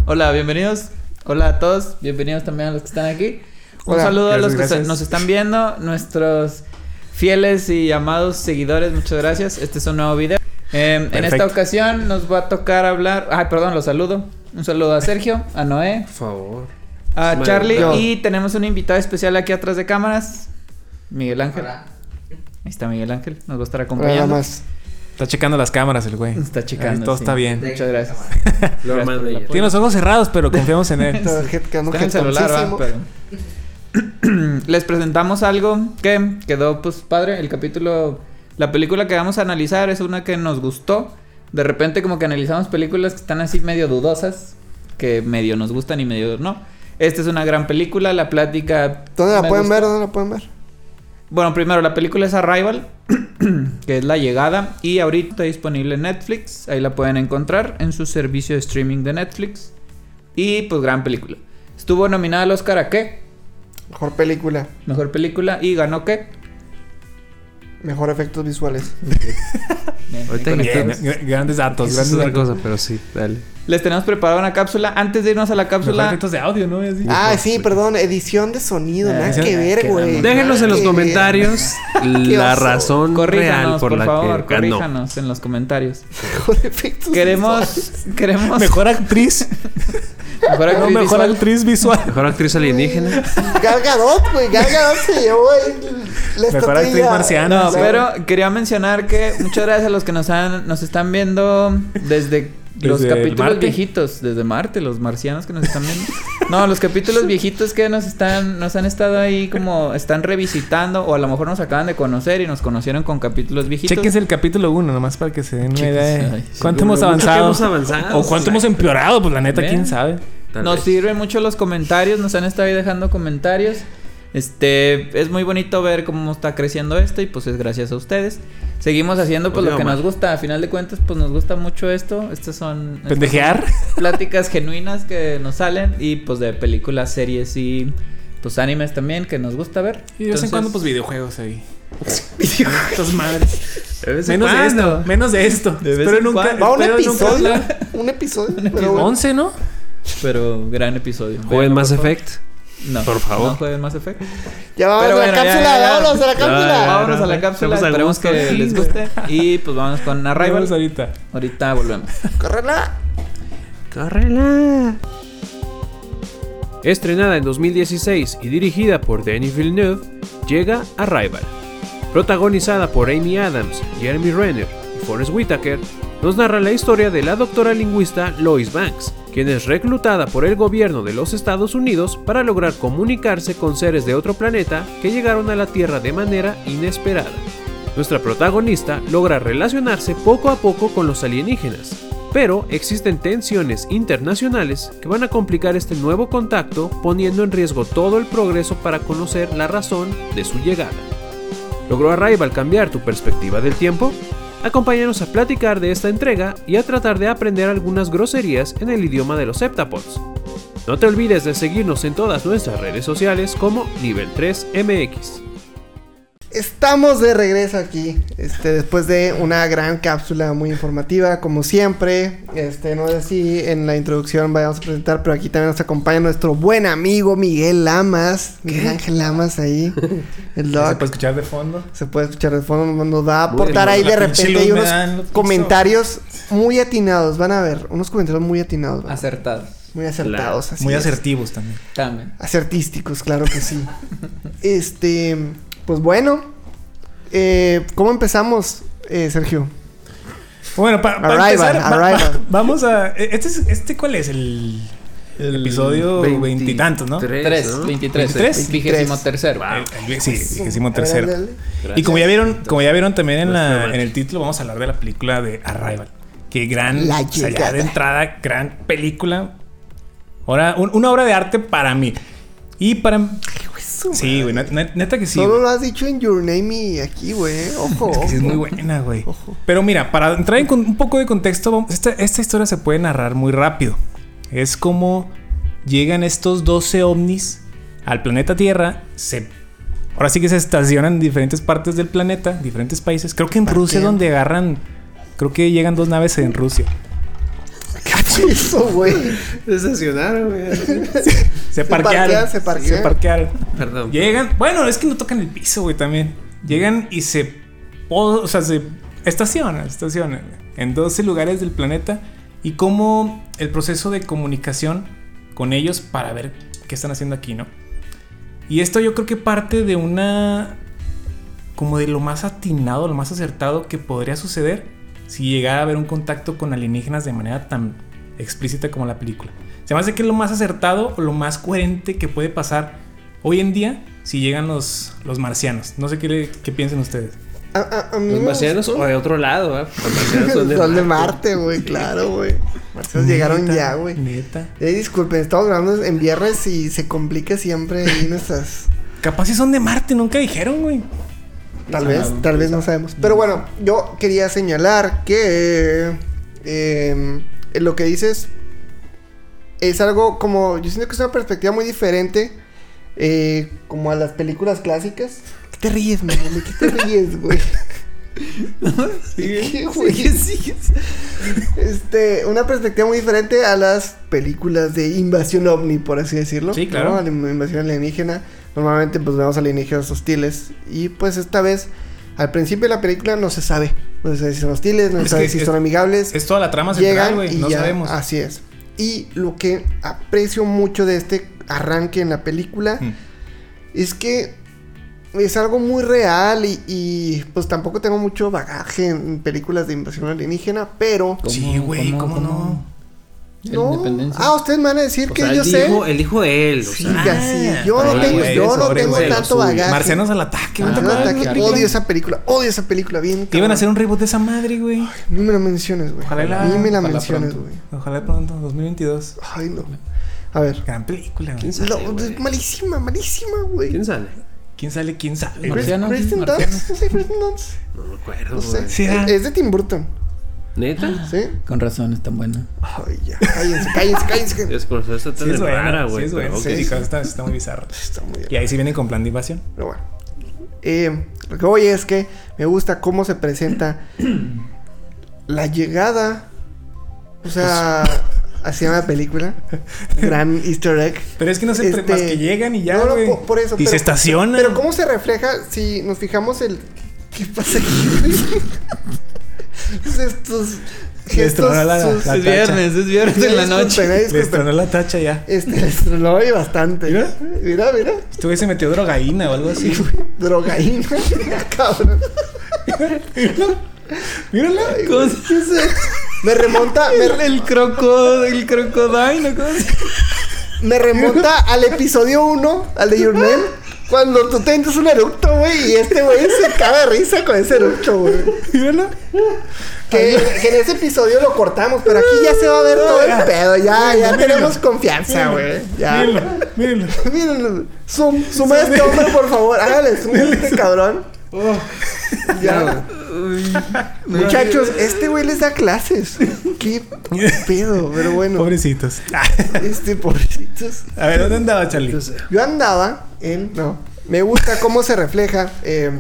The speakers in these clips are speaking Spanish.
Hola, bienvenidos. Hola a todos, bienvenidos también a los que están aquí. Un saludo a los que nos están viendo, nuestros fieles y amados seguidores, muchas gracias. Este es un nuevo video. En esta ocasión nos va a tocar hablar... los saludo. Un saludo a Sergio, a Noé. Por favor. A Charlie. Y tenemos un invitado especial aquí atrás de cámaras. Miguel Ángel. Ahí está Miguel Ángel, nos va a estar acompañando. Está checando las cámaras el güey. Está checando. Todo está bien. Muchas gracias. Tiene los ojos cerrados, pero confiamos en él. Está en el celular, pero... Les presentamos algo que quedó pues padre. El capítulo... La película que vamos a analizar es una que nos gustó. De repente como que analizamos películas que están así medio dudosas, que medio nos gustan y medio no. Esta es una gran película, la plática... ¿Dónde la pueden ver? ¿Dónde la pueden ver? Bueno, primero la película es Arrival, que es La Llegada, y ahorita está disponible en Netflix. Ahí la pueden encontrar en su servicio de streaming de Netflix. Y pues gran película. Estuvo nominada al Oscar ¿a qué? Mejor película. Mejor película. ¿Y ganó qué? Mejor efectos visuales. Grandes datos. Esa es otra cosa, pero sí, dale. Les tenemos preparada una cápsula. Antes de irnos a la cápsula... Mejor efectos de audio, ¿no? Sí, perdón. Edición de sonido. Nada que ver, güey. Déjenos en los comentarios la razón real por la que ganó. Corríjanos en los comentarios. Mejor efectos Queremos... Mejor actriz. Mejor actriz visual. Mejor actriz alienígena. Gal Gadot, güey. Gal Gadot se llevó la mejor actriz marciana. No, pero quería mencionar que muchas gracias a los que nos están viendo desde los capítulos viejitos, desde Marte, los marcianos que nos están viendo. No, los capítulos viejitos que nos han estado ahí como están revisitando, o a lo mejor nos acaban de conocer y nos conocieron con capítulos viejitos. Chequense el capítulo 1 nomás para que se den una idea de cuánto hemos avanzado. O cuánto hemos empeorado, pues la neta, quién sabe. Nos sirven mucho los comentarios, nos han estado ahí dejando comentarios. Es muy bonito ver cómo está creciendo esto y pues es gracias a ustedes. Seguimos haciendo pues lo que nos gusta. A final de cuentas pues nos gusta mucho esto. Estas son pendejear, pláticas genuinas que nos salen y pues de películas, series y pues animes también que nos gusta ver. Y de vez en cuando pues videojuegos ahí. Videojuegos madres. Menos de esto. Pero nunca. Va un episodio. Pero 11, ¿no? Pero gran episodio. Jueguen Mass Effect. No, por favor. No jueguen Mass Effect. Ya vamos a la cápsula, vámonos a la cápsula. Vámonos a la cápsula, esperemos que les guste. Y pues vamos con Arrival. Ahorita volvemos. ¡Córrela! Estrenada en 2016 y dirigida por Denis Villeneuve, llega Arrival. Protagonizada por Amy Adams, Jeremy Renner y Forest Whitaker, nos narra la historia de la doctora lingüista Lois Banks, quien es reclutada por el gobierno de los Estados Unidos para lograr comunicarse con seres de otro planeta que llegaron a la Tierra de manera inesperada. Nuestra protagonista logra relacionarse poco a poco con los alienígenas, pero existen tensiones internacionales que van a complicar este nuevo contacto, poniendo en riesgo todo el progreso para conocer la razón de su llegada. ¿Logró Arrival cambiar tu perspectiva del tiempo? Acompáñanos a platicar de esta entrega y a tratar de aprender algunas groserías en el idioma de los Septapods. No te olvides de seguirnos en todas nuestras redes sociales como Nivel 3 MX. Estamos de regreso aquí, después de una gran cápsula muy informativa, como siempre. No sé si en la introducción vayamos a presentar, pero aquí también nos acompaña nuestro buen amigo Miguel Lamas. Miguel Ángel Lamas ahí, el doc. ¿Se puede escuchar de fondo? Se puede escuchar de fondo, nos va a aportar ahí de repente hay unos comentarios muy atinados, van a ver, unos comentarios muy atinados. Acertados. Muy acertados, claro. Así muy es. Asertivos también. Acertísticos, claro que sí. Pues bueno, ¿cómo empezamos, Sergio? Bueno, para empezar, vamos a... ¿Cuál es? El episodio 20 y tantos, ¿no? 23. 23. Sí, 23. Y como ya vieron también en el título, vamos a hablar de la película de Arrival. Que gran... ya de entrada, gran película. Ahora, una obra de arte para mí. Y para... Sí, güey, neta que sí. Solo lo has dicho en Your Name y aquí, güey. Ojo. Es que sí es muy buena, güey. Pero mira, para entrar en un poco de contexto, esta historia se puede narrar muy rápido. Es como llegan estos 12 ovnis al planeta Tierra. Ahora sí que se estacionan en diferentes partes del planeta, diferentes países. Creo que en Rusia donde agarran... Creo que llegan 2 naves en Rusia. Eso, güey. Se estacionaron, güey. Se parquearon. Se parquearon. Perdón. Llegan. Bueno, es que no tocan el piso, güey, también. Llegan y se estacionan en 12 lugares del planeta. Y cómo el proceso de comunicación con ellos para ver qué están haciendo aquí, ¿no? Y esto yo creo que parte de como de lo más atinado, lo más acertado que podría suceder si llegara a haber un contacto con alienígenas de manera tan explícita como la película. Se me hace que es lo más acertado o lo más coherente que puede pasar hoy en día si llegan los marcianos. No sé qué piensan ustedes. A mí los marcianos o de otro lado, ¿eh? Los marcianos son de Marte, güey, claro, güey. Marcianos llegaron ya, güey. Neta. Disculpen, estamos grabando en viernes y se complica siempre ahí nuestras... Capaz si son de Marte, nunca dijeron, güey. Tal vez no sabemos. Pero bueno, yo quería señalar que lo que dices es algo como... Yo siento que es una perspectiva muy diferente como a las películas clásicas. ¿Qué te ríes, man? ¿Qué te ríes, güey? ¿Qué, güey? Sigues. Una perspectiva muy diferente a las películas de invasión ovni, por así decirlo. Sí, claro. ¿No? A la invasión alienígena. Normalmente pues vemos alienígenas hostiles. Y pues esta vez, al principio de la película no se sabe. No se sabe si son hostiles, no se sabe si son amigables. Es toda la trama central, güey. No sabemos. Así es. Y lo que aprecio mucho de este arranque en la película es que es algo muy real y pues tampoco tengo mucho bagaje en películas de invasión alienígena, pero... Sí, güey, ¿cómo no? No. Ustedes me van a decir que yo sé. El hijo de él. Sí, así. Yo no tengo tanto bagaje. Marcianos al ataque. Odio esa película. Bien. Iban a hacer un reboot de esa madre, güey. Ni me la menciones, güey. Ni me la menciones, güey. Ojalá pronto, 2022. Ay, no. A ver. Gran película, güey. Malísima, güey. ¿Quién sale? ¿Quién sale? Kristen Dunst. No sé, Kristen Dunst. No me acuerdo, No sé. güey. Sí, Es de Tim Burton. ¿Neta? ¿Sí? Con razón, es tan buena. Ay, ya. Cállense. Es por eso está tan rara, güey. Sí, es Sí. está muy bizarro. Está muy bien. Y ahí sí vienen con plan de invasión. Pero bueno. Lo que voy es que me gusta cómo se presenta la llegada. O sea, así llama la película. Gran easter egg. Pero es que no sé, más que llegan y ya, güey. Por eso. Y se estacionan. Pero cómo se refleja si nos fijamos ¿qué pasa aquí? Estos gestos... Es viernes en la noche. Le estrenó la tacha ya. Le estrenó y bastante. Mira. Este güey se metió drogaína o algo así. Drogaína. Cabrón. Mírala. ¿Cómo se dice? Me remonta... El crocodile, ¿cómo se... Me remonta al episodio 1, al de Your Name. Cuando tú te entras un eructo, güey, y este güey se caga de risa con ese eructo, güey. Mírala. Que en ese episodio lo cortamos, pero aquí ya se va a ver todo el pedo. Ya tenemos confianza, güey. Ya. Mírenlo. Suma a este hombre, por favor. Hágale zoom a este cabrón. Ya. Muchachos, este güey les da clases. Qué pedo, pero bueno. Pobrecitos. Pobrecitos. A ver, ¿dónde andaba, Charlie? Yo andaba me gusta cómo se refleja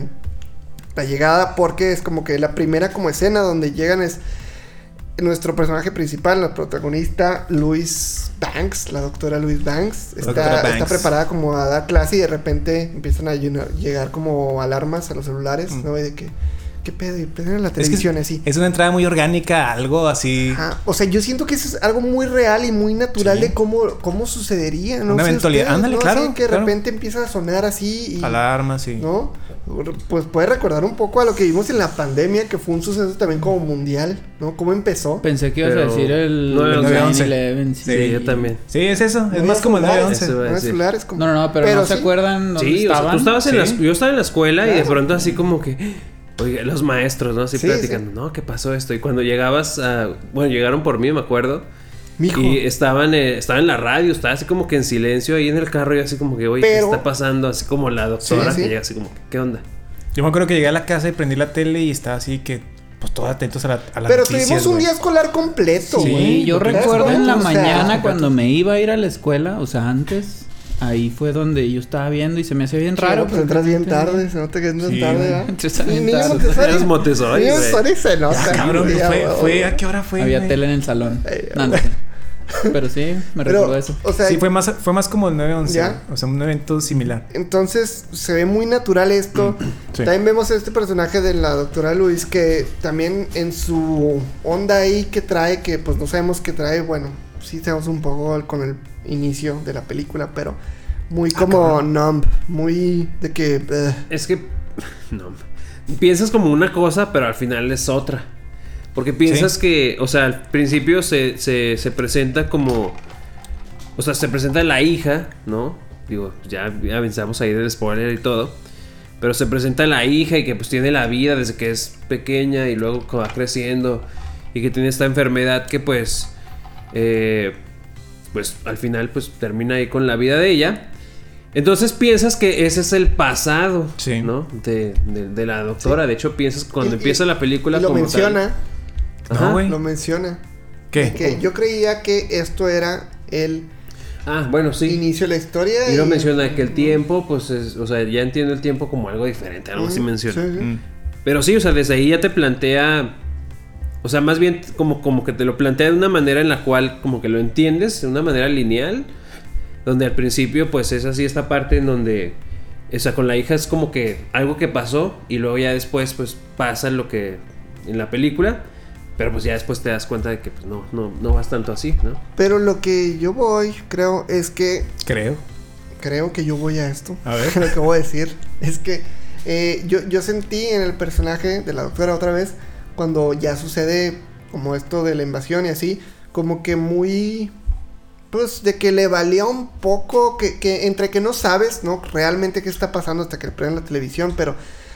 la llegada, porque es como que la primera como escena donde llegan es nuestro personaje principal, la protagonista Louise Banks, la doctora Louise Banks. Está preparada como a dar clase y de repente empiezan a llegar como alarmas a los celulares, ¿no? Y de que... ¿Qué pedo? Y en la televisión así. Es una entrada muy orgánica, algo así. O sea, yo siento que eso es algo muy real y muy natural de cómo sucedería, ¿no? Una eventualidad. Ándale, ¿no? claro. Sí, que de repente empieza a sonar así y... Alarmas, sí. ¿No? Pues puede recordar un poco a lo que vimos en la pandemia, que fue un suceso también como mundial, ¿no? ¿Cómo empezó? Pensé que ibas a decir el 9/11. Sí, yo también. Sí, es eso. Es más como el 9/11. No, pero no se acuerdan dónde estaban. Tú estabas yo estaba en la escuela y de pronto así como que... Oye, los maestros, ¿no? Así platicando. ¿No? ¿Qué pasó esto? Y cuando llegabas bueno, llegaron por mí, me acuerdo. Mijo. Y estaba en la radio, estaba así como que en silencio ahí en el carro y así como que, oye, ¿qué está pasando? Así como la doctora que llega así como, ¿qué onda? Yo me acuerdo que llegué a la casa y prendí la tele y estaba así que, pues todos atentos a las Pero noticias, tuvimos un día escolar completo, güey. Sí, yo recuerdo en la mañana cuando me iba a ir a la escuela, o sea, antes... Ahí fue donde yo estaba viendo y se me hacía bien raro. Pues entras bien tarde, se nota que entras tarde, ¿verdad? Entras bien tarde. Eres Montessori, Montessori se nota. Cabrón, ¿a qué hora fue? Había tele en el salón. Pero sí, me recuerdo eso. O sea, sí, fue más como el 9/11. ¿Ya? O sea, un evento similar. Entonces, se ve muy natural esto. Sí. También vemos este personaje de la doctora Luis, que también en su onda ahí que trae, que pues no sabemos qué trae, bueno, sí sabemos un poco con el inicio de la película, pero muy como numb, muy de que... Es que... No. Piensas como una cosa, pero al final es otra. Porque piensas que, o sea, al principio se presenta como... O sea, se presenta la hija, ¿no? Digo, ya avanzamos ahí del spoiler y todo. Pero se presenta la hija y que pues tiene la vida desde que es pequeña y luego va creciendo. Y que tiene esta enfermedad que pues... pues al final pues termina ahí con la vida de ella. Entonces piensas que ese es el pasado, sí, ¿no? De la doctora. Sí. De hecho piensas cuando empieza la película y lo como menciona. Ajá. No, lo menciona. ¿Qué? Que yo creía que esto era el bueno, sí, inicio de la historia. Y lo menciona que el tiempo, pues es, o sea, ya entiendo el tiempo como algo diferente, algo así menciona. Sí, sí. Pero sí, o sea, desde ahí ya te plantea, o sea, más bien como que te lo plantea de una manera en la cual como que lo entiendes, de una manera lineal. Donde al principio pues es así esta parte en donde, o sea, con la hija es como que algo que pasó y luego ya después pues pasa lo que en la película, pero pues ya después te das cuenta de que pues no vas tanto así, ¿no? Pero lo que yo voy, creo, es que... Creo que yo voy a esto. A ver. Lo que voy a decir es que yo sentí en el personaje de la doctora otra vez, cuando ya sucede como esto de la invasión y así, como que muy... Pues de que le valía un poco, que entre que no sabes, ¿no? Realmente qué está pasando hasta que le prenden la televisión, pero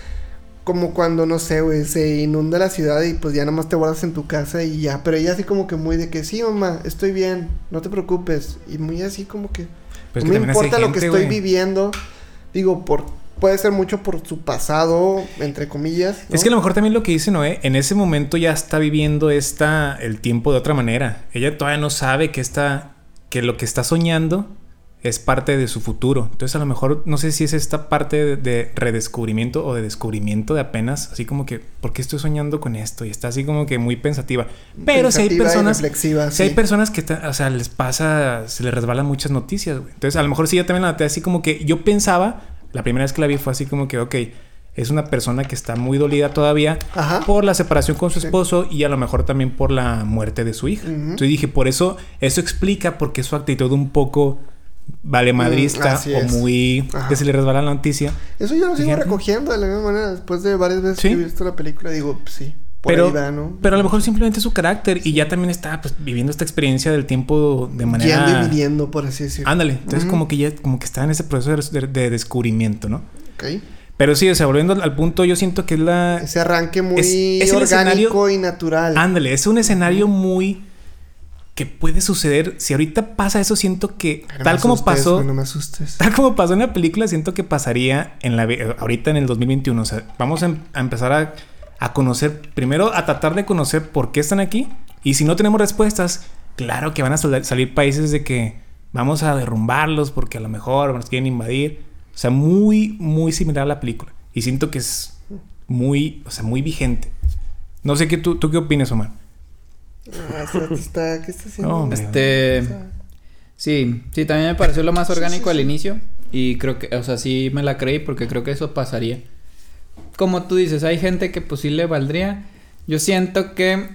como cuando, no sé, güey, se inunda la ciudad y pues ya nomás te guardas en tu casa y ya, pero ella así como que muy de que sí, mamá, estoy bien, no te preocupes, y muy así como que pues no me importa lo que estoy viviendo, digo, puede ser mucho por su pasado, entre comillas, ¿no? Es que a lo mejor también lo que dice Noé, en ese momento ya está viviendo el tiempo de otra manera, ella todavía no sabe que lo que está soñando es parte de su futuro. Entonces a lo mejor no sé si es esta parte de redescubrimiento o de descubrimiento de apenas, así como que ¿por qué estoy soñando con esto? Y está así como que muy pensativa. Pero si hay personas hay personas que o sea, les pasa, se les resbalan muchas noticias, güey. Entonces a lo mejor sí yo también la noté así como que yo pensaba, la primera vez que la vi fue así como que ok, es una persona que está muy dolida todavía. Ajá. Por la separación con su esposo y a lo mejor también por la muerte de su hija. Entonces dije, por eso explica por qué su actitud un poco valemadrista o muy... Ajá. Que se le resbala la noticia. Eso yo lo sigo recogiendo de la misma manera. Después de varias veces que he visto la película, digo, pues, sí. Pero a lo mejor simplemente su carácter y ya también está pues viviendo esta experiencia del tiempo de manera... Ya dividiendo, por así decirlo. Ándale. Entonces como que está en ese proceso de descubrimiento, ¿no? Ok. Pero sí, o sea, volviendo al punto, yo siento que es ese arranque muy orgánico y natural. Ándale, es un escenario muy... que puede suceder. Si ahorita pasa eso, siento que... No me asustes. Tal como pasó en la película, siento que pasaría ahorita en el 2021. O sea, vamos a empezar a conocer... Primero, a tratar de conocer por qué están aquí. Y si no tenemos respuestas, claro que van a salir países de que vamos a derrumbarlos porque a lo mejor nos quieren invadir. O sea, muy, muy similar a la película. Y siento que es muy vigente. No sé, ¿tú qué opinas, Omar? ¿Qué está haciendo? Sí, también me pareció lo más orgánico al inicio. Y creo que, o sea, sí me la creí porque creo que eso pasaría. Como tú dices, hay gente que pues sí le valdría. Yo siento que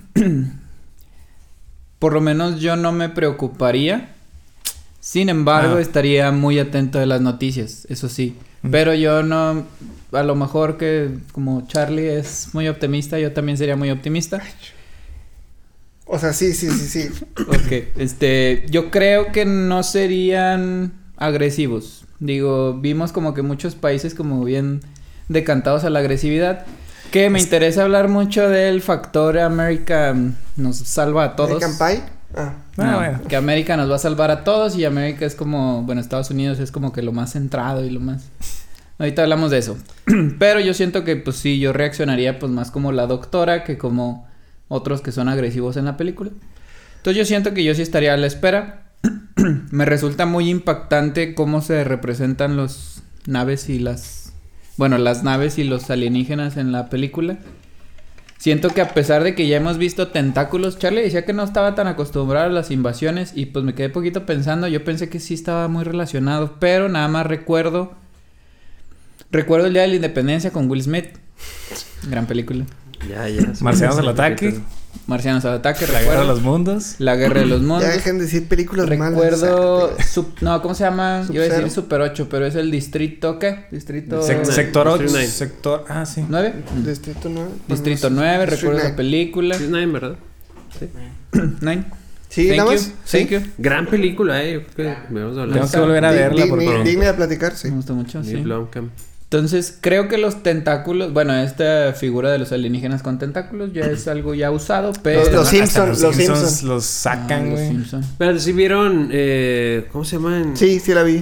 por lo menos yo no me preocuparía. Sin embargo, estaría muy atento de las noticias, eso sí. Pero yo no... A lo mejor que como Charlie es muy optimista, yo también sería muy optimista. O sea, sí. Ok, yo creo que no serían agresivos. Digo, vimos como que muchos países como bien decantados a la agresividad. Que me interesa hablar mucho del factor América nos salva a todos. ¿American Pie? Bueno. Que América nos va a salvar a todos y América es como... Bueno, Estados Unidos es como que lo más centrado y lo más... Ahorita hablamos de eso. Pero yo siento que pues sí, yo reaccionaría pues más como la doctora que como otros que son agresivos en la película. Entonces yo siento que yo sí estaría a la espera. Me resulta muy impactante cómo se representan los naves y las naves y los alienígenas en la película. siento que a pesar de que ya hemos visto tentáculos, Charlie decía que no estaba tan acostumbrado a las invasiones y pues me quedé poquito pensando, yo pensé que sí estaba muy relacionado, pero nada más recuerdo el Día de la Independencia con Will Smith, gran película. Ya. Marcianos al ataque. Marcianos al ataque, La Guerra de los Mundos. La Guerra de los Mundos. Ya dejen de decir películas malas. Recuerdo... No, ¿cómo se llama? Yo iba a decir Super 8, pero es el Distrito... ¿Qué? Distrito... Sector 8. Distrito Sector... Ah, sí. ¿9? Distrito 9. Distrito 9, recuerdo esa película. Es 9, ¿verdad? Sí. 9. Sí, nada más. Thank you. Gran película, yo creo que me vamos a hablar. Tengo que volver a verla por favor. Digna de platicar, sí. Me gustó mucho, sí. Blomkamp. Entonces, creo que los tentáculos... Bueno, esta figura de los alienígenas con tentáculos ya es algo ya usado, pero... Los Simpsons los sacan, güey. Pero si vieron... ¿cómo se llaman? Sí, la vi.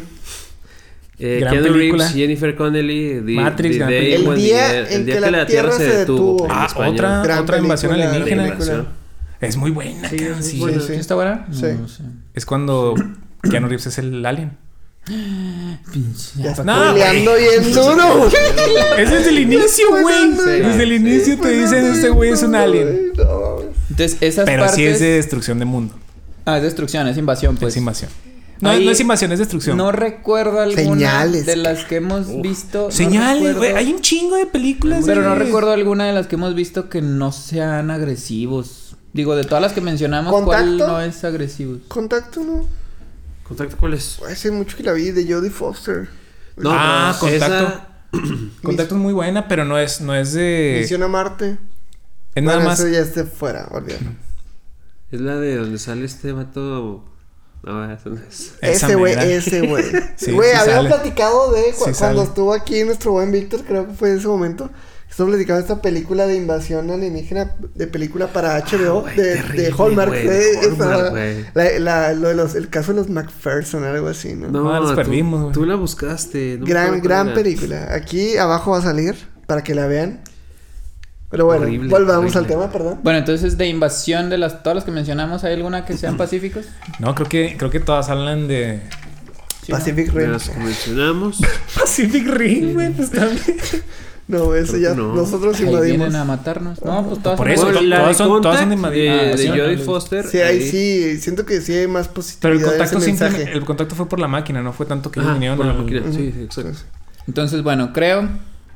Gran Keanu película. Reeves, Jennifer Connelly, Matrix, gran Day película. When El día en que la Tierra se detuvo. en español. Otra invasión película, alienígena. película. Es muy buena, Sí, cabrón, es sí. buena. ¿Sí está buena? Sí. No sé. Es cuando Keanu Reeves es el alien. Pinche... Ya está No, peleando bien duro. Es desde el inicio, güey. Sí. Desde el inicio te dicen este güey es un alien. No. Entonces, esas Pero partes... sí es de destrucción de mundo. Ah, es destrucción, es invasión, pues. Es invasión. No, Ahí no es invasión, es destrucción. No recuerdo alguna Señales. de las que hemos visto. Señales, no recuerdo- güey. Hay un chingo de películas. Pero no güey. recuerdo alguna de las que hemos visto que no sean agresivos. Digo, de todas las que mencionamos, ¿cuál ¿Contacto? no es agresivo? Contacto, ¿no? ¿Contacto cuál es? Hace mucho que la vi, de Jodie Foster. No, Ah, pero Contacto. Contacto es muy buena, pero no es de... Misión a Marte. Es nada Bueno, más... eso ya esté fuera, olvídalo. Es la de donde sale este vato... No, eso no es. Esa Ese güey, mera. ese güey. Sí, Güey, sí habíamos sale. platicado de Sí cuando sale. estuvo aquí nuestro buen Víctor, creo que fue en ese momento. Estuvo platicando esta película de invasión alienígena, de película para HBO, güey, de terrible, Hallmark. güey, Esa- Hallmark, güey. lo de el caso de los McPherson, algo así, ¿no? No, los perdimos, güey. Tú la buscaste. no me gran acuerdo cuál era. película. Aquí abajo va a salir para que la vean. Pero bueno, Horrible, volvamos al horrible. tema, perdón. Bueno, entonces de invasión de todas las que mencionamos, ¿hay alguna que sean pacíficos? No, creo que todas hablan de... Sí, ¿no? Pacific De Rim. las que mencionamos. Pacific Rim, güey, pues también. No, eso Creo ya que no. nosotros Ahí invadimos. vienen a matarnos. No, pues todas Por son eso, buenas. Bueno, la todas de son Contact, de de sí, Jodie no, Foster. Sí, ahí ahí. sí, siento que sí hay más Pero positividad el contacto en ese simplemente... mensaje. El contacto fue por la máquina, no fue tanto que ellos Ah, vinieron por a la la máquina. Ujú. Sí, exacto. Entonces, bueno, creo...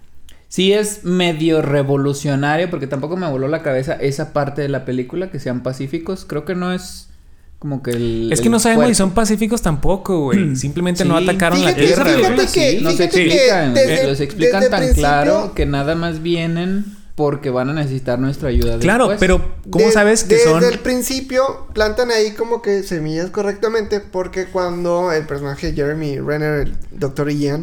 Sí es medio revolucionario, porque tampoco me voló la cabeza esa parte de la película, que sean pacíficos. Creo que no es como que el... Es que el no sabemos si fuerte. son pacíficos tampoco, güey. Simplemente no Sí. atacaron la Fíjate, Tierra. fíjate güey. que- No se fíjate que explican, desde- los explican desde tan principio- claro que nada más vienen porque van a necesitar nuestra ayuda Claro, después. pero ¿cómo sabes que desde son...? el principio plantan ahí como que semillas correctamente, porque cuando el personaje Jeremy Renner, el Dr. Ian,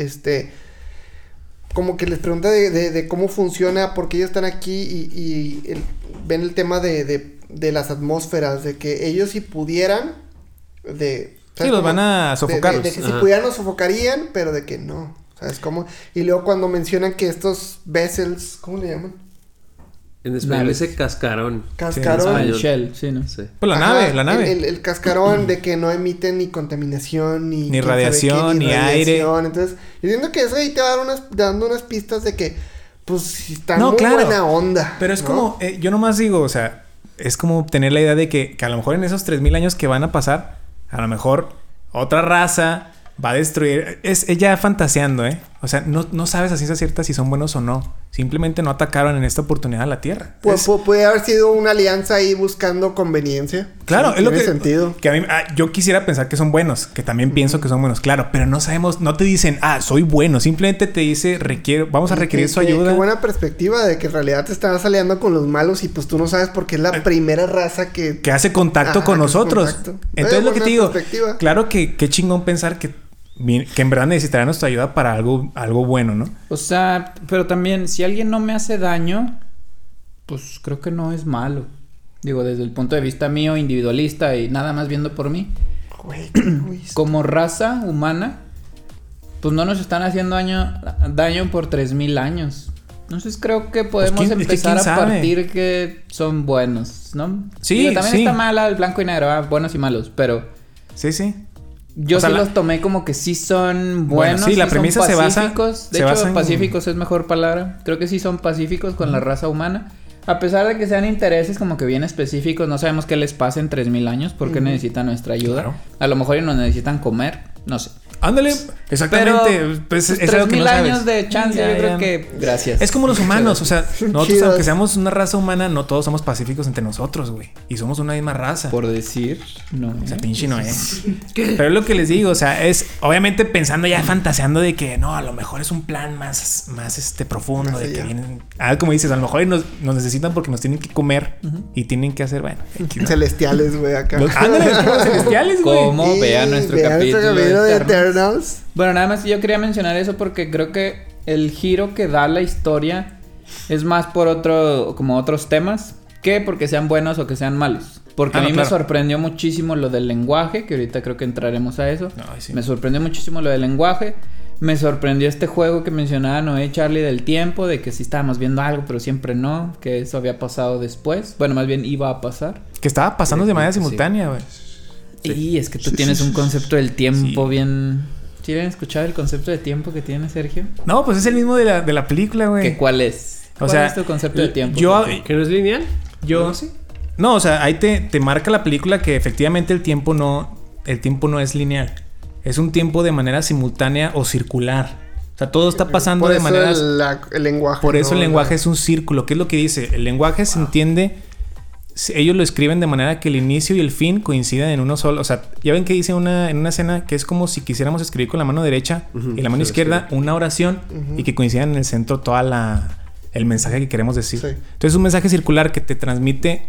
como que les pregunta de cómo funciona, por qué ellos están aquí y ven el tema de las atmósferas, de que ellos si pudieran, Sí, ¿sabes los cómo? van a sofocar. De que si Ajá. pudieran los sofocarían, pero de que no. ¿Sabes cómo? Y luego cuando mencionan que estos vessels, ¿cómo le llaman? En español Naves. ese cascarón. Cascarón. Ah, el español. Shell, sí, ¿no? Sí. Pues la Ajá, nave. El cascarón de que no emiten ni contaminación, ni quién sabe radiación, qué, ni aire. Entonces, yo entiendo que eso ahí te va a dar dando unas pistas de que, pues, están No, muy claro. buena onda. Pero es ¿no? como... yo nomás digo, o sea... Es como tener la idea de que a lo mejor en esos 3000 años que van a pasar... A lo mejor otra raza va a destruir... Es ella fantaseando, ¿eh? O sea, no sabes a ciencia cierta si son buenos o no. Simplemente no atacaron en esta oportunidad a la Tierra. Pues, puede haber sido una alianza ahí buscando conveniencia. Claro, Sí, es lo tiene que... sentido. Que a mí... yo quisiera pensar que son buenos. Que también pienso que son buenos. Claro, pero no sabemos... No te dicen... soy bueno. Simplemente te dice... Vamos a requerir su ayuda. Qué buena perspectiva de que en realidad te estás aliando con los malos y pues tú no sabes por qué es la primera raza que hace contacto Ajá, con que hace nosotros. contacto. Entonces lo que Buena te digo, perspectiva. claro que qué chingón pensar que en verdad necesitaría nuestra ayuda para algo bueno, ¿no? O sea, pero también, si alguien no me hace daño, pues creo que no es malo. Digo, desde el punto de vista mío, individualista y nada más viendo por mí. Güey, qué egoísta. Como raza humana, pues no nos están haciendo daño por 3000 años. Entonces creo que podemos ¿quién- es que empezar quién a sabe? partir que son buenos, ¿no? Sí, Digo, también sí. está mala el blanco y negro, buenos y malos, pero Sí, sí. yo O sea, sí los tomé como que sí son Bueno, buenos, sí, la son premisa se basa- pacíficos. De se hecho, basa en- pacíficos es mejor palabra. Creo que sí son pacíficos con la raza humana. a pesar de que sean intereses como que bien específicos, no sabemos qué les pasa en 3000 años, por qué necesitan nuestra ayuda. Claro. A lo mejor nos necesitan comer, no sé. Ándale, exactamente. Pero, pues es algo que no sabes. 3000 años de chance, yo creo que... Gracias. Es como los humanos, o sea, nosotros aunque seamos una raza humana, no todos somos pacíficos entre nosotros, güey. Y somos una misma raza. Por decir, no. O sea, pinche no es. Pero es lo que les digo, o sea, es obviamente pensando ya, fantaseando de que no, a lo mejor es un plan más profundo, de que vienen... como dices, a lo mejor nos necesitan porque nos tienen que comer y tienen que hacer, bueno... Celestiales, güey, acá. Ándale, los celestiales, güey. Como vean nuestro capítulo de Eternals. Bueno, nada más yo quería mencionar eso porque creo que el giro que da la historia es más por otros temas que porque sean buenos o que sean malos. Porque a mí me sorprendió muchísimo lo del lenguaje, que ahorita creo que entraremos a eso. Sí. Me sorprendió muchísimo lo del lenguaje. Me sorprendió este juego que mencionaba Noé y Charlie del tiempo, de que sí estábamos viendo algo, pero siempre no, que eso había pasado después. Bueno, más bien iba a pasar. Que estaba pasando de manera simultánea, güey. Sí. Y es que tú tienes un concepto del tiempo bien... ¿Sí habían escuchado el concepto de tiempo que tiene Sergio? No, pues es el mismo de la película, güey. ¿Cuál es? ¿Cuál es tu concepto de tiempo? ¿Que no es lineal? No, o sea, ahí te marca la película que efectivamente el tiempo no es lineal. Es un tiempo de manera simultánea o circular. O sea, todo está pasando de maneras... el lenguaje. Por eso el lenguaje es un círculo. ¿Qué es lo que dice? El lenguaje se entiende... Ellos lo escriben de manera que el inicio y el fin coinciden en uno solo. O sea, ya ven que dice en una escena que es como si quisiéramos escribir con la mano derecha y la mano izquierda una oración y que coincidan en el centro toda el mensaje que queremos decir. Sí. Entonces es un mensaje circular que te transmite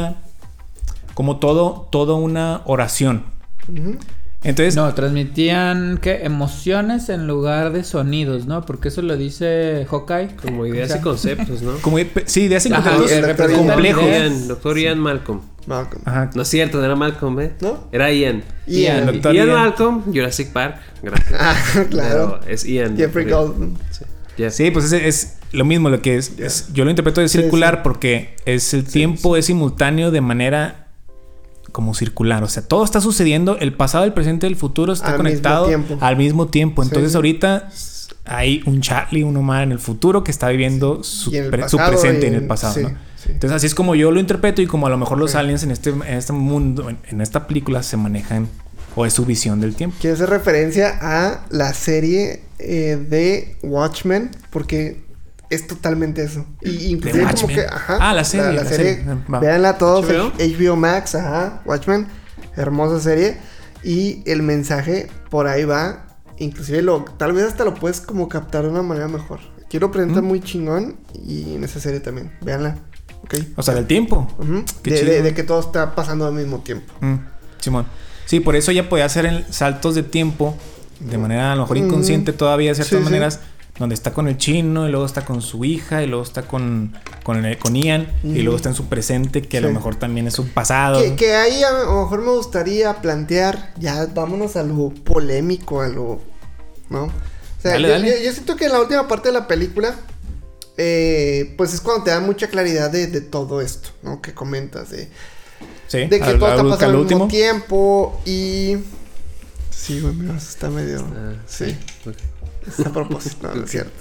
todo una oración. Entonces... No, transmitían, ¿qué? Emociones en lugar de sonidos, ¿no? Porque eso lo dice Hawkeye. Como ideas y conceptos, ¿no? Sí, ideas y conceptos complejos. Doctor Ian Malcolm. Ajá. No es cierto, no era Malcolm, ¿eh? ¿No? Era Ian. Ian Malcolm, Jurassic Park. Gracias. Claro. Pero es Ian. Jeffrey Goldblum. Sí, pues es lo mismo. Lo que es yo lo interpreto de circular porque es el tiempo es simultáneo de manera... como circular, o sea, todo está sucediendo, el pasado, el presente y el futuro está conectado al mismo tiempo. Entonces ahorita hay un Charlie, un Omar en el futuro que está viviendo su presente en el pasado, ¿no? Sí. Entonces así es como yo lo interpreto y como a lo mejor los aliens en este mundo, en esta película se manejan o es su visión del tiempo. Quiero hacer referencia a la serie de Watchmen porque es totalmente eso. Y inclusive como que... la serie. La serie. Véanla todos. HBO Max, Watchmen. Hermosa serie. Y el mensaje por ahí va. Inclusive tal vez hasta lo puedes como captar de una manera mejor. Quiero presentar muy chingón. Y en esa serie también. Véanla. ¿Okay? O sea, del tiempo. De que todo está pasando al mismo tiempo. Simón. Sí, por eso ya podía hacer saltos de tiempo. De manera a lo mejor inconsciente todavía de ciertas maneras. Donde está con el chino y luego está con su hija y luego está con Ian y luego está en su presente que a lo mejor también es un pasado. Que ahí a lo mejor me gustaría plantear, ya vámonos a lo polémico, ¿no? O sea, dale. Yo siento que en la última parte de la película, pues es cuando te dan mucha claridad de todo esto, ¿no? Que comentas de que todo está pasando al mismo tiempo y... Sí, güey, mira, eso está medio... sí. Okay. Es a propósito, no es cierto.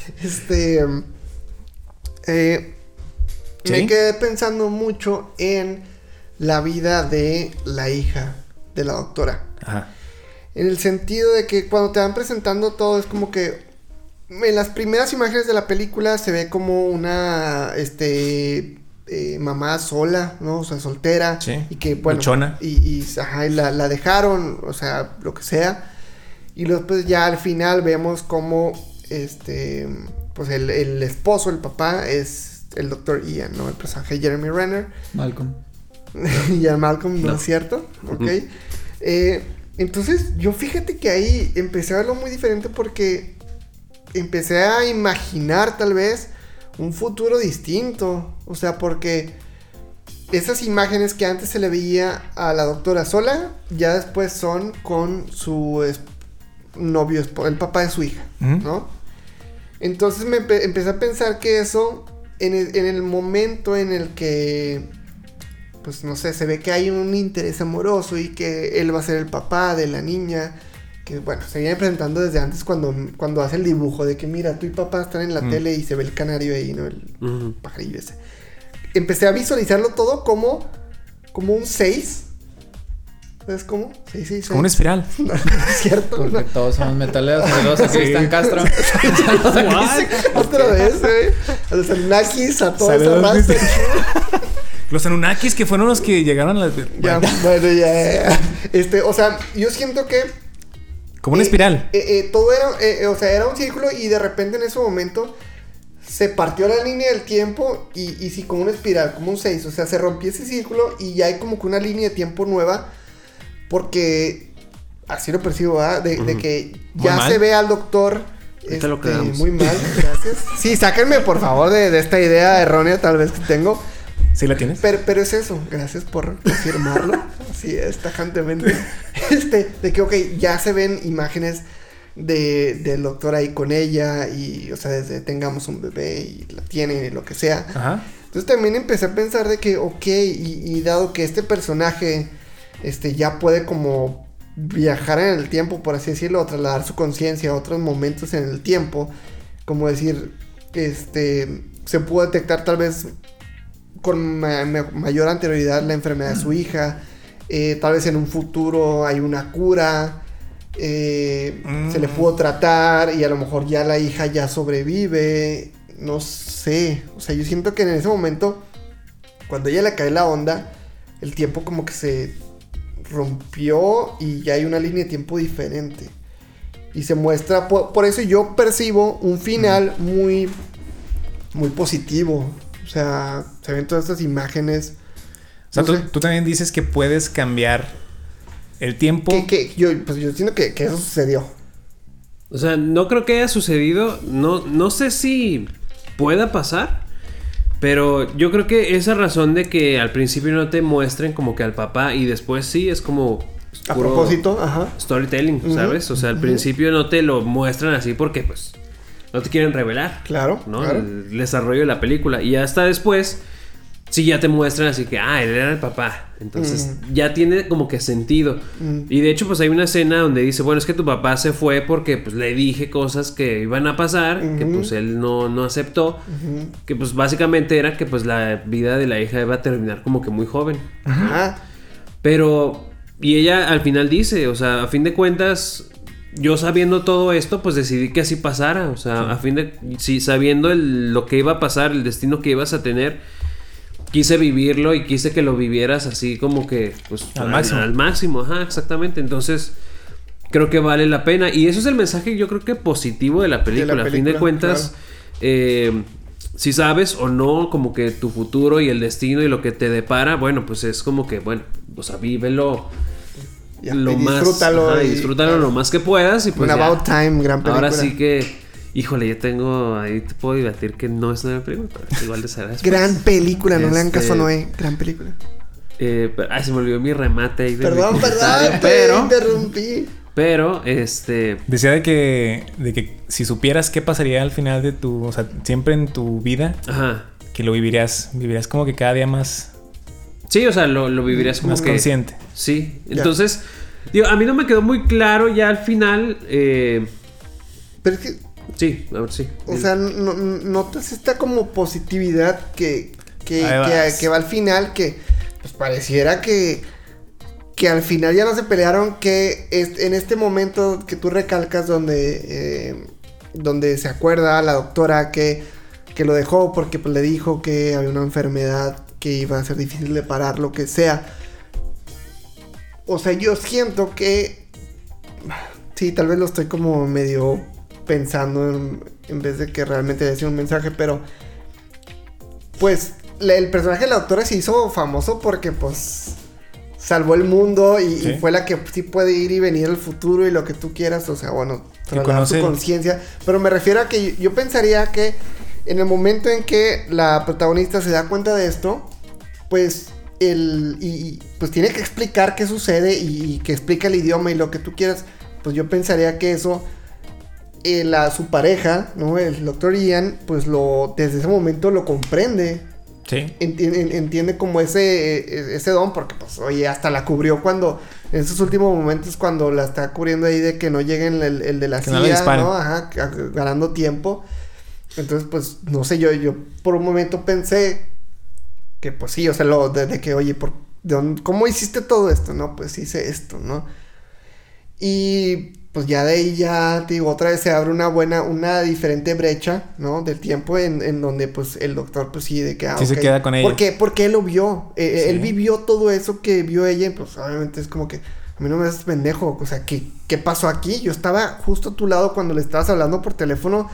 Me quedé pensando mucho en la vida de la hija de la doctora. Ajá. En el sentido de que cuando te van presentando todo es como que en las primeras imágenes de la película se ve como una mamá sola, ¿no? O sea, soltera. Sí. Y que, bueno... Luchona. Y la dejaron, o sea, lo que sea. Y luego pues ya al final vemos como pues el esposo, el papá es el Dr. Ian, ¿no? El personaje Jeremy Renner. Malcolm. Ya Malcolm, ¿no es cierto? Ok. Entonces yo fíjate que ahí empecé a verlo muy diferente porque empecé a imaginar tal vez un futuro distinto. O sea, porque esas imágenes que antes se le veía a la doctora sola, ya después son con su novio, el papá de su hija, ¿no? Entonces me empecé a pensar que eso, en el momento en el que, pues no sé, se ve que hay un interés amoroso y que él va a ser el papá de la niña, que bueno, se viene presentando desde antes cuando hace el dibujo de que mira, tú y papá están en la tele y se ve el canario ahí, ¿no? El pajarillo ese. empecé a visualizarlo todo como un 6. ¿Sabes cómo? Sí. Como una espiral. No, es cierto. Porque no. todos somos metaleros. Saludos a Cristian Castro. Otra vez, a los Anunnakis, a toda esa raza. Los Anunnakis que fueron los que llegaron a la... Bueno, ya. O sea, yo siento que... Como una espiral. Todo era... o sea, era un círculo y de repente en ese momento... Se partió la línea del tiempo y sí, como una espiral, como un 6. O sea, se rompió ese círculo y ya hay como que una línea de tiempo nueva. Porque así lo percibo, ¿verdad? De que ya se ve al doctor muy mal, gracias. Sí, sáquenme por favor de esta idea errónea tal vez que tengo. ¿Sí la tienes? Pero es eso, gracias por confirmarlo. Así es, tajantemente. De que, ok, ya se ven imágenes del doctor ahí con ella y, o sea, desde tengamos un bebé y la tienen y lo que sea. Ajá. Entonces también empecé a pensar de que, ok, y dado que este personaje, ya puede como viajar en el tiempo, por así decirlo, o trasladar su conciencia a otros momentos en el tiempo, como decir, se pudo detectar tal vez con mayor anterioridad la enfermedad de su hija, tal vez en un futuro hay una cura, se le pudo tratar y a lo mejor ya la hija ya sobrevive, no sé, o sea, yo siento que en ese momento, cuando ella le cae la onda, el tiempo como que se rompió y ya hay una línea de tiempo diferente y se muestra, por eso yo percibo un final muy muy positivo, o sea, se ven todas estas imágenes. O sea, tú también dices que puedes cambiar el tiempo. Yo siento que eso sucedió. O sea, no creo que haya sucedido. No sé si pueda pasar. Pero yo creo que esa razón de que al principio no te muestren como que al papá y después sí es como... A propósito, ajá. Storytelling, ¿sabes? O sea, al principio no te lo muestran así porque pues no te quieren revelar. Claro, ¿no? claro. El desarrollo de la película. Y hasta después... Sí, ya te muestran así que, él era el papá. Entonces, ya tiene como que sentido. Y de hecho, pues hay una escena donde dice, bueno, es que tu papá se fue porque pues le dije cosas que iban a pasar, que pues él no aceptó. Que pues básicamente era que pues la vida de la hija iba a terminar como que muy joven. Ajá. Pero, y ella al final dice, o sea, a fin de cuentas, yo sabiendo todo esto, pues decidí que así pasara. O sea, a fin de, sí, sabiendo lo que iba a pasar, el destino que ibas a tener, quise vivirlo y quise que lo vivieras así como que pues al máximo, ajá, exactamente. Entonces creo que vale la pena y eso es el mensaje yo creo que positivo de la película. A fin de cuentas, claro. Si sabes o no como que tu futuro y el destino y lo que te depara, bueno, pues es como que bueno, o sea, vívelo lo más, disfrútalo, ajá, y disfrútalo lo más que puedas y pues About Time, gran película. Ahora sí que híjole, yo tengo... Ahí te puedo debatir que no es una película, pero igual de saber. Gran película, no le hagan caso a Noé. Gran película. Se me olvidó mi remate ahí. Perdón, te interrumpí. Pero, Decía de que si supieras qué pasaría al final de tu... O sea, siempre en tu vida... Ajá. Que lo vivirías como que cada día más... Sí, o sea, lo vivirías como más que... consciente. Sí, entonces... Digo, a mí no me quedó muy claro ya al final... Pero es que... Sí, a ver, sí. O sea, notas esta como positividad que va al final, que pues pareciera que al final ya no se pelearon, que en este momento que tú recalcas donde se acuerda la doctora que lo dejó porque pues, le dijo que había una enfermedad que iba a ser difícil de parar, lo que sea. O sea, yo siento que... Sí, tal vez lo estoy como medio... pensando en vez de que realmente decía un mensaje, pero pues el personaje de la doctora se hizo famoso porque pues salvó el mundo y fue la que sí puede ir y venir al futuro y lo que tú quieras, o sea, bueno, trasladar su conciencia, pero me refiero a que yo pensaría que en el momento en que la protagonista se da cuenta de esto, pues pues tiene que explicar qué sucede y que explica el idioma y lo que tú quieras, pues yo pensaría que eso su pareja, ¿no? El Dr. Ian, pues desde ese momento lo comprende. Sí. Entiende como ese don, porque pues oye, hasta la cubrió cuando, en esos últimos momentos cuando la está cubriendo ahí de que no llegue el de la CIA, ¿no? Ajá, ganando tiempo. Entonces, pues, no sé, yo por un momento pensé que pues sí, o sea, de que, oye, ¿cómo hiciste todo esto? No, pues hice esto, ¿no? Y pues ya de ahí ya, te digo, otra vez se abre una diferente brecha, ¿no? Del tiempo en donde pues el doctor pues sí, de que... sí, okay, se queda con ella. Porque él lo vio, sí. Él vivió todo eso que vio ella, pues obviamente es como que... A mí no me haces pendejo, o sea, ¿qué pasó aquí? Yo estaba justo a tu lado cuando le estabas hablando por teléfono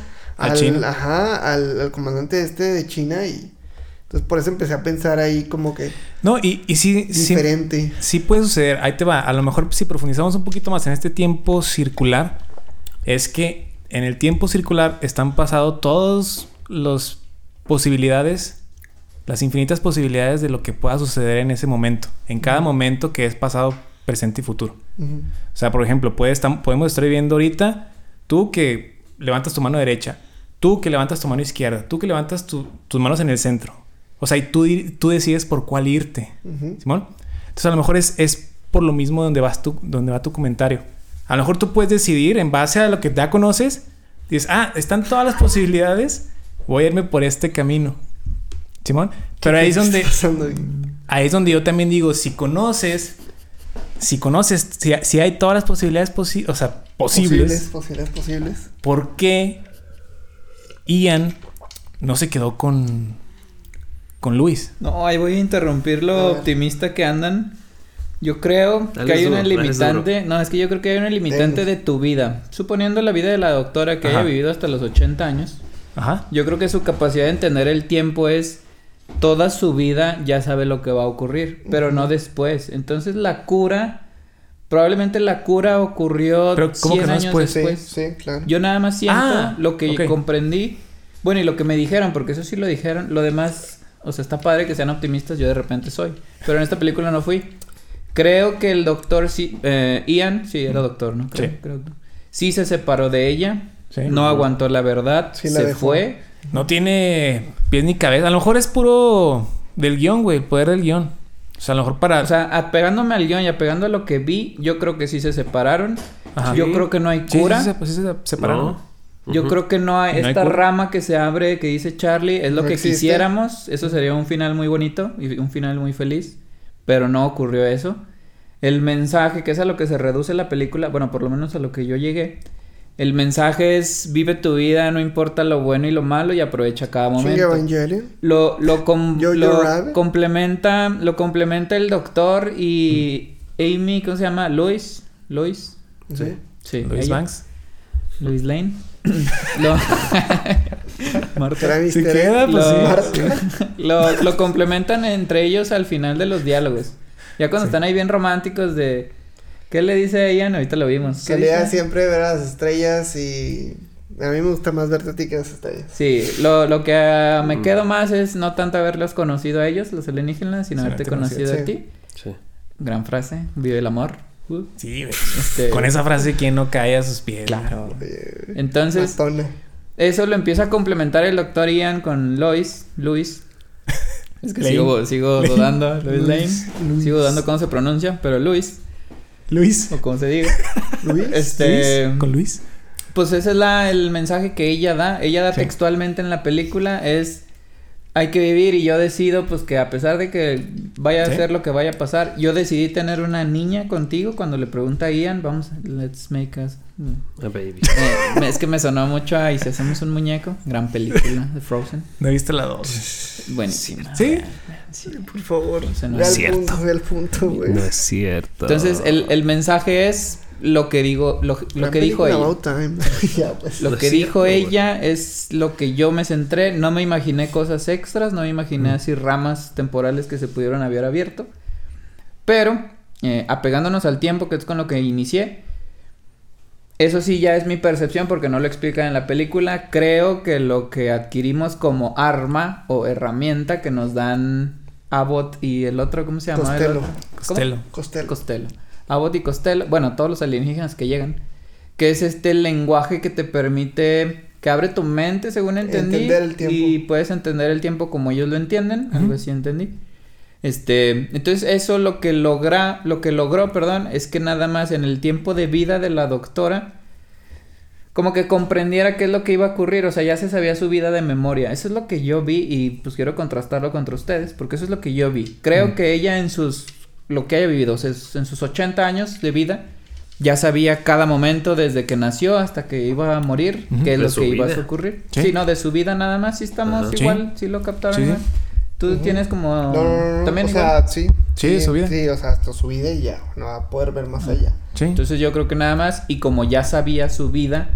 al comandante de China y... Entonces, por eso empecé a pensar ahí como que... No, y sí... Diferente. Sí puede suceder.Í te va. A lo mejor si profundizamos un poquito más en este tiempo circular, es que en el tiempo circular están pasados todas las posibilidades, las infinitas posibilidades de lo que pueda suceder en ese momento. En cada momento que es pasado, presente y futuro. O sea, por ejemplo, podemos estar viviendo ahorita tú que levantas tu mano derecha, tú que levantas tu mano izquierda, tú que levantas tus manos en el centro. O sea, y tú decides por cuál irte, ¿Simón? Entonces, a lo mejor es por lo mismo donde va tu comentario. A lo mejor tú puedes decidir en base a lo que ya conoces. Dices, están todas las posibilidades. Voy a irme por este camino. ¿Simón? Pero ahí es donde yo también digo, si conoces, si hay todas las posibilidades posibles. Posibles. ¿Por qué Ian no se quedó con Luis? No, ahí voy a interrumpir lo optimista que andan. Yo creo que hay una limitante. No, es que yo creo que hay una limitante de tu vida. Suponiendo la vida de la doctora que haya vivido hasta los 80 años. Ajá. Yo creo que su capacidad de entender el tiempo es... Toda su vida ya sabe lo que va a ocurrir. Pero no después. Entonces la cura... Probablemente la cura ocurrió 100 años después. Sí, claro. Yo nada más siento lo que comprendí. Bueno, y lo que me dijeron, porque eso sí lo dijeron. Lo demás... O sea, está padre que sean optimistas, yo de repente soy. Pero en esta película no fui. Creo que el doctor Ian, sí, era doctor, ¿no? Creo. Sí se separó de ella. Sí. No aguantó la verdad. Sí, se fue. No tiene pies ni cabeza. A lo mejor es puro del guión, güey. El poder del guión. O sea, a lo mejor para... O sea, apegándome al guión y apegando a lo que vi, yo creo que sí se separaron. Ajá. Yo creo que no hay cura. Sí se separaron. No. Yo creo que no hay esta rama que se abre, que dice Charlie, es lo que quisiéramos. Eso sería un final muy bonito y un final muy feliz. Pero no ocurrió eso. El mensaje, que es a lo que se reduce la película, bueno, por lo menos a lo que yo llegué. El mensaje es: vive tu vida, no importa lo bueno y lo malo, y aprovecha cada momento. Lo complementa el doctor y Amy, ¿cómo se llama? Lois. Sí. Lois Banks. Lois Lane. Marta. Lo complementan entre ellos al final de los diálogos. Ya cuando están ahí bien románticos de... ¿Qué le dice a Ian? Ahorita lo vimos. Que le da siempre ver a las estrellas y... A mí me gusta más verte a ti que a las estrellas. Sí, lo que me quedo más es no tanto haberlos conocido a ellos, los alienígenas, sino haberte conocido a ti. Sí. Gran frase. Vive el amor. Sí, güey. Con esa frase, ¿quién no cae a sus pies? Claro. Entonces, eso lo empieza a complementar el doctor Ian con Luis. Es que sigo dudando. Luis Lane. Sigo dudando cómo se pronuncia, pero Luis. O como se diga. Luis. ¿Con Luis? Pues ese es el mensaje que ella da. Ella da textualmente en la película. Es... Hay que vivir, y yo decido pues que a pesar de que vaya a ser lo que vaya a pasar, yo decidí tener una niña contigo. Cuando le pregunta a Ian, let's make us a baby. Es que me sonó mucho a ¿y si hacemos un muñeco? Gran película de Frozen. ¿No viste la 2? Buenísima. ¿Sí? Sí, por favor. No es cierto. Ve al punto, güey. No es cierto. Entonces el mensaje es lo que digo, lo que dijo ella. Lo que dijo ella es lo que yo me centré. No me imaginé cosas extras, no me imaginé así ramas temporales que se pudieron haber abierto. Pero apegándonos al tiempo, que es con lo que inicié, eso sí ya es mi percepción porque no lo explican en la película. Creo que lo que adquirimos como arma o herramienta que nos dan Abbott y el otro, ¿cómo se llama? Costello. Abbott y Costello, bueno, todos los alienígenas que llegan, que es este lenguaje que te permite, que abre tu mente, según entendí, entender el tiempo. Y puedes entender el tiempo como ellos lo entienden, algo así entendí. Entonces eso lo que logró, es que nada más en el tiempo de vida de la doctora, como que comprendiera qué es lo que iba a ocurrir. O sea, ya se sabía su vida de memoria. Eso es lo que yo vi y pues quiero contrastarlo contra ustedes porque eso es lo que yo vi. Creo que ella lo que haya vivido, o sea, en sus 80 años de vida, ya sabía cada momento desde que nació hasta que iba a morir, qué es lo que iba a ocurrir. Sí, no, de su vida nada más, si estamos igual, si lo captaron. Sí. Tú tienes como... No, también o igual. sea, sí, su vida. Sí, o sea, hasta su vida y ya, no va a poder ver más allá. Sí. Entonces yo creo que nada más, y como ya sabía su vida,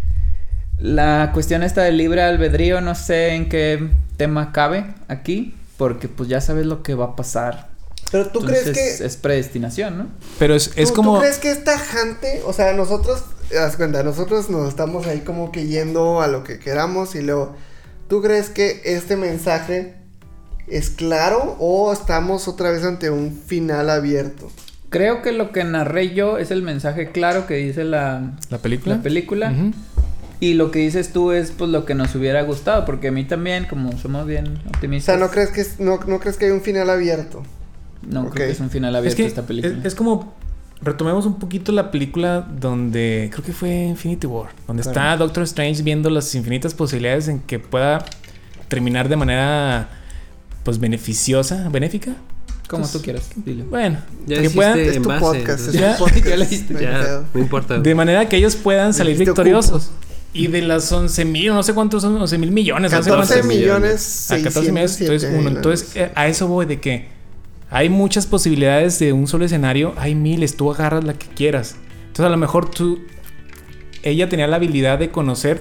la cuestión esta del libre albedrío, no sé en qué tema cabe aquí, porque pues ya sabes lo que va a pasar. Pero tú entonces, crees que... es predestinación, ¿no? Pero es como... ¿Tú crees que es tajante? O sea, nosotros... Haz cuenta, nosotros nos estamos ahí como que yendo a lo que queramos y luego... ¿Tú crees que este mensaje es claro o estamos otra vez ante un final abierto? Creo que lo que narré yo es el mensaje claro que dice la película. Uh-huh. Y lo que dices tú es pues lo que nos hubiera gustado, porque a mí también, como somos bien optimistas. O sea, ¿no crees que hay un final abierto? No, creo que es un final abierto esta película. Es como... Retomemos un poquito la película donde... Creo que fue Infinity War. Donde está Doctor Strange viendo las infinitas posibilidades en que pueda terminar de manera... Pues beneficiosa. ¿Benéfica? Como pues, tú quieras, dilo. Bueno, ya que puedan... Es tu podcast. Ya no importa. De manera que ellos puedan salir victoriosos. Y de las 11,000, no sé cuántos son, 11,000 millones. 14 millones. A 14 millones. Entonces, a eso voy de que... Hay muchas posibilidades de un solo escenario. Hay miles. Tú agarras la que quieras. Entonces a lo mejor ella tenía la habilidad de conocer.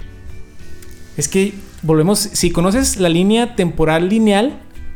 Es que volvemos. Si conoces la línea temporal lineal.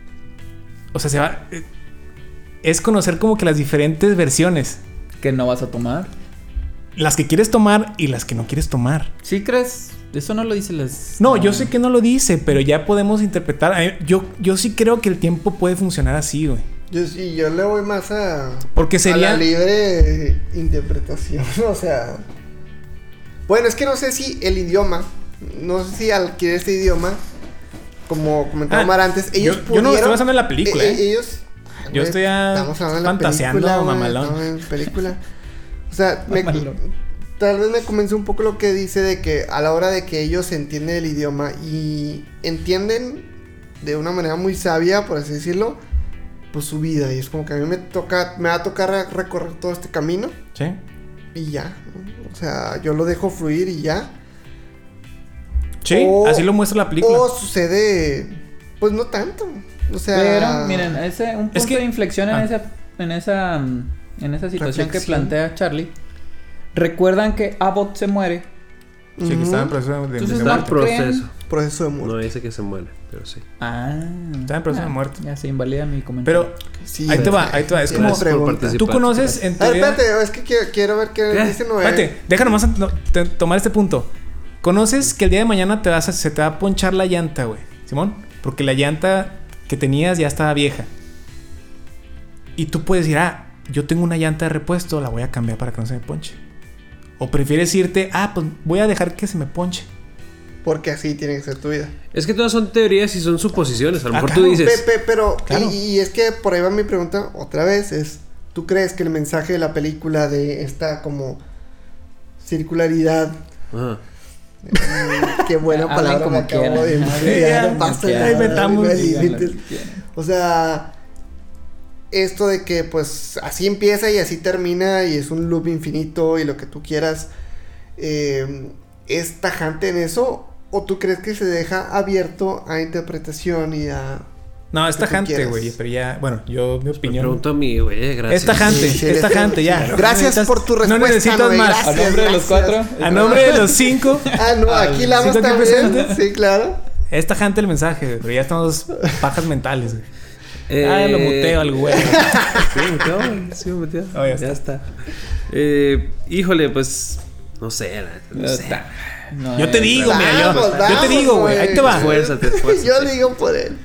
O sea, es conocer como que las diferentes versiones. Que no vas a tomar. Las que quieres tomar y las que no quieres tomar. ¿Sí crees? Eso no lo dice No, yo sé que no lo dice, pero ya podemos interpretar. Yo sí creo que el tiempo puede funcionar así, güey. Yo le voy más porque sería... a la libre interpretación, o sea... Bueno, es que no sé si el idioma, no sé si adquirir este idioma, como comentaba Omar antes, ellos yo no lo estoy basando en la película, ellos... Yo estoy fantaseando, mamalón. Película. O sea, tal vez me convence un poco lo que dice de que a la hora de que ellos entienden el idioma y entienden de una manera muy sabia, por así decirlo, pues su vida. Y es como que a mí me va a tocar recorrer todo este camino. Sí. Y ya, ¿no? O sea, yo lo dejo fluir y ya. Sí, así lo muestra la película. O sucede, pues no tanto. O sea... Pero, miren, un punto de inflexión en esa situación que plantea Charlie. ¿Recuerdan que Abbott se muere? Sí, que estaba en proceso de muerte. Está en proceso. Proceso de muerte. No dice que se muere, pero sí. Está en proceso de muerte. Ya se invalida mi comentario. Pero sí, ahí te va. Es como tú conoces en teoría... espérate, es que quiero ver qué dice Noé. Espérate, deja nomás tomar este punto. ¿Conoces que el día de mañana se te va a ponchar la llanta, güey? ¿Simón? Porque la llanta que tenías ya estaba vieja. Y tú puedes decir, yo tengo una llanta de repuesto, la voy a cambiar para que no se me ponche. O prefieres irte, pues voy a dejar que se me ponche. Porque así tiene que ser tu vida. Es que todas son teorías y son suposiciones. A lo mejor claro. tú dices... Pero, claro. y es que por ahí va mi pregunta otra vez, es... ¿Tú crees que el mensaje de la película de esta como circularidad... qué buena palabra me acabo de inventamos. O sea... Esto de que pues así empieza y así termina y es un loop infinito y lo que tú quieras, ¿es tajante en eso? ¿O tú crees que se deja abierto a interpretación y a... No, es tajante, güey, pero ya, bueno, mi opinión... Me pregunto a mí, güey, gracias. Es tajante, ya. Gracias por tu respuesta. No necesitas más. Gracias, ¿A nombre de los 4? A nombre de los 5. No, aquí la vamos también. Sí, claro. Es tajante el mensaje, pero ya estamos pajas mentales, güey. Lo muteo al güey. Sí, me muteo. Ya está. Híjole, pues... No sé. Yo te digo, mira, yo te digo, güey. Ahí te va. Esfuérzate. Yo digo por él.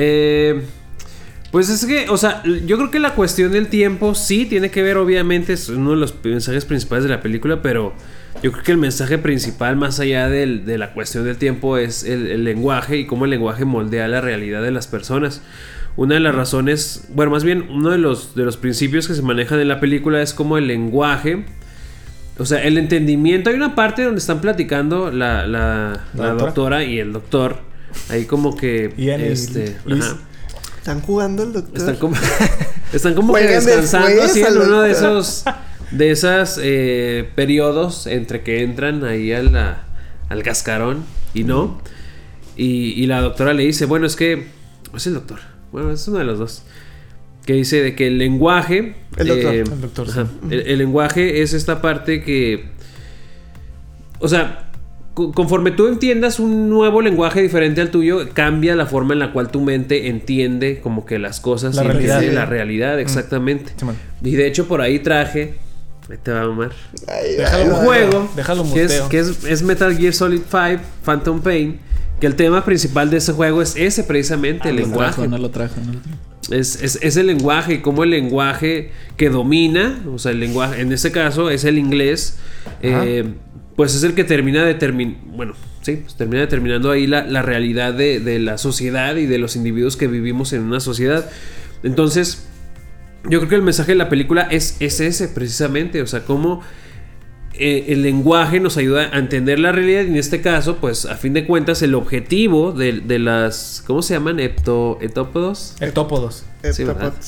Pues es que, o sea, yo creo que la cuestión del tiempo sí tiene que ver, obviamente, es uno de los mensajes principales de la película, pero yo creo que el mensaje principal, más allá de la cuestión del tiempo, es el lenguaje y cómo el lenguaje moldea la realidad de las personas. Una de las razones, bueno, más bien uno de los principios que se manejan en la película es cómo el lenguaje O sea, el entendimiento... Hay una parte donde están platicando la doctora y el doctor. Ahí como que... ¿Están jugando el doctor? Están como que descansando así en uno de esos... De esas periodos entre que entran ahí al cascarón y no. Y la doctora le dice, bueno, es que... Es el doctor. Bueno, es uno de los dos. Que dice de que el lenguaje... El doctor. Ajá, el lenguaje es esta parte que... O sea, conforme tú entiendas un nuevo lenguaje diferente al tuyo, cambia la forma en la cual tu mente entiende como que las cosas. La realidad. La realidad, exactamente. Y de hecho por ahí traje... Ahí te va a mamar. Un juego que es Metal Gear Solid 5 Phantom Pain. Que el tema principal de ese juego es ese precisamente, el lenguaje. No lo trajo. Es el lenguaje y cómo el lenguaje que domina, o sea, el lenguaje, en este caso es el inglés, pues es el que termina determinando ahí la realidad de la sociedad y de los individuos que vivimos en una sociedad. Entonces, yo creo que el mensaje de la película es ese precisamente, o sea, cómo el lenguaje nos ayuda a entender la realidad y en este caso, pues a fin de cuentas el objetivo de las... ¿Cómo se llaman? ¿Etópodos? Ectópodos. Sí,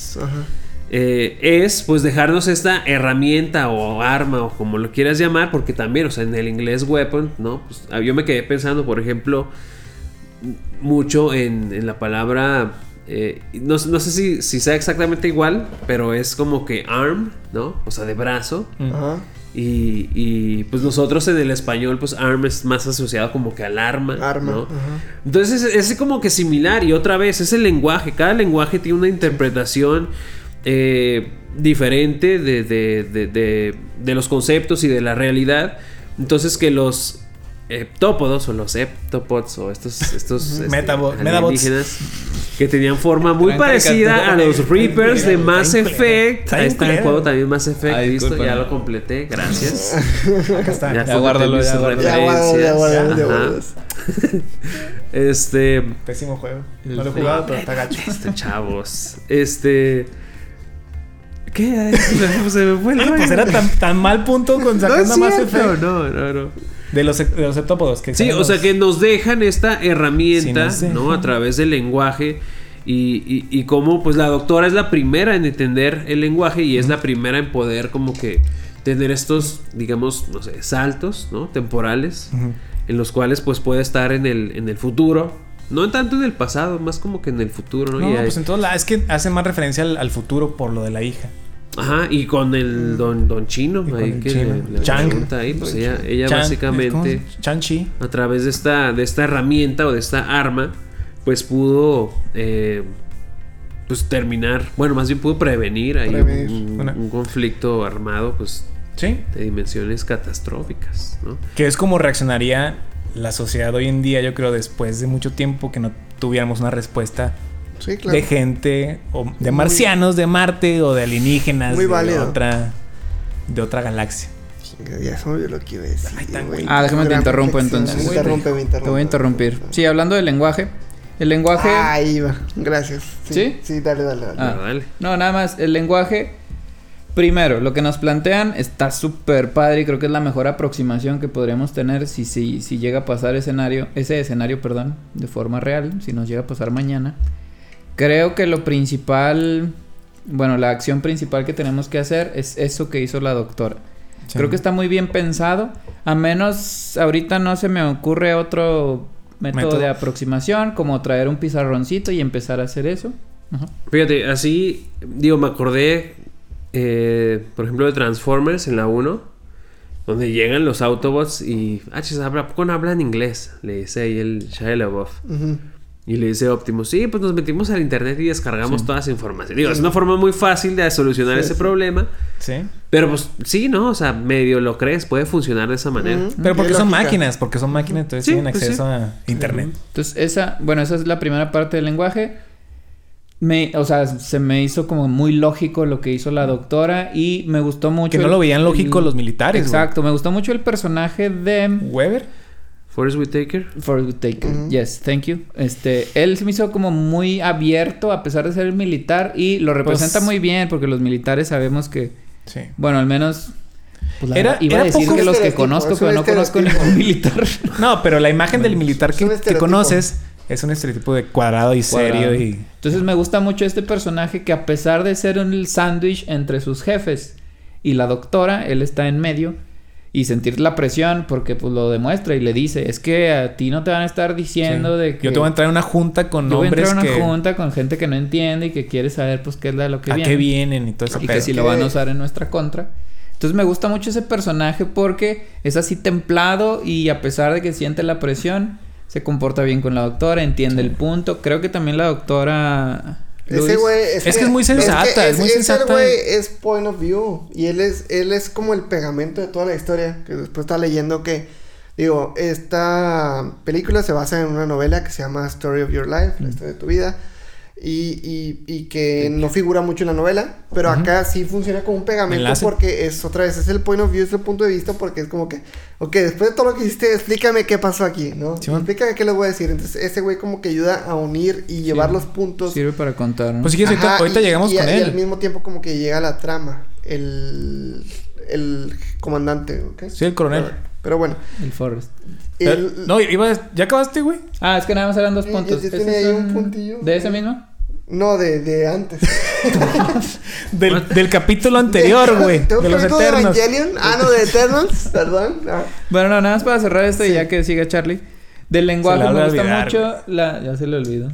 es pues dejarnos esta herramienta o arma o como lo quieras llamar, porque también, o sea, en el inglés weapon, ¿no? Pues, yo me quedé pensando, por ejemplo, mucho en la palabra... no sé si sea exactamente igual, pero es como que arm, ¿no? O sea, de brazo. Ajá. Y pues nosotros en el español, pues arm es más asociado como que al arma, ¿no? Entonces es como que similar. Y otra vez, es el lenguaje. Cada lenguaje tiene una interpretación diferente de los conceptos y de la realidad. Entonces que los heptópodos o los heptopods o estos alienígenas que tenían forma muy parecida a los Reapers de Mass Effect. Ahí está el juego también, Mass Effect. Listo, ya lo completé, gracias. Acá está. Ya guárdalo. Pésimo juego. No lo he jugado, pero está gacho. Chavos. ¿Qué? Se me fue el rollo. Pues era tan mal punto con sacando Mass Effect. No. De los heptópodos que sí, o sea que nos dejan esta herramienta, ¿no? A través del lenguaje y cómo pues la doctora es la primera en entender el lenguaje y es la primera en poder como que tener estos, digamos, no sé, saltos, ¿no? Temporales, en los cuales pues puede estar en el futuro. No tanto en el pasado, más como que en el futuro, ¿no? No, pues en todo es que hace más referencia al futuro por lo de la hija. Ajá, y con el don Chino, ahí que le pregunta ahí, pues ella básicamente a través de esta herramienta o de esta arma, pues pudo pues terminar, bueno, más bien pudo prevenir ahí un conflicto armado, pues de dimensiones catastróficas, ¿no? Que es como reaccionaría la sociedad hoy en día, yo creo, después de mucho tiempo que no tuviéramos una respuesta. Sí, claro. De gente, o de marcianos, de Marte, o de alienígenas, de otra galaxia. Ya se me olvidó lo que iba a decir. Déjame te interrumpo entonces. Te voy a interrumpir. Sí, hablando del lenguaje. El lenguaje... Ahí va. Gracias. Sí, dale. Dale. No, nada más. El lenguaje... Primero, lo que nos plantean está súper padre y creo que es la mejor aproximación que podríamos tener si llega a pasar ese escenario, de forma real, si nos llega a pasar mañana. Creo que lo principal, la acción principal que tenemos que hacer es eso que hizo la doctora. Sí. Creo que está muy bien pensado. A menos ahorita no se me ocurre otro método de aproximación, como traer un pizarroncito y empezar a hacer eso. Ajá. Fíjate, así, me acordé, por ejemplo, de Transformers en la 1, donde llegan los Autobots y... ¿por qué no hablan inglés? Le dice ahí el Shia LaBeouf. Y le dice Optimus, sí, pues nos metimos al internet y descargamos toda esa información. Es una forma muy fácil de solucionar ese problema. Sí. Pero pues sí, ¿no? O sea, medio lo crees, puede funcionar de esa manera. Pero porque son máquinas, entonces tienen acceso a internet. Entonces esa es la primera parte del lenguaje. Se me hizo como muy lógico lo que hizo la doctora y me gustó mucho. Que no lo veían lógico los militares. Exacto, me gustó mucho el personaje de... ¿Weber? Forrest Whitaker, yes, thank you. Él se me hizo como muy abierto a pesar de ser militar y lo representa muy bien porque los militares sabemos que... Sí. Bueno, al menos... Pues iba a decir que los que conozco, pero no conozco ningún militar. No, pero la imagen del militar que conoces es un estereotipo de cuadrado y serio. Entonces me gusta mucho este personaje que a pesar de ser un sándwich entre sus jefes y la doctora, él está en medio y sentir la presión porque pues lo demuestra y le dice, es que a ti no te van a estar diciendo de que... Yo te voy a entrar en una junta con hombres que... Yo voy a entrar en una junta con gente que no entiende y que quiere saber pues qué es lo que viene. ¿A qué vienen? Y todo eso. Y que si lo van a usar en nuestra contra. Entonces me gusta mucho ese personaje porque es así templado y a pesar de que siente la presión, se comporta bien con la doctora, entiende el punto. Creo que también la doctora... Ese güey es que es muy sensata, es muy sensata. Ese güey es point of view y él es como el pegamento de toda la historia, que después está leyendo que digo, esta película se basa en una novela que se llama Story of Your Life, la historia de tu vida. Y que no figura mucho en la novela, pero acá sí funciona como un pegamento porque es otra vez, es el point of view, es el punto de vista, porque es como que, ok, después de todo lo que hiciste, explícame qué pasó aquí, ¿no? Sí, explícame qué les voy a decir. Entonces ese güey como que ayuda a unir y llevar los puntos. Sirve para contar, ¿no? Pues sí, ahorita llegamos con él. Y al mismo tiempo como que llega la trama, el comandante, ¿ok? Sí, el coronel. Pero bueno. El Forrest. ¿Ya acabaste, güey? Ah, es que nada más eran 2 puntos. Yo tenía ahí un puntillo. ¿De ese mismo? No, de antes. del capítulo anterior, güey. De los Eternos. De Eternals. Perdón. No. Bueno, nada más para cerrar esto y ya que siga Charlie. Del lenguaje me gusta mucho. Ya se le olvidó.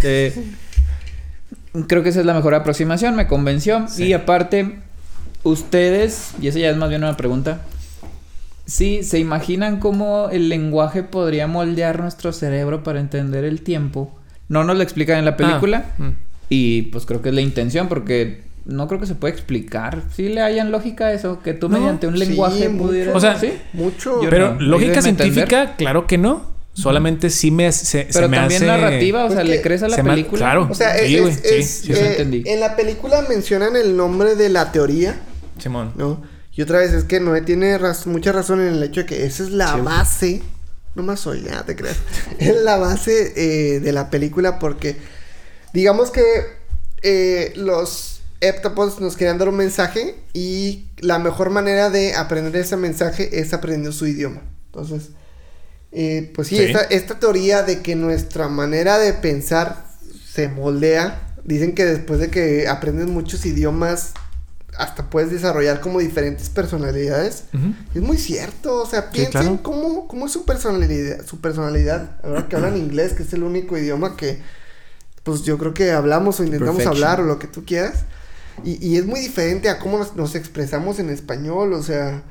Creo que esa es la mejor aproximación. Me convenció. Sí. Y aparte, ustedes, y esa ya es más bien una pregunta. Sí, ¿se imaginan cómo el lenguaje podría moldear nuestro cerebro para entender el tiempo? No nos lo explican en la película. Y pues creo que es la intención porque no creo que se pueda explicar. ¿Sí le hayan lógica a eso? Que tú mediante un lenguaje pudieras... O sea, ¿sí? Mucho. Pero lógica científica, claro que no. Solamente sí me hace... Pero también narrativa, o sea, ¿le crees a la película? Claro. O sea, sí, entendí. En la película mencionan el nombre de la teoría. Simón. ¿No? Y otra vez es que Noé tiene mucha razón en el hecho de que esa es la base... No más soy, ya te creas. Es la base de la película porque... Digamos que los heptapods nos querían dar un mensaje y la mejor manera de aprender ese mensaje es aprendiendo su idioma. Entonces, pues sí. Esta teoría de que nuestra manera de pensar se moldea. Dicen que después de que aprendes muchos idiomas, hasta puedes desarrollar como diferentes personalidades. Es muy cierto. O sea, piensen cómo es su personalidad. Ahora que hablan inglés, que es el único idioma que... pues yo creo que hablamos o intentamos hablar o lo que tú quieras. Y es muy diferente a cómo nos expresamos en español, o sea...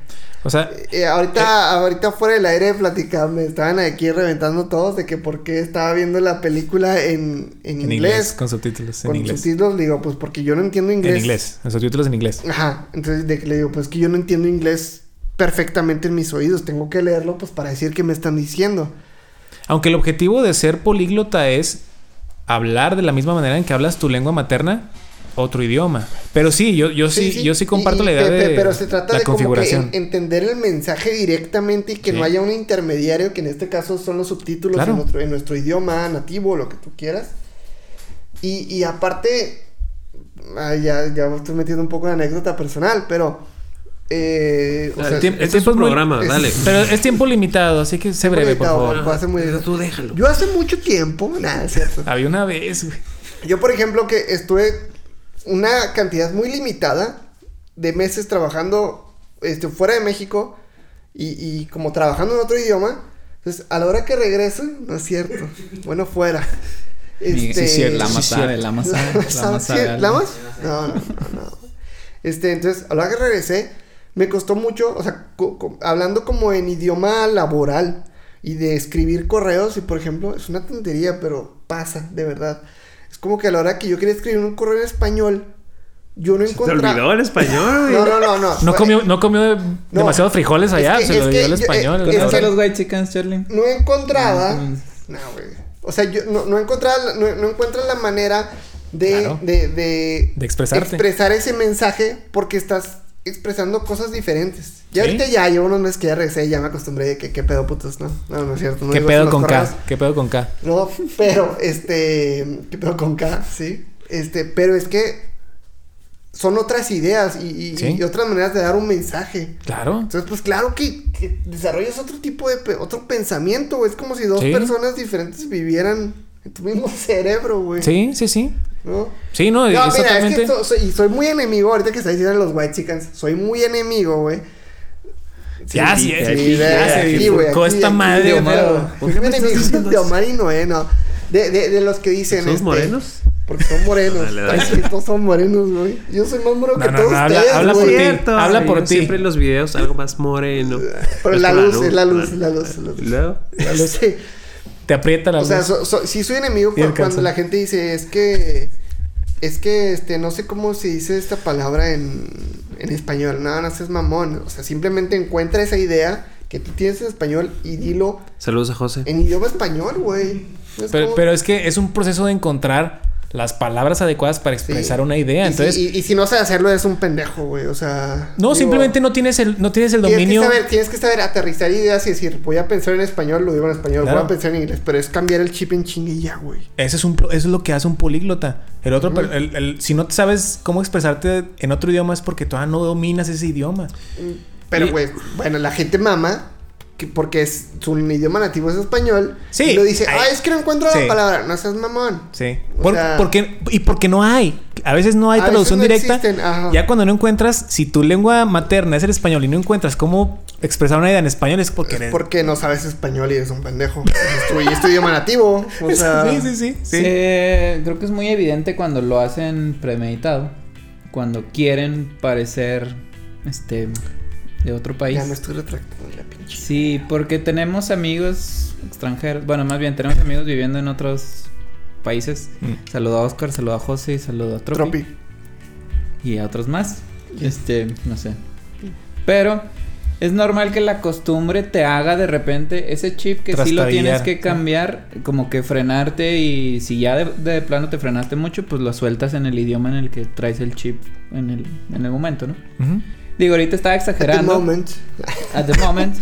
ahorita fuera del aire me estaban aquí reventando todos de que por qué estaba viendo la película en inglés. Con subtítulos en inglés. Con subtítulos, digo, pues porque yo no entiendo inglés. En inglés, en subtítulos en inglés. Ajá, entonces de que le digo, pues que yo no entiendo inglés perfectamente en mis oídos. Tengo que leerlo pues para decir qué me están diciendo. Aunque el objetivo de ser políglota es... hablar de la misma manera en que hablas tu lengua materna, otro idioma. Pero sí, yo sí comparto la idea de pero se trata la de configuración. Como que entender el mensaje directamente y que no haya un intermediario, que en este caso son los subtítulos en nuestro idioma nativo, lo que tú quieras. Y aparte, ya me estoy metiendo un poco en anécdota personal, pero... el tiempo es un programa, dale. Pero es tiempo limitado, así que sé breve, por favor. Tú déjalo. Yo hace mucho tiempo, es cierto. Había una vez, güey. Yo, por ejemplo, que estuve una cantidad muy limitada de meses trabajando fuera de México y como trabajando en otro idioma. Entonces, a la hora que regreso, no es cierto. Bueno, fuera. La más sabe. ¿La más? No. Entonces, a la hora que regresé, me costó mucho, o sea, hablando como en idioma laboral y de escribir correos, y por ejemplo, es una tontería, pero pasa, de verdad. Es como que a la hora que yo quería escribir un correo en español, yo no encontraba... ¿Se olvidó el español? No. No comió demasiados frijoles allá, se lo olvidó el español. Es que los white chickens, Charlie. No encontraba... No, güey. O sea, yo no encontraba... No encuentras la manera de expresarte. Expresar ese mensaje porque estás expresando cosas diferentes. Ya ahorita ya llevo unos meses que ya regresé, ya me acostumbré de que qué pedo putos, ¿no? No es cierto. No ¿Qué pedo con K? ¿Qué pedo con K? No, pero qué pedo con K, sí. Pero es que son otras ideas y otras maneras de dar un mensaje. Claro. Entonces, pues claro que desarrollas otro tipo de otro pensamiento, güey. Es como si dos personas diferentes vivieran en tu mismo cerebro, güey. Sí. ¿No? Sí, no, mira, totalmente... es que soy muy enemigo, ahorita que está diciendo los White Chickens, soy muy enemigo, güey. Ya se bifurcó esta madre, Omar. Soy muy enemigo de Omar y Noé, no. De los que dicen... ¿Son morenos? Porque son morenos. Dale. Es que todos son morenos, güey. Yo soy más moreno que todos ustedes, habla por ti. Habla por ti. Siempre en los videos algo más moreno. Pero es la luz. ¿Luego? Sí. Te aprieta la luz. O sea, sí soy enemigo cuando la gente dice, es que no sé cómo se dice esta palabra en español. No seas mamón. O sea, simplemente encuentra esa idea que tú tienes en español y dilo. Saludos a José. En idioma español, güey. Pero es que es un proceso de encontrar las palabras adecuadas para expresar una idea. Entonces, y si no sabes hacerlo, eres un pendejo, güey. O sea... No, simplemente no tienes el dominio. Tienes que saber aterrizar ideas y decir, voy a pensar en español, lo digo en español, voy a pensar en inglés. Pero es cambiar el chip en chinguilla, güey. Eso es lo que hace un políglota. El otro, si no sabes cómo expresarte en otro idioma es porque todavía no dominas ese idioma. Pero, güey, bueno, la gente mama... porque su idioma nativo es español. Sí. Y lo dice, es que no encuentro la palabra. No seas mamón. Sí. Porque no hay. A veces no hay traducción directa. Ya cuando no encuentras, si tu lengua materna es el español y no encuentras cómo expresar una idea en español, es porque eres... Porque no sabes español y eres un pendejo. Es tu idioma nativo. O sea... Sí. Creo que es muy evidente cuando lo hacen premeditado. Cuando quieren parecer... de otro país. Ya me estoy retractando la pinche. Sí, porque tenemos amigos extranjeros. Bueno, más bien tenemos amigos viviendo en otros países. Saludo a Oscar, saludo a José y saludo a Tropi. Y a otros más. No sé. Pero es normal que la costumbre te haga de repente ese chip que sí lo tienes que cambiar, como que frenarte, y si ya de plano te frenaste mucho, pues lo sueltas en el idioma en el que traes el chip en el momento, ¿no? Digo, ahorita estaba exagerando. At the moment.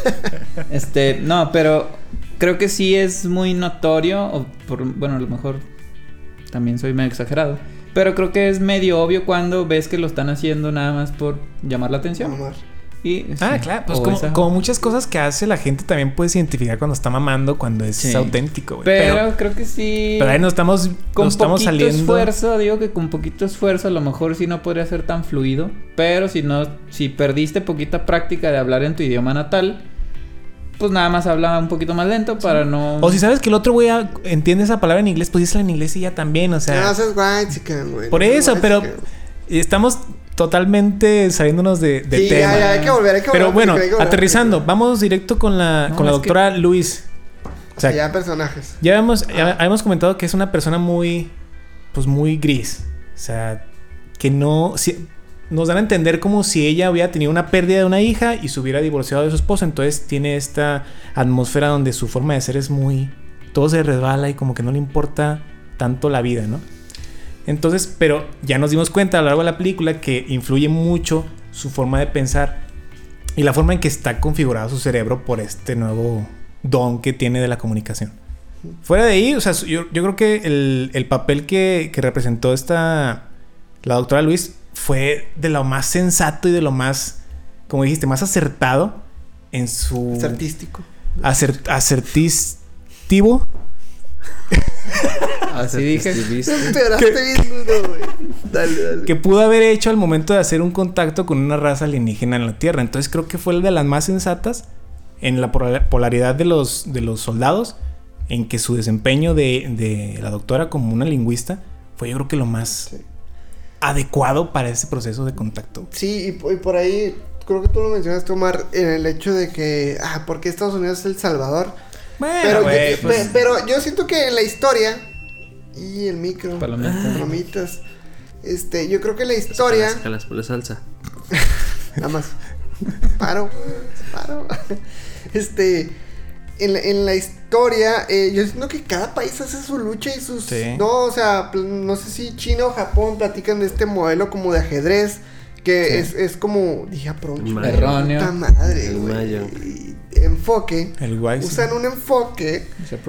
No, pero creo que sí es muy notorio. Bueno, a lo mejor también soy medio exagerado. Pero creo que es medio obvio cuando ves que lo están haciendo nada más por llamar la atención. Claro. Pues como muchas cosas que hace la gente también puedes identificar cuando está mamando, cuando es auténtico, güey. Pero creo que sí. Pero ahí nos estamos saliendo. Con poquito esfuerzo a lo mejor sí no podría ser tan fluido. Pero si perdiste poquita práctica de hablar en tu idioma natal, pues nada más habla un poquito más lento para no... O si sabes que el otro güey entiende esa palabra en inglés, pues dísela en inglés y ya también, o sea... No, eso es white chicken, güey. Por eso, pero estamos totalmente saliéndonos de tema. Ya, hay que volver. Pero bueno, aterrizando, vamos directo con la doctora Luis. O sea, ya personajes. Ya hemos comentado que es una persona muy gris. O sea, que no... nos dan a entender como si ella hubiera tenido una pérdida de una hija y se hubiera divorciado de su esposo. Entonces tiene esta atmósfera donde su forma de ser es muy... todo se resbala y como que no le importa tanto la vida, ¿no? Entonces, pero ya nos dimos cuenta a lo largo de la película que influye mucho su forma de pensar y la forma en que está configurado su cerebro por este nuevo don que tiene de la comunicación. Fuera de ahí, o sea, yo creo que el papel que representó la doctora Luis fue de lo más sensato y de lo más, como dijiste, más acertado en su... Asertivo. Así dije. Dale. Que pudo haber hecho al momento de hacer un contacto con una raza alienígena en la Tierra. Entonces creo que fue de las más sensatas en la polaridad de los soldados, en que su desempeño de la doctora como una lingüista fue, yo creo que lo más adecuado para ese proceso de contacto. Sí, y por ahí creo que tú lo mencionaste, Omar, en el hecho de que ¿por qué Estados Unidos es El Salvador? Bueno, pero yo siento que en la historia y el micro, palomitas, yo creo que la historia, sácalas por la salsa. Nada más. Paro. En la historia, yo siento que cada país hace su lucha y sus... Sí. No, o sea, no sé si China o Japón platican de este modelo como de ajedrez, que es como... Dije, erróneo. Puta madre, güey. enfoque. Usan un enfoque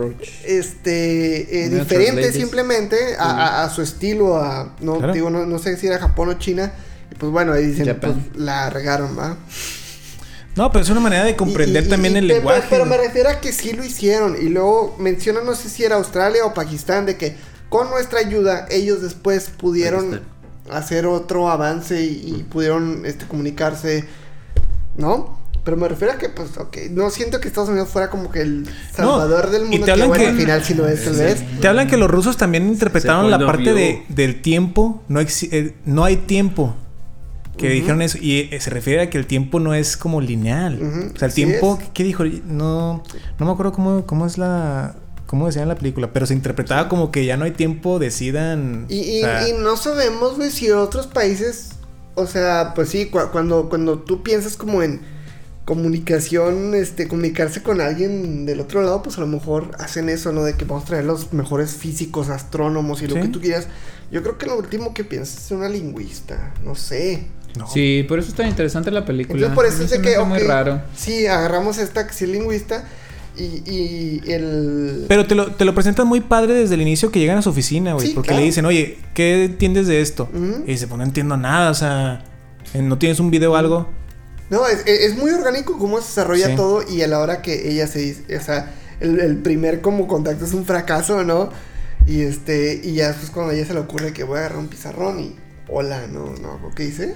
diferente simplemente a su estilo, no sé si era Japón o China. Y pues bueno, ahí dicen, pues la regaron, ¿va? No, pero es una manera de comprender también el lenguaje. Pero me refiero a que sí lo hicieron. Y luego mencionan, no sé si era Australia o Pakistán, de que con nuestra ayuda ellos después pudieron hacer otro avance y pudieron comunicarse, ¿no? Pero me refiero a que, pues, no siento que Estados Unidos fuera como que el salvador del mundo. Y te hablan que al final sí lo es, tal vez. Te hablan que los rusos también interpretaron la parte del tiempo. No hay tiempo. Que dijeron eso. Y se refiere a que el tiempo no es como lineal. O sea, el tiempo... ¿Qué dijo? No me acuerdo cómo decían en la película. Pero se interpretaba como que ya no hay tiempo, decidan... Y no sabemos, güey, si otros países... O sea, pues sí, cuando tú piensas como en comunicación, comunicarse con alguien del otro lado, pues a lo mejor hacen eso, ¿no? De que vamos a traer los mejores físicos, astrónomos y lo que tú quieras. Yo creo que lo último que piensas es una lingüista, no sé. No. Sí, por eso es tan interesante la película. Entonces por eso es que muy raro. Sí, agarramos esta que sí es lingüista y el... Pero te lo presentan muy padre desde el inicio que llegan a su oficina, güey. Sí, porque le dicen, oye, ¿qué entiendes de esto? Y dice, pues no entiendo nada, o sea, ¿no tienes un video o algo? No, es muy orgánico cómo se desarrolla todo y a la hora que ella se dice, o sea, el primer como contacto es un fracaso, ¿no? Y y ya después cuando a ella se le ocurre que voy a agarrar un pizarrón y hola, no, ¿qué dice?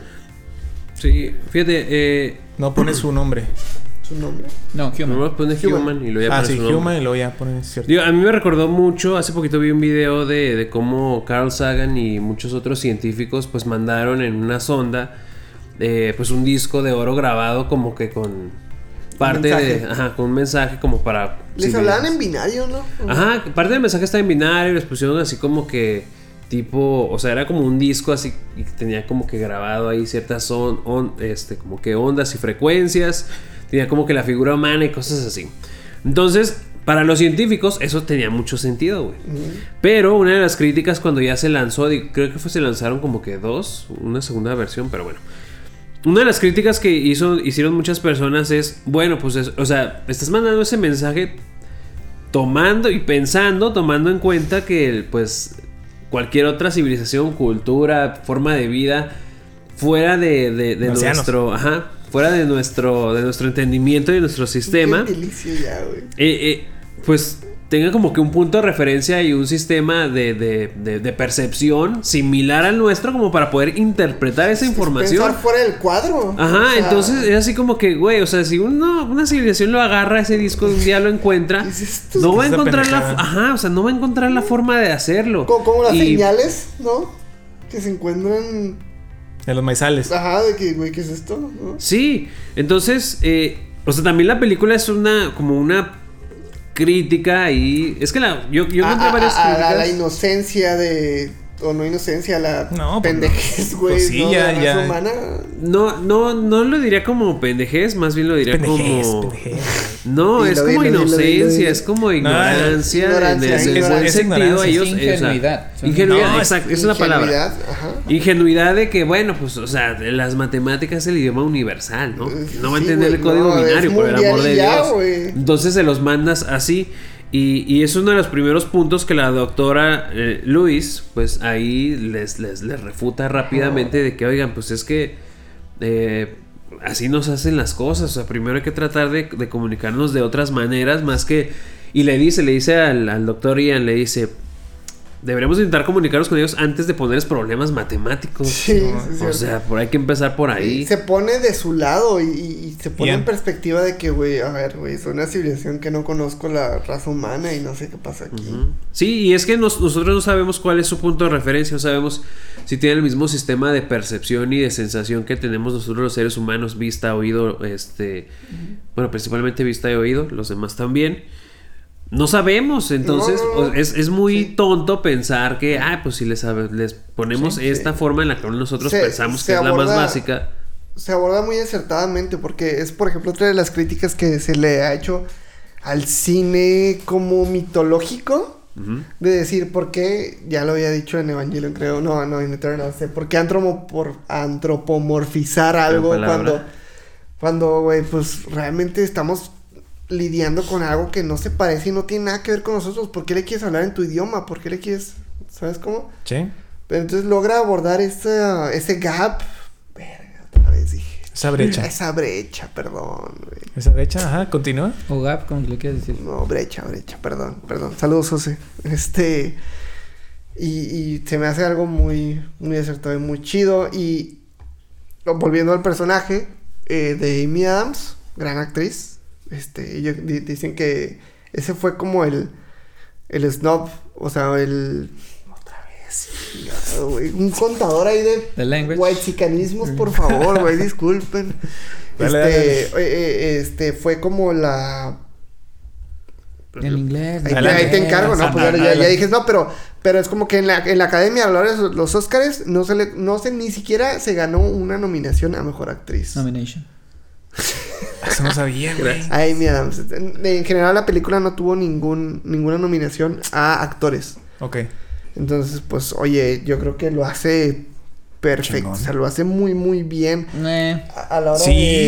Sí, fíjate, no pone su nombre. ¿Su nombre? No, Human. No, pone Human y luego ya pone su nombre. Human y luego ya pone cierto. Digo, a mí me recordó mucho, hace poquito vi un video de cómo Carl Sagan y muchos otros científicos pues mandaron en una sonda pues un disco de oro grabado como que con parte de... Ajá, con un mensaje como para... Les hablaban en binario, ¿no? Ajá, parte del mensaje está en binario y les pusieron así como que... tipo, o sea, era como un disco así y tenía como que grabado ahí ciertas como que ondas y frecuencias, tenía como que la figura humana y cosas así. Entonces, para los científicos eso tenía mucho sentido, güey. Pero una de las críticas cuando ya se lanzó, creo que se lanzaron como que una segunda versión, pero bueno. Una de las críticas que hicieron muchas personas es, bueno, pues, o sea, estás mandando ese mensaje tomando en cuenta que, pues, cualquier otra civilización, cultura, forma de vida fuera de nuestro, fuera de nuestro entendimiento y de nuestro sistema. Qué delicia ya, güey. Pues tenga como que un punto de referencia y un sistema de percepción similar al nuestro como para poder interpretar esa información. Pensar fuera del cuadro. Ajá, o sea, entonces es así como que, güey, o sea, si una civilización lo agarra ese disco un día lo encuentra, no va a encontrar no va a encontrar la forma de hacerlo. Como las señales, ¿no? Que se encuentran en los maizales. Ajá, de que, güey, ¿qué es esto? ¿No? Sí, entonces, o sea, también la película es como una crítica y es que yo encontré varias críticas a la inocencia o no inocencia, la pendejez, güey, pues sí, la raza humana. No lo diría como pendejez, más bien lo diría como no, es como inocencia, es como ignorancia en el buen sentido. Ellos, ingenuidad. Ingenuidad, exacto, esa es la palabra. Ingenuidad de que, bueno, pues, o sea, las matemáticas es el idioma universal, ¿no? No va a entender el código binario, por el amor de Dios. Entonces se los mandas así. Y es uno de los primeros puntos que la doctora Lewis, pues ahí les refuta rápidamente de que, oigan, pues es que así nos hacen las cosas. O sea, primero hay que tratar de comunicarnos de otras maneras más que... Y le dice al doctor Ian, le dice... Deberíamos intentar comunicarnos con ellos antes de ponerles problemas matemáticos. Sí, o sea, hay que empezar por ahí. Se pone de su lado y se pone en perspectiva de que, güey, a ver, güey, es una civilización que no conozco la raza humana y no sé qué pasa aquí. Sí, y es que nosotros no sabemos cuál es su punto de referencia, no sabemos si tiene el mismo sistema de percepción y de sensación que tenemos nosotros los seres humanos, vista, oído, bueno, principalmente vista y oído, los demás también. No sabemos, entonces es muy tonto pensar que, pues si les ponemos esta forma en la que nosotros pensamos que es la más básica. Se aborda muy acertadamente porque es, por ejemplo, otra de las críticas que se le ha hecho al cine como mitológico. De decir, ¿por qué? Ya lo había dicho en Evangelion, creo. No, en Eternal. ¿Por qué antropomorfizar algo cuando, güey, pues realmente estamos lidiando con algo que no se parece y no tiene nada que ver con nosotros. ¿Por qué le quieres hablar en tu idioma? ¿Por qué le quieres...? ¿Sabes cómo? Sí. Pero entonces logra abordar ese gap. Verga, otra vez dije. Esa brecha. Esa brecha, perdón, güey. Esa brecha, ajá, continúa. O gap, como le quieres decir. No, brecha, perdón. Saludos, José. Y se me hace algo muy, muy acertado y muy chido. Y volviendo al personaje de Amy Adams, gran actriz. Ellos dicen que ese fue como el snob, o sea, otra vez, güey, un contador ahí de whitezicanismos, por favor, güey, disculpen. Dale. Fue como la... En inglés. Ahí te encargo, ¿no? Pues ya dijes, no, pero es como que en la academia, a la hora de los Óscares, no sé, ni siquiera se ganó una nominación a mejor actriz. Nomination. Eso no sabía, güey. Ay, mira, en general la película no tuvo ninguna nominación a actores. Ok. Entonces, pues, oye, yo creo que lo hace perfecto. Chingón. O sea, lo hace muy, muy bien. A la hora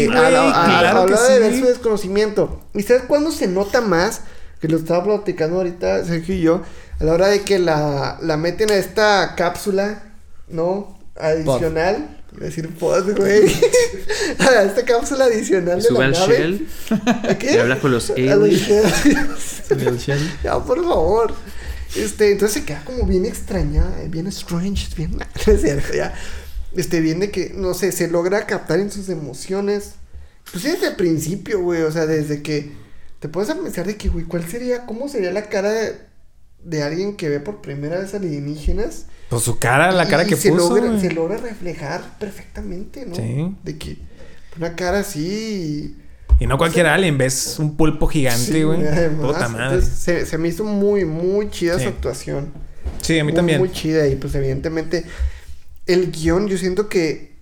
de ver su desconocimiento. ¿Y sabes cuándo se nota más? Que lo estaba platicando ahorita Sergio y yo. A la hora de que la meten a esta cápsula, ¿no? Adicional. Iba a decir pod, güey. A esta cápsula adicional sube de la al nave. Shell. ¿A qué? Y habla con los aliens. Sube al Shell. Ya, por favor. Entonces se queda como bien extrañada, bien strange, bien... No es cierto, ya. Bien de que, no sé, se logra captar en sus emociones. Pues desde el principio, güey. O sea, desde que te puedes pensar de que, güey, ¿cómo sería la cara de alguien que ve por primera vez alienígenas? Pues su cara, la cara que puso. Se logra reflejar perfectamente, ¿no? Sí. De que una cara así... Y no cualquier alien, ves un pulpo gigante, güey. Sí, puta madre. Entonces, se me hizo muy, muy chida su actuación. Sí, a mí también. Muy chida. Y pues evidentemente el guión yo siento que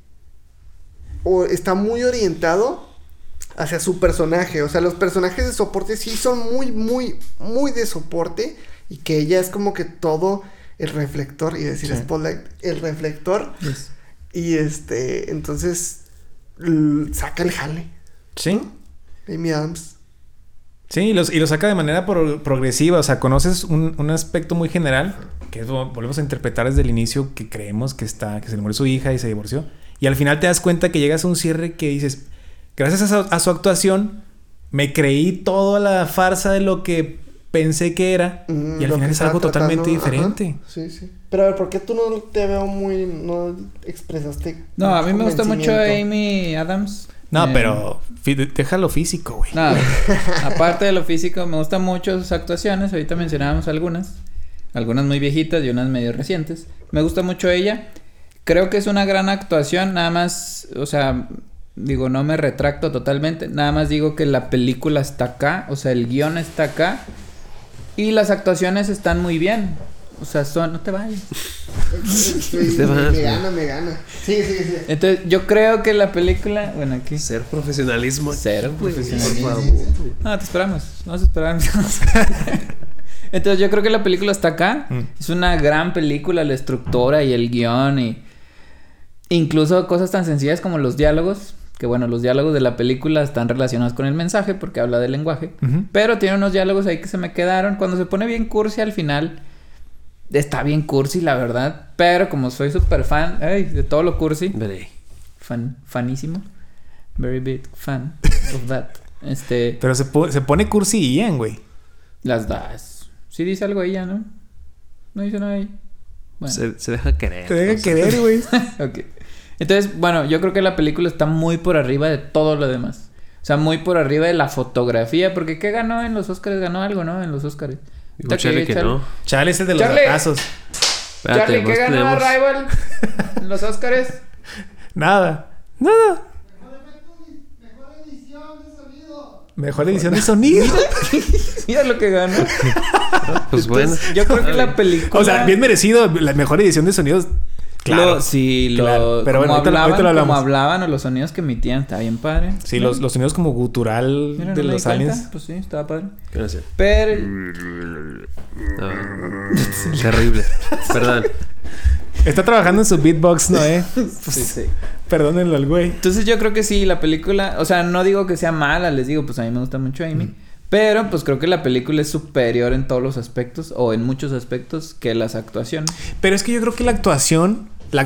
está muy orientado hacia su personaje. O sea, los personajes de soporte sí son muy, muy, muy de soporte. Y que ella es como que todo el reflector. Y decir spotlight, el reflector. Yes. Y entonces saca el jale. Sí. Amy Adams. Sí, y lo saca de manera progresiva. O sea, conoces un aspecto muy general, que volvemos a interpretar desde el inicio, que creemos que se le murió su hija y se divorció. Y al final te das cuenta que llegas a un cierre que dices, gracias a su actuación, me creí toda la farsa de lo que pensé que era. Y al final es algo totalmente diferente. Ajá. Sí, sí. Pero a ver, ¿por qué tú no te veo no expresaste? No, a mí me gusta mucho Amy Adams. No, pero déjalo físico, güey. No, aparte de lo físico, me gustan mucho sus actuaciones. Ahorita mencionábamos algunas muy viejitas y unas medio recientes. Me gusta mucho ella. Creo que es una gran actuación. Nada más, o sea, digo, no me retracto totalmente. Nada más digo que la película está acá. O sea, el guión está acá. Y las actuaciones están muy bien. O sea, no te vayas. Me gana. Sí. Entonces, yo creo que la película... Bueno, aquí... Cero profesionalismo. Cero profesionalismo. No, te esperamos. Vamos a esperar. Entonces, yo creo que la película está acá. Es una gran película, la estructura y el guión. Y incluso cosas tan sencillas como los diálogos. Que bueno, los diálogos de la película están relacionados con el mensaje porque habla del lenguaje. Pero tiene unos diálogos ahí que se me quedaron. Cuando se pone bien cursi al final... Está bien cursi, la verdad. Pero como soy súper fan de todo lo cursi. Fanísimo. Very big fan of that. Pero se pone cursi Ian, güey. Las das. Sí dice algo ella, ¿no? No dice nada ahí. Bueno. Se deja querer. Se deja querer, güey. Ok. Entonces, bueno, yo creo que la película está muy por arriba de todo lo demás. O sea, muy por arriba de la fotografía. Porque ¿qué ganó en los Óscares? Ganó algo, ¿no? En los Óscares. Digo, Charlie que no. Charlie es el de los gatazos. Charlie, ¿qué ganó Arrival en los Óscares? Nada. Mejor edición de sonido. Mira lo que ganó. Pues bueno. Yo creo que la película... O sea, bien merecido. La mejor edición de sonido. Claro. Claro. Pero bueno, como hablaban o los sonidos que emitían, estaba bien padre. Sí, los sonidos como gutural. Mira, de los aliens. Pues sí, estaba padre. Gracias. Pero... Terrible. Perdón. Está trabajando en su beatbox, ¿no, Pues, sí. Perdónenlo al güey. Entonces yo creo que sí, la película... O sea, no digo que sea mala, les digo, pues a mí me gusta mucho Amy. Pero pues creo que la película es superior en todos los aspectos, o en muchos aspectos, que las actuaciones. Pero es que yo creo que la actuación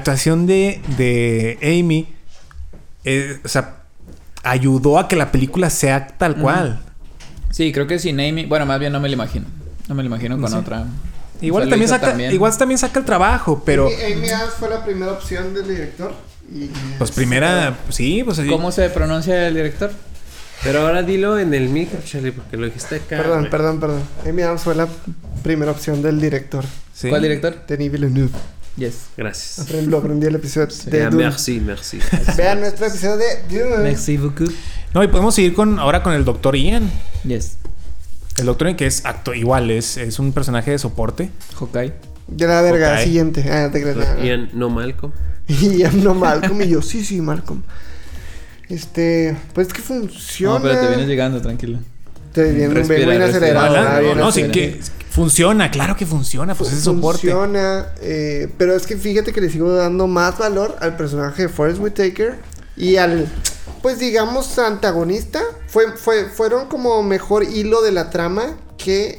de Amy, o sea, ayudó a que la película sea tal cual. Sí, creo que sin Amy, bueno, más bien no me lo imagino. No me lo imagino con otra. Igual también saca el trabajo, pero... Amy Adams fue la primera opción del director. Pues primera, sí, pues así. ¿Cómo se pronuncia el director? Pero ahora dilo en el micro, Charlie, porque lo dijiste acá. Perdón. Amy Adams fue la primera opción del director. ¿Sí? ¿Cuál director? Denis Villeneuve. Yes. Gracias. Lo aprendí el episodio de Dune. Merci. Vean nuestro episodio de Dune. Merci beaucoup. No, y podemos seguir ahora con el Dr. Ian. Yes. El Dr. Ian, que es igual, es un personaje de soporte. Hawkeye. Ya la verga, siguiente. No te crees nada. Ian, no Malcolm. Ian, no Malcolm. Y yo, sí, Malcolm. Pues es que funciona. No, pero te vienes llegando, tranquilo. Te vienes bien acelerado. No, sí que funciona, claro que funciona, pues es soporte. Funciona, pero es que fíjate que le sigo dando más valor al personaje de Forest Whitaker y al, pues digamos, antagonista. Fueron como mejor hilo de la trama que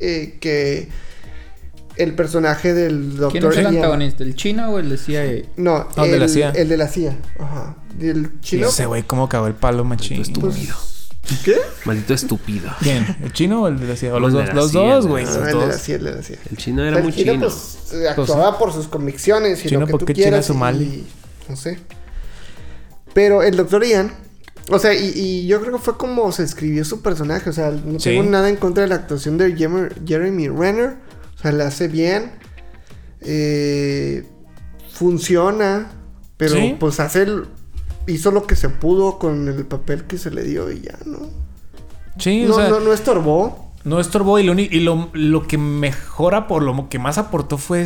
el personaje del Dr. ¿Quién es el antagonista? ¿El chino o el de CIA? No, el de la CIA. El de la CIA. Ajá. El chino. Ese güey cómo cagó el palo, machín. Estúpido. ¿Qué? Maldito estúpido. ¿Quién? ¿El chino o el de la CIA? O los El de dos, la los CIA, dos, güey. No, Los el dos. de la CIA, el de la CIA. El chino era muy chino. Pues, actuaba por sus convicciones y chino, lo que tú ¿por qué quieras. China Somali? Y no sé. Pero el Dr. Ian, o sea, y yo creo que fue como se escribió su personaje. O sea, no tengo nada en contra de la actuación de Jeremy Renner. O sea, la hace bien. Funciona. Pero pues hizo lo que se pudo con el papel que se le dio y ya, ¿no? Sí, no estorbó. No estorbó y lo que mejora por lo que más aportó fue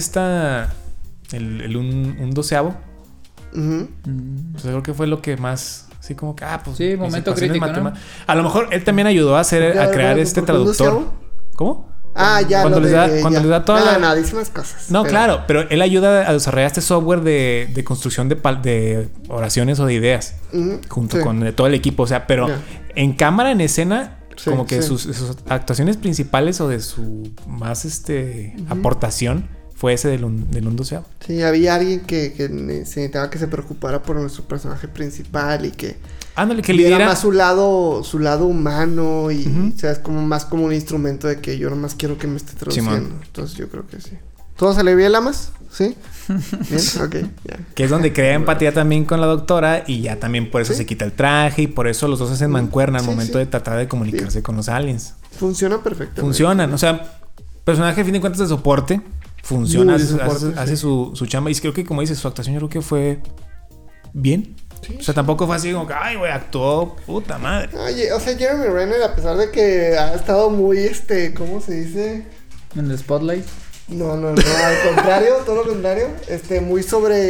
un doceavo. Pues creo que fue lo que más, así como que, pues sí, momento crítico, ¿no? A lo mejor él también ayudó a crear este traductor. ¿Cómo? Ya. Cuando les da toda nadísimas cosas. No, claro, pero él ayuda a desarrollar este software de construcción de oraciones o de ideas junto con todo el equipo. O sea, pero en cámara, en escena, como que sus actuaciones principales o de su más aportación fue ese del doceavo. Sí, había alguien que necesitaba que se preocupara por nuestro personaje principal y que que le diera más su lado humano y o sea, es como más como un instrumento de que yo nomás quiero que me esté traduciendo. Entonces yo creo que sí. ¿Todo salió bien, Lamas? ¿Sí? Bien, ok, ya. Que es donde crea empatía también con la doctora y ya también por eso se quita el traje y por eso los dos hacen mancuerna al momento de tratar de comunicarse con los aliens. Funciona perfectamente. Funcionan, o sea, personaje a fin de cuentas de soporte. Funciona, hace su chamba. Y creo que, como dices, su actuación yo creo que fue bien. Sí, o sea, tampoco fue así como que, ay, güey, actuó puta madre. Oye, o sea, Jeremy Renner, a pesar de que ha estado muy, ¿cómo se dice? En el spotlight. No, al contrario, todo lo contrario. Muy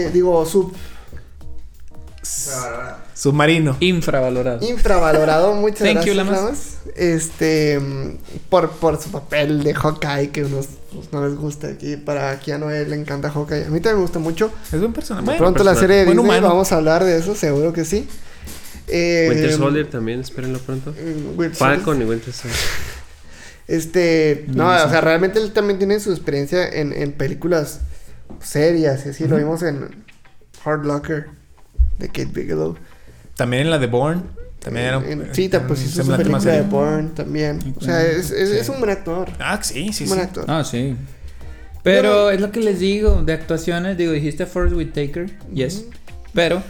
submarino. Infravalorado, muchas Thank gracias. You, Lamas. Por su papel de Hawkeye, que unos no les gusta. Aquí para Keanu le encanta Hawkeye. A mí también me gusta mucho. Es buen personaje. Pronto la serie de Disney, vamos a hablar de eso, seguro que sí. Winter Soldier también, espérenlo pronto. Falcon y Winter Soldier. O sea, realmente él también tiene su experiencia en películas serias, y así lo vimos en Hard Locker de Kate Bigelow. También en la de Bourne. También era pues hizo su película de Bourne también. O sea, es un buen actor. Sí. Buen actor. Sí. Pero es lo que les digo, de actuaciones, dijiste Forest Whitaker, yes. Pero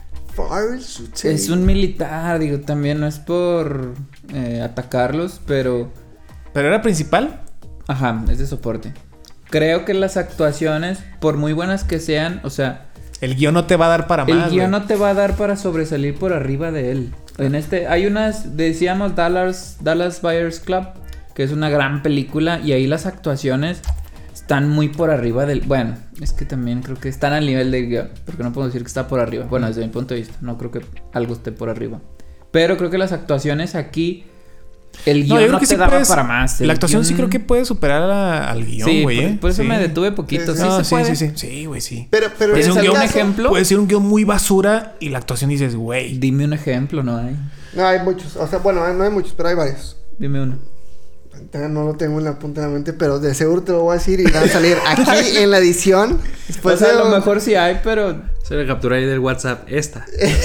es un militar, también no es por atacarlos, pero era principal. Ajá, es de soporte. Creo que las actuaciones, por muy buenas que sean, o sea, el guión no te va a dar para más. El guión no te va a dar para sobresalir por arriba de él. Hay unas, decíamos Dallas Buyers Club, que es una gran película, y ahí las actuaciones están muy por arriba del... Bueno, es que también creo que están al nivel del guión, porque no puedo decir que está por arriba. Bueno, desde mi punto de vista, no creo que algo esté por arriba. Pero creo que las actuaciones aquí... El guión no te daba para más. La actuación sí creo que puede superar al guión, güey. Por eso me detuve poquito. Sí, güey, sí. Pero ¿es un ejemplo? Puede ser un guión muy basura y la actuación dices, güey. Dime un ejemplo, no hay. No, hay muchos. O sea, bueno, no hay muchos, pero hay varios. Dime uno. No lo tengo en la punta de la mente, pero de seguro te lo voy a decir y va a salir aquí en la edición. Pues a lo mejor sí hay, pero... Se le captura ahí del WhatsApp. Esta.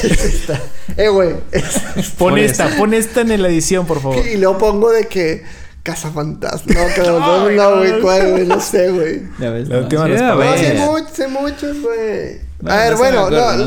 Güey. Pon esta en la edición, por favor. Y luego pongo de que... Cazafantasma. No, que no, güey. ¿Cuál, güey? No sé, güey. Ya ves. La última sí, sé muchos, güey. Bueno, a ver, bueno,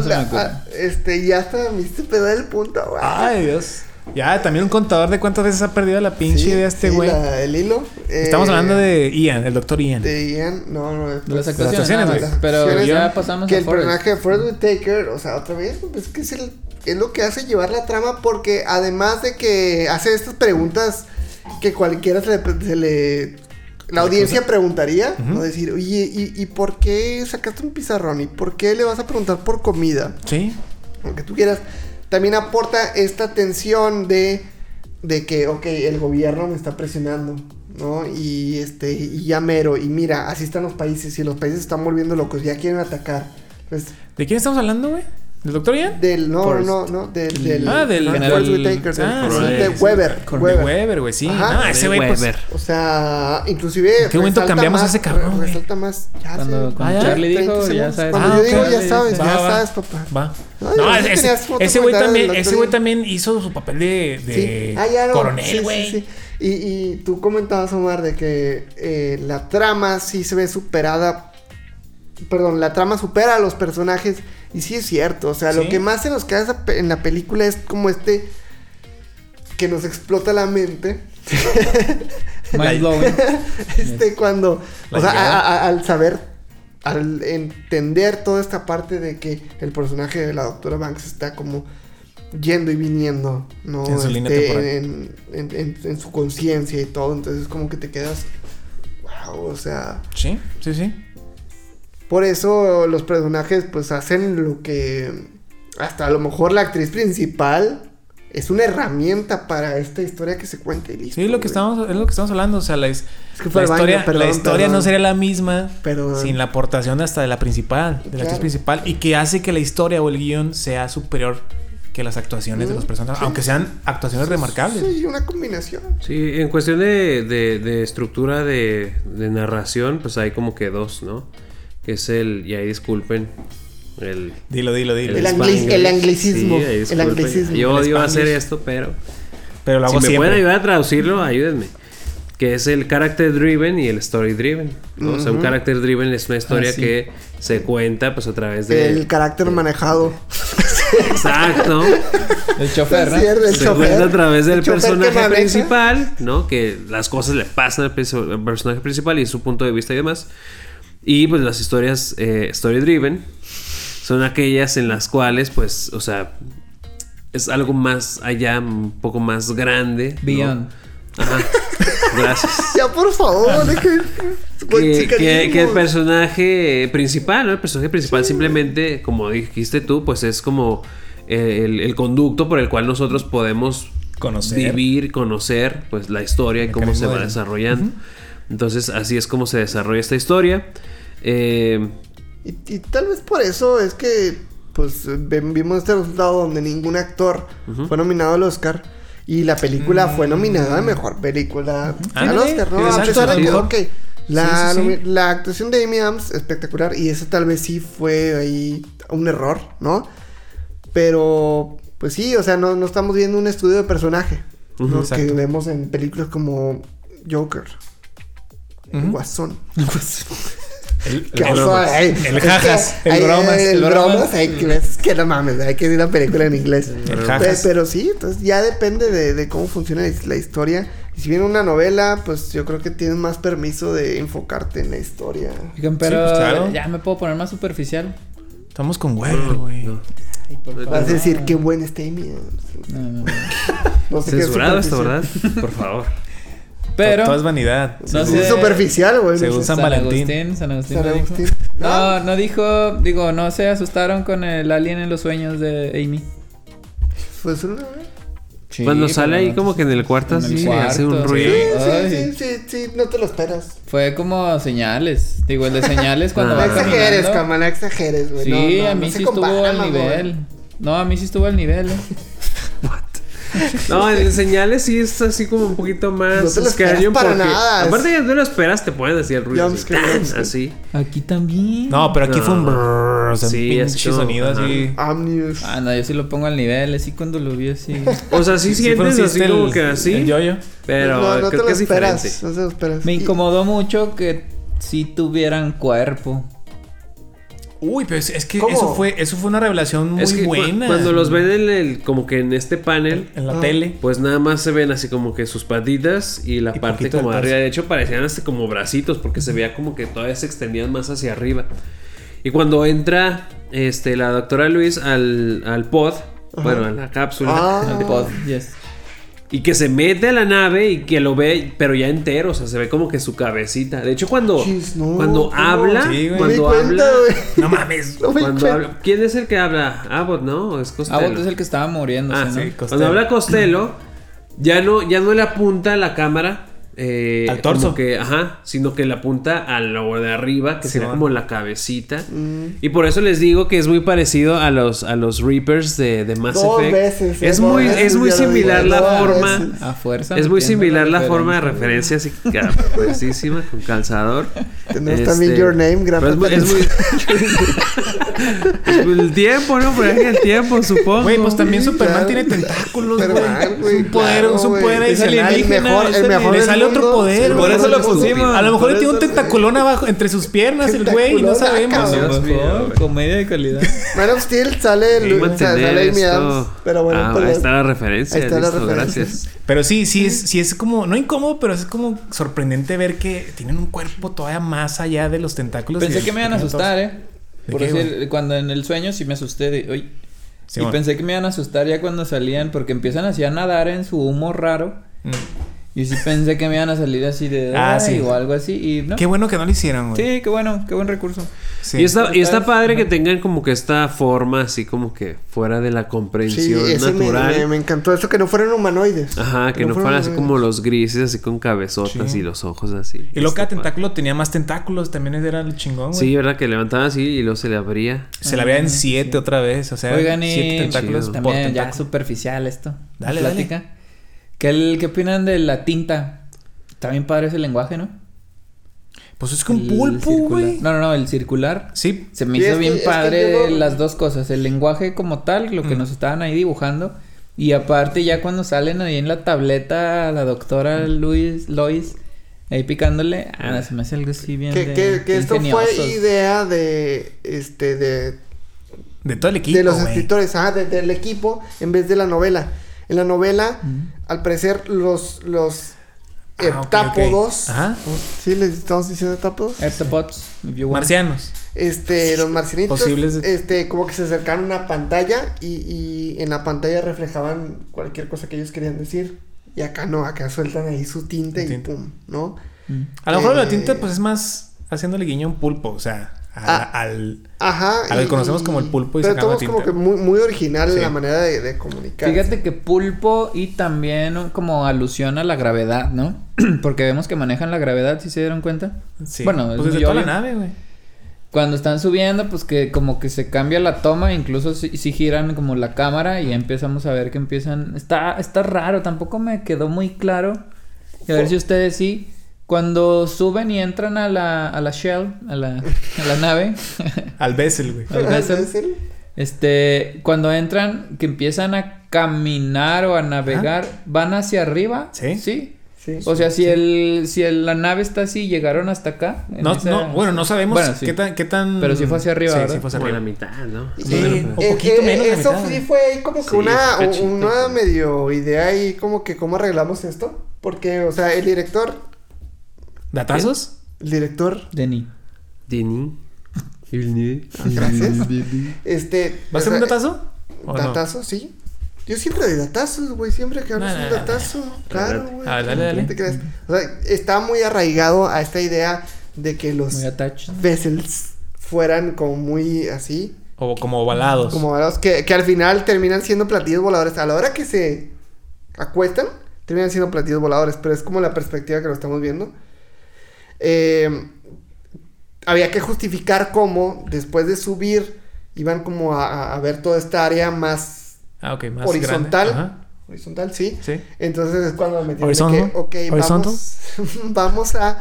ya hasta me hiciste perder el punto, güey. Ay, Dios. Ya, también un contador de cuántas veces ha perdido la pinche idea este güey. El hilo. Estamos hablando de Ian, el doctor Ian. De Ian, no. De las actuaciones, güey. Pero ya pasamos que a el personaje de Forest Whitaker, o sea, otra vez, pues que es lo que hace llevar la trama, porque además de que hace estas preguntas que cualquiera la audiencia preguntaría, ¿no? Decir, oye, ¿y por qué sacaste un pizarrón? ¿Y por qué le vas a preguntar por comida? Sí. Aunque tú quieras. También aporta esta tensión de que, ok, el gobierno me está presionando, ¿no? Y ya mero, y mira, así están los países, y los países se están volviendo locos, ya quieren atacar. Pues, ¿de quién estamos hablando, güey? ¿Del doctor Ian? Del general Whitaker, de Weber. De Weber, güey, sí. Ajá, ese güey, pues. O sea, inclusive. ¿En qué momento cambiamos a ese cabrón, güey? Resalta más. Cuando Charlie dijo, ya sabes. Cuando yo digo, ya sabes, papá. Va. No, ese güey también hizo su papel de coronel, güey. Sí. Y tú comentabas, Omar, de que la trama sí se ve superada. Perdón, la trama supera a los personajes. Y sí es cierto, o sea, lo que más se nos queda en la película es como que nos explota la mente. Mind blowing. Cuando, o sea, al saber, al entender toda esta parte de que el personaje de la doctora Banks está como yendo y viniendo, ¿no? En su línea temporal. En su conciencia y todo, entonces como que te quedas, wow, o sea. Sí. Por eso los personajes pues hacen lo que hasta a lo mejor la actriz principal es una herramienta para esta historia que se cuenta y listo. Sí, es lo que estamos hablando, o sea, la historia no sería la misma sin la aportación hasta de la principal, de la actriz principal, y que hace que la historia o el guión sea superior que las actuaciones de los personajes, aunque sean actuaciones remarcables. Sí, una combinación. Sí, en cuestión de estructura de narración, pues hay como que dos, ¿no? Que es y ahí disculpen, Dilo. El anglicismo. Sí, el anglicismo. Yo odio hacer esto, pero lo hago si me siempre. pueden ayudar a traducirlo, ayúdenme. Que es el character driven y el story driven, ¿no? O sea, un character driven es una historia que se cuenta pues a través de... El carácter manejado. Exacto. El chofer, ¿no? Se cuenta a través del personaje principal, ¿no? Que las cosas le pasan al personaje principal y su punto de vista y demás. Y pues las historias story driven son aquellas en las cuales pues, o sea, es algo más allá, un poco más grande, ¿no? Beyond. Ajá. Gracias. Ya, por favor. Que el personaje principal, ¿no? El personaje principal simplemente, como dijiste tú, pues es como el conducto por el cual nosotros podemos conocer pues la historia y cómo se va desarrollando. Entonces así es como se desarrolla esta historia. Y tal vez por eso es que pues vimos este resultado donde ningún actor fue nominado al Oscar y la película fue nominada a mejor película al Oscar, ¿no? La actuación de Amy Adams espectacular y eso tal vez sí fue ahí un error, ¿no? Pero pues sí, o sea, no estamos viendo un estudio de personaje, ¿no? Que vemos en películas como Joker, el Guasón. El jajas, el bromas, que no mames, hay que ver la película en inglés. Pero sí, entonces ya depende de cómo funciona la historia. Y si viene una novela, pues yo creo que tienes más permiso de enfocarte en la historia. Oigan, pero sí, pues claro. Ya me puedo poner más superficial. Estamos con Weber, güey. No. Vas a decir qué buena está Amy. No sé. Censurado esto, ¿verdad? Por favor. Pero todo es vanidad. No sé. Es superficial, güey. Según San Valentín. San Agustín. No dijo. Digo, no se asustaron con el alien en los sueños de Amy. Pues una vez. Sí, cuando sale ahí como que en el cuarto así hace un ruido. Sí, no te lo esperas. Fue como señales. Digo, el de señales cuando va caminando. No exageres, güey. Sí, a mí sí estuvo al nivel. No, a mí sí estuvo al nivel, What? No, en señales sí es así como un poquito más. No te lo esperas para nada. Aparte ya no lo esperas, te pueden decir el ruido así. Aquí también. No, pero aquí fue un brrr, o sea, Sí, un así pinche como, sonido ajá. así. Omnius. Ah, no, yo sí lo pongo al nivel, así cuando lo vi así. O sea, sí sientes así como que así. El yo-yo. Pero no te creo lo que es esperas. diferente. No te lo esperas. Me incomodó mucho que sí tuvieran cuerpo. Uy, pero es que ¿Cómo? eso fue una revelación muy Es que buena. cuando los ven como que en este panel, En la tele. pues nada más se ven así como que sus patitas y la Y parte poquito como del arriba. torso. De hecho, parecían hasta como bracitos porque se veía como que todavía se extendían más hacia arriba. Y cuando entra la doctora Luis al pod, bueno, a la cápsula, Ah. El pod, yes. y que se mete a la nave y que lo ve, pero ya entero, o sea, se ve como que su cabecita. De hecho, cuando No, habla, Sí, güey. No me di cuando cuenta, habla, güey. No mames. No me di cuando cuenta. habla, ¿quién es el que habla? Abbott, ¿no? ¿O es Costello? Abbott es el que estaba muriéndose, Ah, ¿no? sí. Cuando Costello. habla Costello, ya no le apunta la cámara al torso. como que, sino que le apunta a lo de arriba, que Sí, sería va. como la cabecita. Y por eso les digo que es muy parecido a los Reapers de Mass Dos Effect. veces, es dos muy veces, muy ya lo similar dije, la dos forma. veces. A fuerza. Es muy entiendo similar la referencia. forma de referencia, así que precisísima, con calzador. Tenemos también Your Name, gran pero es muy el tiempo, ¿no? Pero es el tiempo, supongo. Güey, pues también Sí, Superman claro. tiene tentáculos, Superman, güey. Es un poder, claro, es un güey. poder Es adicional. alienígena, el mejor Le del sale otro mundo. poder, Sí, güey. por eso lo pusimos. A lo mejor Por tiene un eso- tentaculón abajo entre sus piernas, el güey, no Tentaculón, sabemos. cabrón. Dios mío, Mejor, güey. comedia de calidad. Man of Steel sale, ¿Cómo sale entender Amy esto? Adams. Pero bueno, Ahí está la referencia. Ahí está la listo, referencia. gracias. Pero sí es como, no incómodo, pero es como sorprendente ver que tienen un cuerpo todavía más allá de los tentáculos. Pensé y que me iban a asustar, ¿De Por qué, decir, cuando en el sueño sí me asusté de... Uy. Sí, Y bueno. pensé que me iban a asustar ya cuando salían, porque empiezan así a nadar en su humo raro. Mm. Y sí pensé que me iban a salir así de... Ah, "Ay", sí. o algo así, y no. Qué bueno que no lo hicieron, güey. Sí, qué bueno, qué buen recurso. Sí. Y está padre Ajá. que tengan como que esta forma así como que fuera de la Sí, comprensión eso natural. me encantó. Eso que no fueran humanoides. Ajá, que no fueran así como humanoides. los grises, así con cabezotas Sí. y los ojos así. Y luego cada Está padre. tentáculo tenía más tentáculos, también era el chingón, güey. Sí, ¿verdad? Que levantaba así y luego se le abría. Se la veía en 7 otra vez, o sea, Oigan, 7 y tentáculos chido. por también ya tentáculo. superficial esto. Dale, la plática. ¿Qué opinan de la tinta? Está bien padre ese lenguaje, ¿no? Pues es que un El pulpo, circular. güey. No, el circular. Sí. Se me Sí, hizo es que- bien es que padre yo no- las dos cosas. El lenguaje como tal, lo que nos estaban ahí dibujando. Y aparte ya cuando salen ahí en la tableta la doctora Lois ahí picándole. Se me hace algo así bien Que esto fue ingeniosos. idea de De todo el equipo, de los güey. escritores, del equipo, en vez de la novela. En la novela, al parecer, los Ah, ok, heptápodos. ok. Ajá. ¿Sí les estamos diciendo heptápodos? Heptapods, if you want. Marcianos. Los marcianitos, Posibles como que se acercaron a una pantalla y en la pantalla reflejaban cualquier cosa que ellos querían decir. Y acá no, acá sueltan ahí su tinta y Tinta. pum, ¿no? A lo mejor la Eh, tinta, pues es más haciéndole guiño a un pulpo, o sea, al. Ajá. A lo que conocemos como el pulpo y pero sacamos todo es como tinta. que muy original Sí. la manera de comunicar. Fíjate que pulpo y también como alusión a la gravedad, ¿no? Porque vemos que manejan la gravedad, ¿sí se dieron cuenta? Sí. Bueno, es pues desde muy toda la obvio. nave, güey. Cuando están subiendo, pues que como que se cambia la toma, incluso si giran como la cámara y ya empezamos a ver que empiezan... Está raro, tampoco me quedó muy claro. Y a ver si ustedes sí. Cuando suben y entran a la shell, a la nave, Al Bessel, güey. al vessel, cuando entran, que empiezan a caminar o a navegar, ¿van hacia arriba? Sí. Sí. Sí. O sea, si la nave está así, llegaron hasta acá. en esa- No sabemos Bueno, sí. qué tan. Pero sí fue hacia arriba, Sí, ¿verdad? sí fue hacia Como la arriba. mitad, ¿no? Sí, un poquito menos de la Eso mitad. sí fue ahí como que Sí, una cachito. medio idea ahí como que cómo arreglamos esto. Porque, o sea, el director, ¿Datazos? Denis. Denis. gracias. ¿Va a ser un datazo? ¿O no? Datazo, sí. Yo siempre doy datazos, güey. Siempre que hablo es un No. datazo. Claro, güey. A ver, dale. ¿No te creas? O sea, está muy arraigado a esta idea de que los Muy attached. vessels fueran como muy así. O como ovalados. Como volados, que al final terminan siendo platillos voladores. A la hora que se acuestan, terminan siendo platillos voladores. Pero es como la perspectiva que lo estamos viendo. Había que justificar cómo, después de subir, iban como a ver toda esta área más Ah, ok, más horizontal. grande. Ajá. Horizontal, sí. Sí. Entonces es cuando me metieron Horizontal. que, vamos a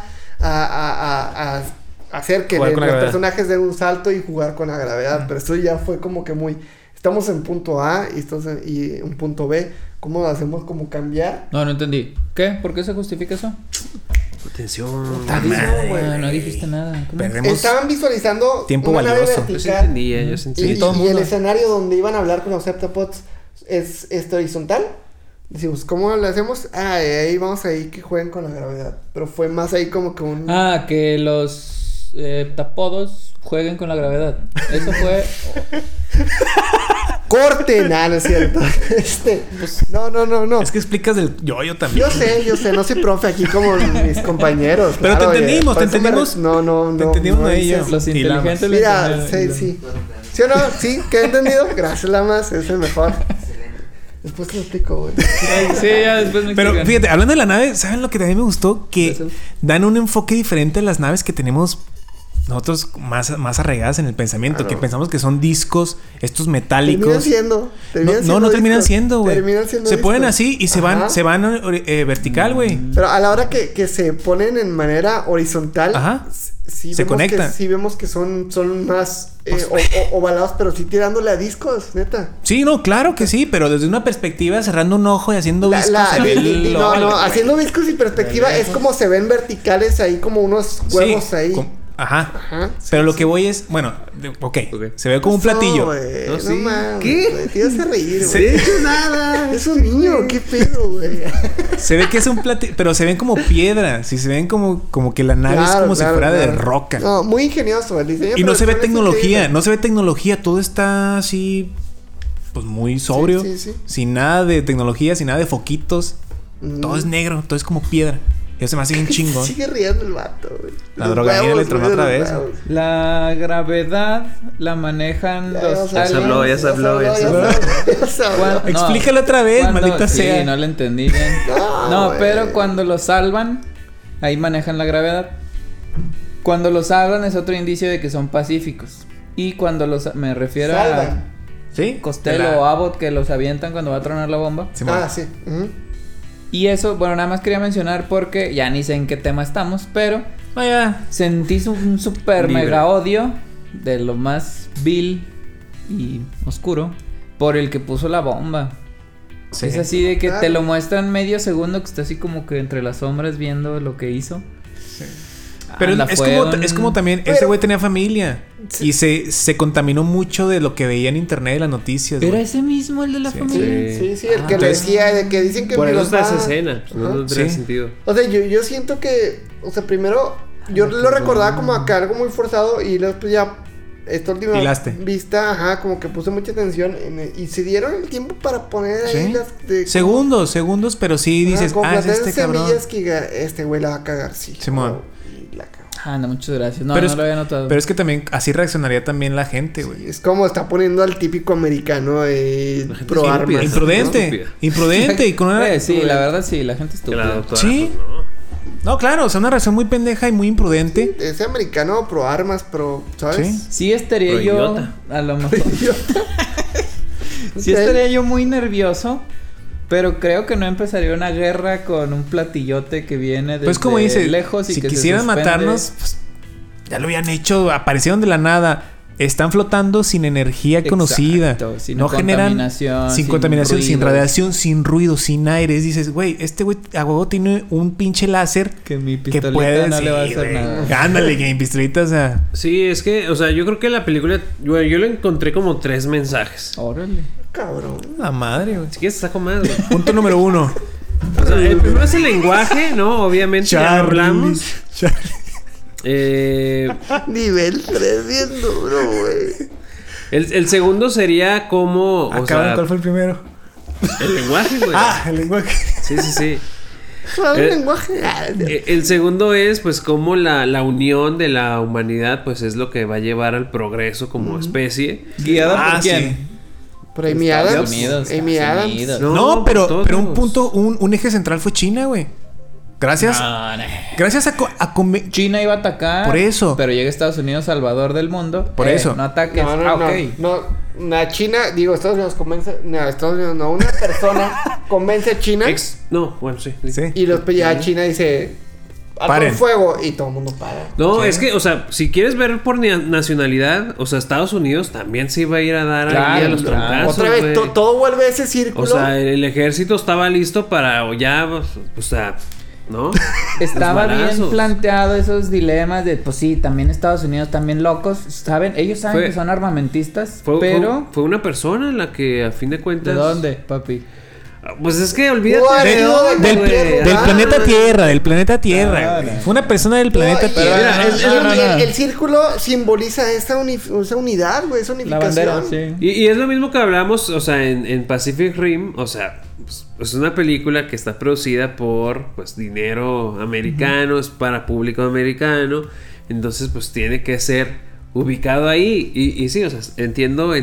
hacer que los personajes den un salto y jugar con la gravedad. Pero esto ya fue como que muy... Estamos en punto A y un punto B. ¿Cómo lo hacemos como cambiar? No entendí. ¿Qué? ¿Por qué se justifica eso? Atención. No dijiste nada. Estaban visualizando tiempo una valioso. nave vertical. Yo sentí. Y el escenario donde iban a hablar con los Septapods es horizontal. Decimos, ¿cómo lo hacemos? Ahí vamos ahí que jueguen con la gravedad. Pero fue más ahí como que un... que los tapodos jueguen con la gravedad. Eso fue... ¡Corte! No es cierto. No. Es que explicas del yo también. Yo sé. No soy profe aquí como mis compañeros. Pero claro, te entendimos. No. Te entendimos a ellos. Los inteligentes. Mira, sí. ¿Sí o no? Sí, ¿qué he entendido? Gracias, Lamas. Es el mejor. Después te lo explico, güey. Sí, ya después me Pero explican. fíjate, hablando de la nave, ¿saben lo que también me gustó? Que dan un enfoque diferente a las naves que tenemos nosotros más arraigadas en el pensamiento. Claro. Que pensamos que son discos, estos metálicos. No terminan siendo, güey. Se ponen así y se van vertical, güey. Pero a la hora que se ponen en manera horizontal, sí se conectan. Sí vemos que son más ovalados, pero sí tirándole a discos, neta. Sí, no, claro que sí, pero desde una perspectiva cerrando un ojo y haciendo viscos. Haciendo viscos y perspectiva es como se ven verticales ahí, como unos huevos ahí. Ajá. Pero lo que voy es, bueno, se ve como un platillo. No mames. ¿Qué? Te ibas a reír, güey. Nada. Es un niño, qué pedo, güey. Se ve que es un platillo, pero se ven como piedras. Sí, se ven como que la nave es como si fuera de roca. No, muy ingenioso el diseño. Y no se ve tecnología, todo está así, pues muy sobrio. Sí. Sin nada de tecnología, sin nada de foquitos. Todo es negro, todo es como piedra. Eso se me hace bien chingón. Sigue riendo el vato, güey. La drogadicta le tronó otra vez. La gravedad la manejan los aliens. Ya se habló. Explícalo otra vez, maldita sea. Sí, no le entendí bien. No, pero cuando los salvan, ahí manejan la gravedad. Cuando los salvan es otro indicio de que son pacíficos. Y cuando me refiero a Costello o Abbott, que los avientan cuando va a tronar la bomba. Sí. Y eso, bueno, nada más quería mencionar porque ya ni sé en qué tema estamos, pero sentí un super mega odio de lo más vil y oscuro por el que puso la bomba. Sí. Es así de que te lo muestran medio segundo que está así como que entre las sombras viendo lo que hizo. Sí. Pero es como también, ese güey tenía familia. Sí. Y se contaminó mucho de lo que veía en internet, las noticias. ¿Era ese mismo el de la familia? Sí, el que le decía, de que dicen que... Por eso está esa escena, no tiene sentido. O sea, yo siento que, primero, yo lo recordaba como acá algo muy forzado y luego pues ya... Esta última vista, como que puse mucha atención y se dieron el tiempo para poner ahí las... Segundos, pero sí dices, es este cabrón. Que este güey la va a cagar, sí. Simón. No, muchas gracias. No lo había notado. Pero es que también así reaccionaría también la gente, güey. Sí, es como está poniendo al típico americano pro armas. Imprudente. Y con una... sí, la verdad sí, la gente estúpida. Sí. No, claro, o sea, una reacción muy pendeja y muy imprudente. Sí, ese americano pro armas, ¿sabes? Sí estaría yo... A lo mejor. Sí estaría yo muy nervioso. Pero creo que no empezaría una guerra con un platillote que viene desde como dice, lejos y si que quisieran matarnos, pues, ya lo habían hecho, aparecieron de la nada. Están flotando sin energía conocida. Sin no contaminación, generan sin contaminación, sin radiación, sin ruido, sin aire. Dices, güey, este güey a huevo tiene un pinche láser que mi pistolita no le va a hacer nada. Ándale, que mi pistolita, o sea. Sí, es que, o sea, yo creo que la película, yo le encontré como 3 mensajes. Órale. Cabrón. La madre, güey. Si quieres saco más, güey. Punto número 1. O sea, el primero es el lenguaje, ¿no? Obviamente ya hablamos. Nivel 3 bien duro, güey. El segundo sería como... ¿Cuál fue el primero? El lenguaje, güey. El lenguaje. Sí. El lenguaje. El segundo es, pues, como la unión de la humanidad, pues, es lo que va a llevar al progreso como especie. ¿Guiada por quién? Sí. Por Amy Adams. Estados Unidos. No, pero un punto, un eje central fue China, güey. Gracias. Gracias a China iba a atacar. Por eso. Pero llega Estados Unidos, salvador del mundo. Por eso. No ataques. No, China, Estados Unidos convence. Una persona convence a China. Sí. Y después ya China dice. Paren fuego y todo el mundo para. No, es que, o sea, si quieres ver por nacionalidad, o sea, Estados Unidos también se iba a ir a dar ahí a los troncazos. Otra vez, todo vuelve a ese círculo. O sea, el ejército estaba listo para ya, o sea, ¿no? Estaba bien planteado esos dilemas de, pues sí, también Estados Unidos, también locos, ellos saben que son armamentistas, pero... Fue una persona la que, a fin de cuentas... ¿De dónde, papi? Pues es que olvídate del planeta Tierra. Fue una persona del planeta Tierra. El círculo simboliza esa unidad, güey, esa unificación. La bandera, sí. Y es lo mismo que hablamos, o sea, en Pacific Rim, o sea, pues, es una película que está producida por, pues, dinero americano, es para público americano, entonces, pues, tiene que ser ubicado ahí. Y sí, o sea, entiendo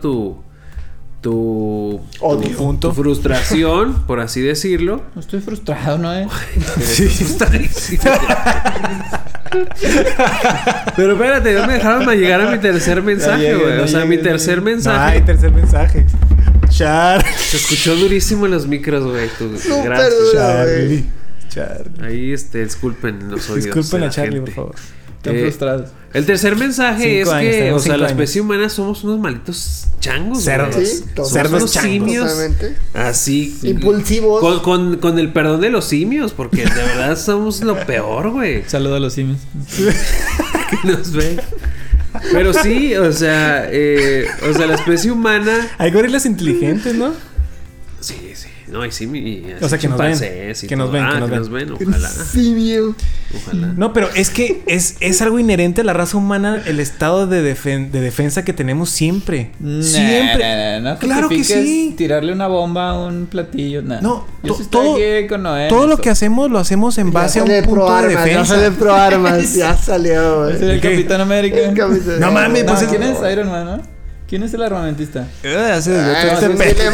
tu frustración, por así decirlo. No estoy frustrado, ¿no? Sí, frustradísimo. Pero espérate, no me dejaron llegar a mi tercer mensaje, güey. O sea, mi tercer mensaje. No hay tercer mensaje. Se escuchó durísimo en los micros, güey. Gracias. Charlie. Ahí, disculpen los oídos. Disculpen a Charlie, por favor. Están frustrados. El tercer mensaje es que, o sea, la especie humana somos unos malditos changos, cerdos. Sí, cerdos simios. Así. Impulsivos. Con el perdón de los simios, porque de verdad somos lo peor, güey. Saludo a los simios. Que nos ven. Pero sí, o sea, la especie humana. Hay gorilas inteligentes, ¿no? Sí. No, y sí, o sea, que nos ven. Que nos ven. Ojalá. Simio. Ojalá. No, pero es que es algo inherente a la raza humana el estado de defensa que tenemos siempre. Siempre. No claro que sí. Tirarle una bomba a un platillo. No, todo lo que hacemos lo hacemos en base a un punto de defensa. Ya sale Pro Armas. Ya salió. El Capitán América. No mames, pues ¿quién es Iron Man, no? ¿Quién es el armamentista? Es un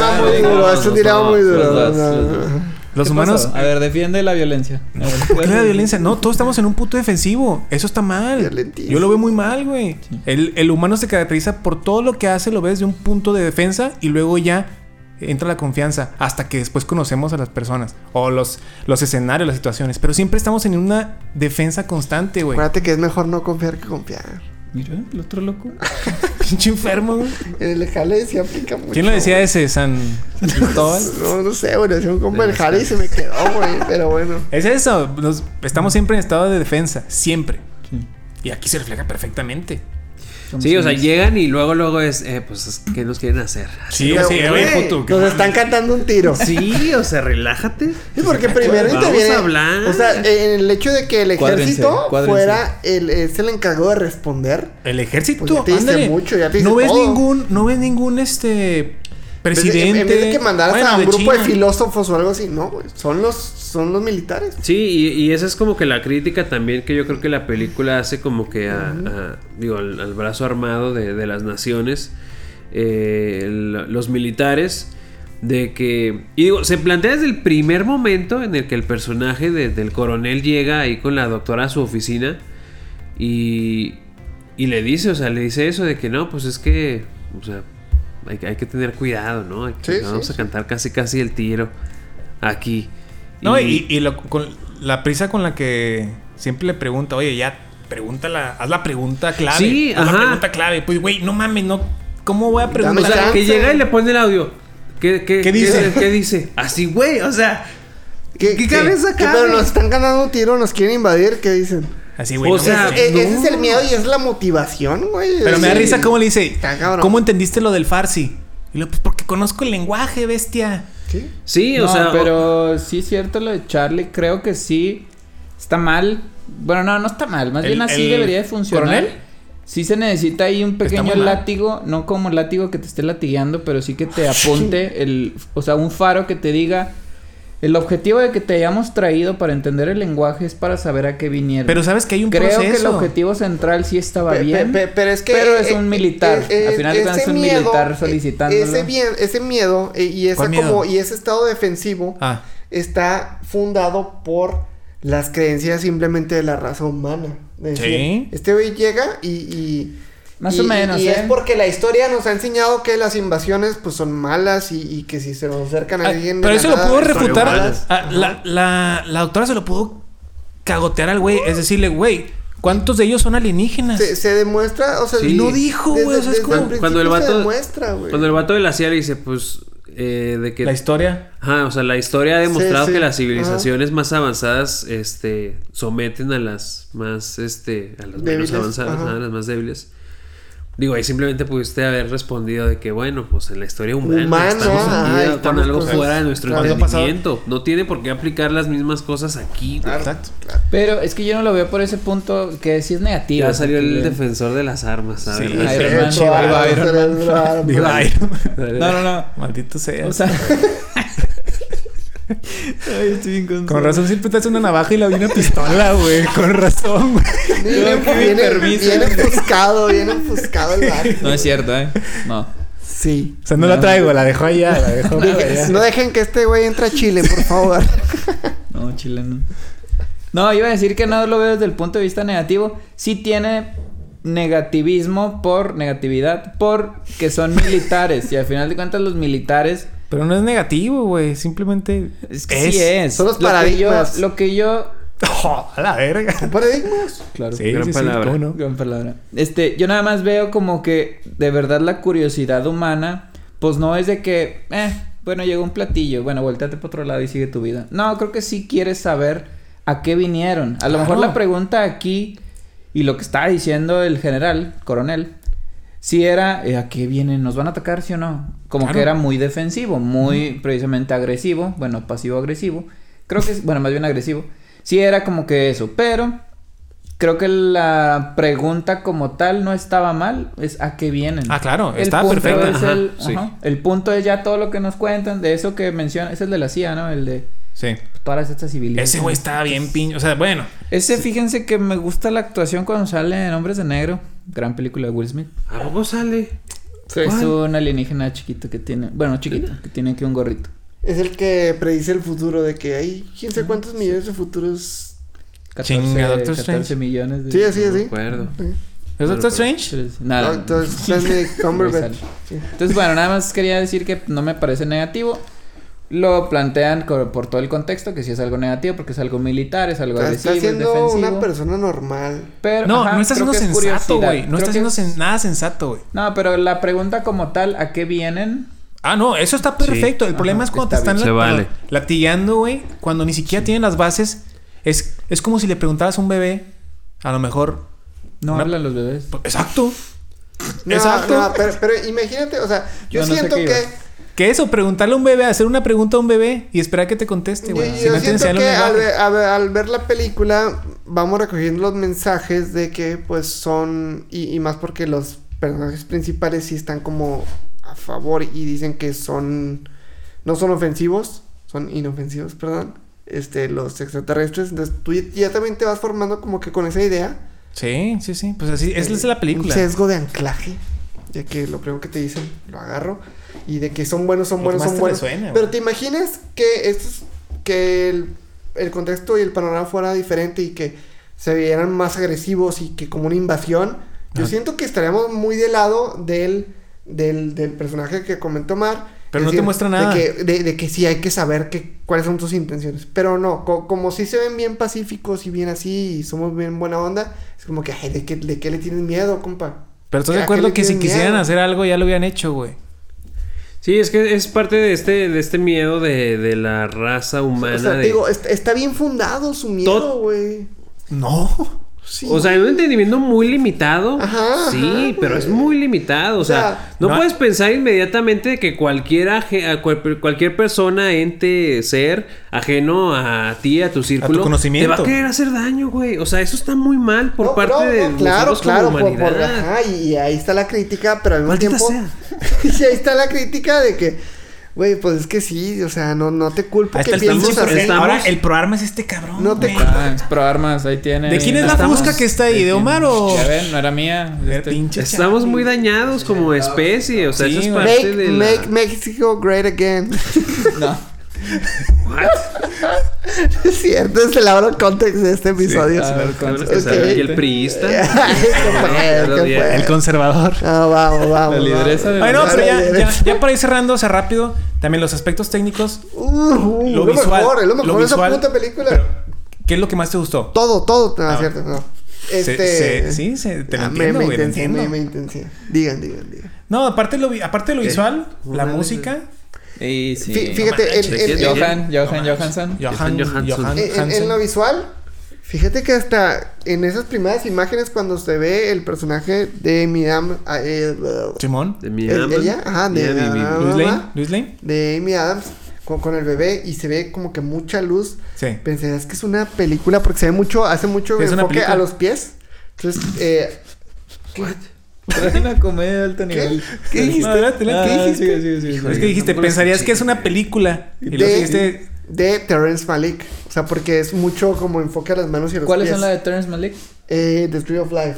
dilema muy duro. Los humanos... A ver, defiende la violencia. ¿Por qué la violencia? No, todos estamos en un punto defensivo. Eso está mal. Yo lo veo muy mal, güey. Sí. El humano se caracteriza por todo lo que hace, lo ves de un punto de defensa y luego ya entra la confianza hasta que después conocemos a las personas o los escenarios, las situaciones. Pero siempre estamos en una defensa constante, güey. Acuérdate que es mejor no confiar que confiar. Mira, el otro loco. Pinche enfermo, güey. En el jale se aplica mucho. ¿Quién lo decía ese? ¿San Cristóbal? No sé, güey. Decía un compa del jale y se me quedó, güey. Pero bueno. Es eso. Estamos siempre en estado de defensa. Siempre. Sí. Y aquí se refleja perfectamente. Sí, o sea, llegan y luego es, pues, ¿qué nos quieren hacer? Sí, puto. Nos están cantando un tiro. Sí, o sea, relájate. Sí, porque primero interviene. Vamos a hablar. O sea, en el hecho de que el ejército fuera es el encargado de responder. El ejército, pues ya te dice mucho, ya te dice no ves todo. No ves ningún presidente. En vez de que mandaras a un grupo de filósofos o algo así, no, güey. Son los militares. Sí, y esa es como que la crítica también que yo creo que la película hace como que al brazo armado de las naciones, los militares, de que... Y digo, se plantea desde el primer momento en el que el personaje del coronel llega ahí con la doctora a su oficina y le dice eso de que no, pues es que, o sea, hay que tener cuidado, ¿no? Vamos a cantar casi el tiro aquí. No, con la prisa con la que siempre le pregunta, oye, ya, pregúntala, haz la pregunta clave. Sí, haz la pregunta clave. Pues, güey, no mames, no. ¿Cómo voy a preguntar? O sea, que llega y le pone el audio. ¿Qué dice? ¿Qué dice? Así, güey, o sea, ¿qué cabeza cabe? Pero nos están ganando tiro, nos quieren invadir, ¿qué dicen? Así, güey. O sea, ese es el miedo y es la motivación, güey. Pero me da risa cómo le dice, ¿cómo entendiste lo del farsi? Y luego, pues porque conozco el lenguaje, bestia. Sí, o no, sea... pero sí es cierto lo de Charlie. Creo que sí está mal. Bueno, no está mal. Más bien así debería de funcionar. ¿Coronel? Sí se necesita ahí un pequeño látigo. No como látigo que te esté latigueando, pero sí que te apunte o sea, un faro que te diga... El objetivo de que te hayamos traído para entender el lenguaje es para saber a qué vinieron. Pero sabes que hay un proceso. Creo que el objetivo central sí estaba bien. Pero es que... Pero es un militar. Al final de cuentas es un militar solicitándolo. Ese miedo y ese estado defensivo está fundado por las creencias simplemente de la raza humana. De decir, este güey llega y más o menos, y es porque la historia nos ha enseñado que las invasiones pues son malas y que si se nos acercan a alguien... Pero eso lo pudo refutar. La doctora se lo pudo cagotear al güey. Es decirle, güey, ¿cuántos de ellos son alienígenas? Se demuestra, o sea... Sí. No dijo, güey. O sea, es como... Cuando el vato de la CIA le dice, pues... de que... La historia. Ajá, o sea, la historia ha demostrado que las civilizaciones más avanzadas, someten a las más, a las menos avanzadas, a las más débiles. Digo, ahí simplemente pudiste haber respondido de que, bueno, pues en la historia humana estamos aquí con algo fuera de nuestro entendimiento. No tiene por qué aplicar las mismas cosas aquí. Claro, exacto. Pero es que yo no lo veo por ese punto que sí es negativo. Ya salió el defensor de las armas, a ver. Iron Man. No. Maldito sea. O sea... Ay, estoy bien contento. Con razón siempre te hace una navaja y la vi una pistola, güey. Con razón, güey. Viene enfuscado el vato. No es cierto, No. Sí. O sea, no la traigo, la dejo allá, No dejen que este güey entre a Chile, por favor. No, Chile no. No, iba a decir que no lo veo desde el punto de vista negativo. Sí tiene negativismo por negatividad, porque son militares. Y al final de cuentas los militares... Pero no es negativo, güey. Simplemente... Es que sí es. Son los paradigmas. Lo que yo... Oh, a la verga. ¿Son paradigmas? Claro. Sí, gran palabra. ¿Cómo no? Gran palabra. Yo nada más veo como que... De verdad la curiosidad humana... Pues no es de que... Bueno, llegó un platillo. Bueno, volteate para otro lado y sigue tu vida. No, creo que sí quieres saber... ¿A qué vinieron? A lo mejor la pregunta aquí... Y lo que estaba diciendo el coronel... Sí era, ¿a qué vienen? ¿Nos van a atacar, sí o no? Como que era muy defensivo, muy precisamente agresivo. Bueno, pasivo-agresivo. Creo que es, bueno, más bien agresivo. Sí era como que eso, pero... Creo que la pregunta como tal no estaba mal. Es ¿a qué vienen? Ah, claro, estaba perfecto. El punto es ya todo lo que nos cuentan. De eso que menciona, es el de la CIA, ¿no? El de... Sí. Todas estas civilizaciones. Ese güey estaba bien pinche. O sea, bueno. Fíjense que me gusta la actuación cuando sale en Hombres de Negro. Gran película de Will Smith. ¿A poco sale? Sí. Es un alienígena chiquito que tiene... Bueno, chiquito. Que tiene aquí un gorrito. Es el que predice el futuro de que hay... ¿Quién sabe cuántos millones de futuros? 14 millones de... Sí, así. No me acuerdo. Sí. ¿Es Doctor Strange? Nada. Entonces, Cumberbatch. Entonces, bueno, nada más quería decir que no me parece negativo. Lo plantean por todo el contexto, que sí es algo negativo, porque es algo militar, es algo agresivo, está siendo defensivo. Una persona normal. Pero, no está siendo sensato, güey. No está siendo nada sensato, güey. No, pero la pregunta como tal, ¿a qué vienen? Ah, no, eso está perfecto. El problema es cuando te están latillando, güey. Cuando ni siquiera tienen las bases. Es como si le preguntaras a un bebé, a lo mejor... No hablan los bebés. Exacto. No, pero imagínate, o sea, yo siento que... ¿Qué eso? Preguntarle a un bebé, hacer una pregunta a un bebé y esperar que te conteste, güey. Yo siento que al ver la película vamos recogiendo los mensajes de que pues son... Y más porque los personajes principales sí están como a favor y dicen que son... No son ofensivos, son inofensivos, perdón. Los extraterrestres. Entonces tú ya también te vas formando como que con esa idea. Sí. Pues así, esa es la película. Un sesgo de anclaje. Ya que lo primero que te dicen, lo agarro. Y de que son buenos. Suena, pero te imaginas que que el contexto y el panorama fuera diferente y que se vieran más agresivos y que como una invasión. Yo siento que estaríamos muy del lado del personaje que comentó Mar. Pero no te muestra nada. De que sí hay que saber cuáles son tus intenciones. Pero no, como sí se ven bien pacíficos y bien así y somos bien buena onda, es como que, ay, ¿de qué le tienes miedo, compa? Pero estoy de acuerdo que si quisieran hacer algo ya lo hubieran hecho, güey. Sí, es que es parte de este miedo de la raza humana. O sea, te digo, está bien fundado su miedo, güey. No. Sí. O sea, hay un entendimiento muy limitado. Sí, pero es muy limitado. O sea, no puedes pensar inmediatamente que cualquier persona, ente, ser ajeno a ti, a tu círculo, a tu conocimiento, te va a querer hacer daño, güey. O sea, eso está muy mal por parte de nosotros como humanidad. Y ahí está la crítica, pero al mismo tiempo... Y ahí está la crítica de que... Güey, pues es que sí, o sea, no te culpo que pienses así. Ahora el ProArmas es este cabrón. No te culpo. ProArmas, ahí tiene. ¿De quién es la fusca que está ahí? ¿De Omar o...? Ya ven, no era mía. Estamos muy dañados como especie, o sea, eso es parte de Make Mexico great again. No. Es cierto, es el out of context de este episodio. Sí, y el priista. El conservador. Vamos. La lideresa de no, pero ya para ir cerrando, o sea, rápido, también los aspectos técnicos. Lo visual. Es lo mejor de esa puta película. Pero, ¿qué es lo que más te gustó? Todo. No, cierto, no. Te lo entiendo, güey. Me intensié. Digan. No, aparte de lo visual, la música. Sí. Fíjate, Johansson. En lo visual, fíjate que hasta en esas primeras imágenes cuando se ve el personaje de Midam... Simón. De Midam. Luis Lane. De Amy Adams con el bebé y se ve como que mucha luz. Sí. Pensé, es que es una película porque se ve mucho, hace mucho enfoque a los pies. Entonces, Es una comedia de alto nivel. ¿Qué dijiste? ¿Qué dijiste? Sí. Es que dijiste, pensarías que es una película. Y luego dijiste... De Terrence Malick. O sea, porque es mucho como enfoque a las manos y a los ¿Cuáles pies. son las de Terrence Malick? The Tree of Life.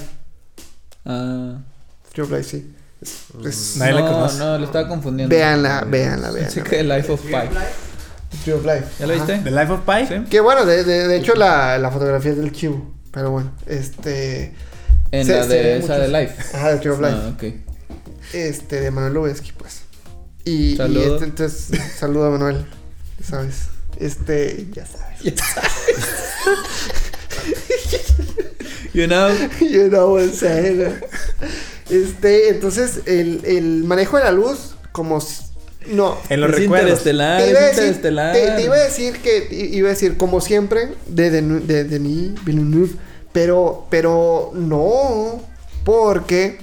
Tree of Life, sí. Nadie la conoce. No, lo estaba confundiendo. Véanla. Así que The Life of Pi. The Tree of Life. ¿Ya lo viste? The Life of Pi. Sí. Que bueno, de hecho la fotografía es del chivo. Pero bueno, En la de esa de Life. Ajá, The Tree of Life. Ok. De Manuel Lubezki, pues. Saludo. Entonces, saludo a Manuel. ¿Sabes? Ya sabes. You know what I'm saying. Entonces, el manejo de la luz, como... No. En los recuerdos. Te iba a decir, como siempre, de Denis Villeneuve, pero no, porque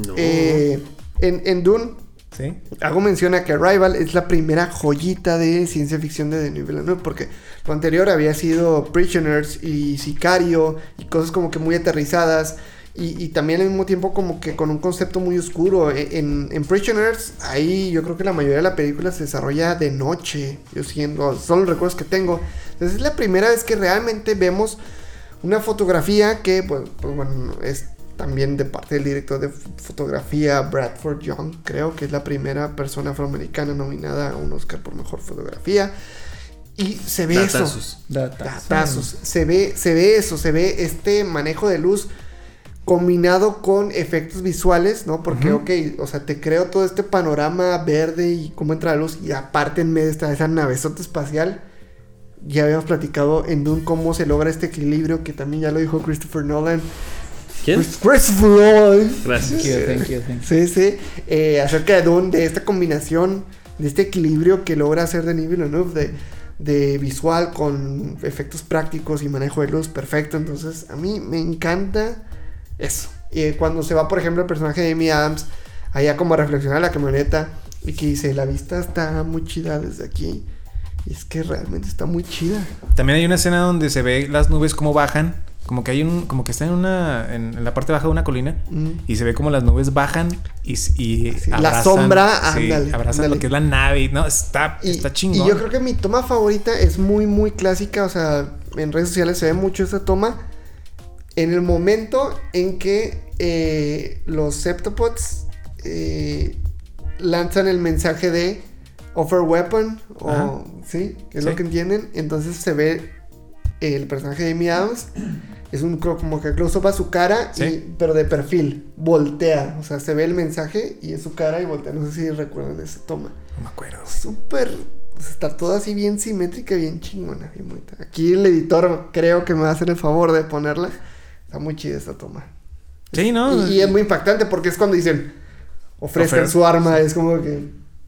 en Dune, ¿sí? Hago mención a que Arrival es la primera joyita de ciencia ficción de Denis Villeneuve, porque lo anterior había sido Prisoners y Sicario y cosas como que muy aterrizadas. Y también al mismo tiempo como que con un concepto muy oscuro. En Prisoners, ahí yo creo que la mayoría de la película se desarrolla de noche. Son los recuerdos que tengo. Entonces es la primera vez que realmente vemos una fotografía que, pues bueno, es también de parte del director de fotografía Bradford Young. Creo que es la primera persona afroamericana nominada a un Oscar por mejor fotografía. Y se ve Datazos. Se ve eso, se ve este manejo de luz combinado con efectos visuales, ¿no? Porque, o sea, te creo todo este panorama verde y cómo entra la luz. Y aparte en medio está esa navezota espacial. Ya habíamos platicado en Dune cómo se logra este equilibrio, que también ya lo dijo Christopher Nolan. ¿Quién? Christopher Nolan. Gracias. Thank you. Sí. Acerca de Dune, de esta combinación, de este equilibrio que logra hacer Denis Villeneuve de visual con efectos prácticos y manejo de luz perfecto. Entonces, a mí me encanta eso. Y cuando se va, por ejemplo, el personaje de Amy Adams allá como a reflexionar en la camioneta y que dice, la vista está muy chida desde aquí. Y es que realmente está muy chida. También hay una escena donde se ve las nubes como bajan, como que está en la parte baja de una colina y se ve como las nubes bajan y abrazan, la sombra, abrazan lo que es la nave. No, está chingón. Y yo creo que mi toma favorita es muy, muy clásica. O sea, en redes sociales se ve mucho esta toma. En el momento en que los Septopods lanzan el mensaje de Offer Weapon, ¿sí? Que es lo que entienden. Entonces se ve el personaje de Amy Adams. Es como que close-up a su cara, pero de perfil. Voltea. O sea, se ve el mensaje y es su cara y voltea. No sé si recuerdan esa toma. No me acuerdo. Súper... Pues está toda así bien simétrica, bien chingona, bien bonita. Aquí el editor creo que me va a hacer el favor de ponerla. Está muy chida esta toma. Sí, ¿no? Y es muy impactante porque es cuando dicen ofrezcan su arma. Es como que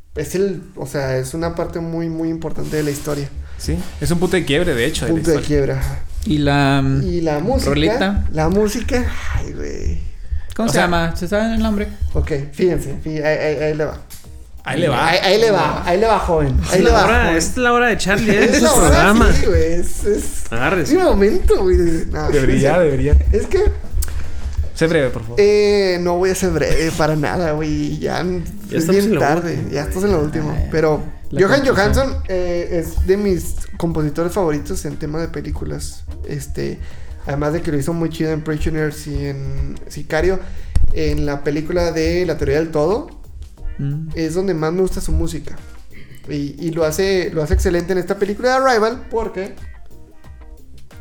es una parte muy, muy importante de la historia. Sí, es un punto de quiebre, de hecho. Punto de quiebra. Y la música. Rolita. La música. Ay, güey. ¿Cómo se llama? ¿Se sabe el nombre? Ok, fíjense. Ahí le va. Ahí le va. Ahí le va, joven. Ahí le va, joven. Es la hora de Charlie, es su programa. Sí, güey. Agárrese. Es un momento, güey. No, debería. Es que... Sé breve, por favor. No voy a ser breve para nada, güey. Ya es bien tarde. Ya estás en lo último. Pero Johan Johansson es de mis compositores favoritos en tema de películas. Además de que lo hizo muy chido en Prisoners y en Sicario. En la película de La Teoría del Todo es donde más me gusta su música. Y lo hace excelente en esta película de Arrival porque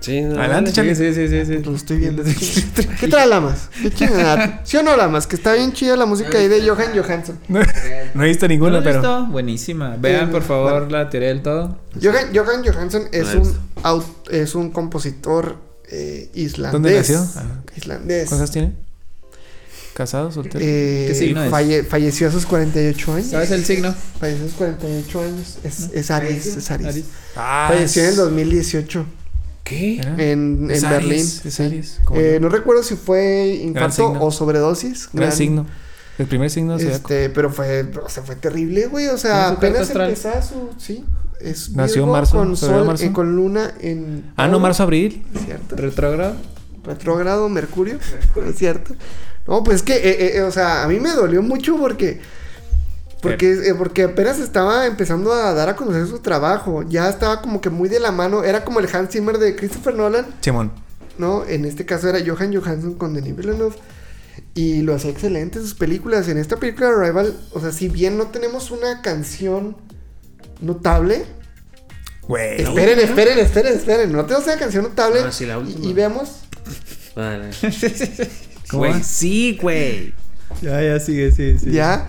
Sí, adelante, Charlie. Sí. Lo estoy viendo. ¿Qué trae Lamas? ¿Qué chingada? ¿Sí o no, Lamas? Que está bien chida la música ahí de Johan Johansson. No he visto ninguna, ¿No pero... visto? Buenísima. Vean, por favor, la teoría del todo. Johan Johansson es un compositor islandés. ¿Dónde nació? Islandés. ¿Cuántos tiene? ¿Casado, soltero? ¿Qué signo es? Falleció a sus 48 años. ¿Sabes el signo? Falleció a sus 48 años. Es Aries. Ah, falleció en el 2018. ¿Qué? En Berlín. Es Aries. No recuerdo si fue infarto o sobredosis. Gran signo. El primer signo pero fue terrible, güey. O sea, apenas empezaba su... Sí. Nació marzo. Con sol, con luna en... no, marzo-abril. ¿Cierto? Retrógrado, Mercurio. ¿Es cierto? No, pues es que, o sea, a mí me dolió mucho porque apenas estaba empezando a dar a conocer su trabajo. Ya estaba como que muy de la mano. Era como el Hans Zimmer de Christopher Nolan. Simón. No, en este caso era Johan Johansson con Denis Villeneuve. Y lo hacía excelente en sus películas. En esta película de Arrival, o sea, si bien no tenemos una canción notable... Güey. Esperen. No tenemos una canción notable. Sí, la última. Y veamos... Vale. Güey, sí, güey. Ya, sigue, sí. Ya,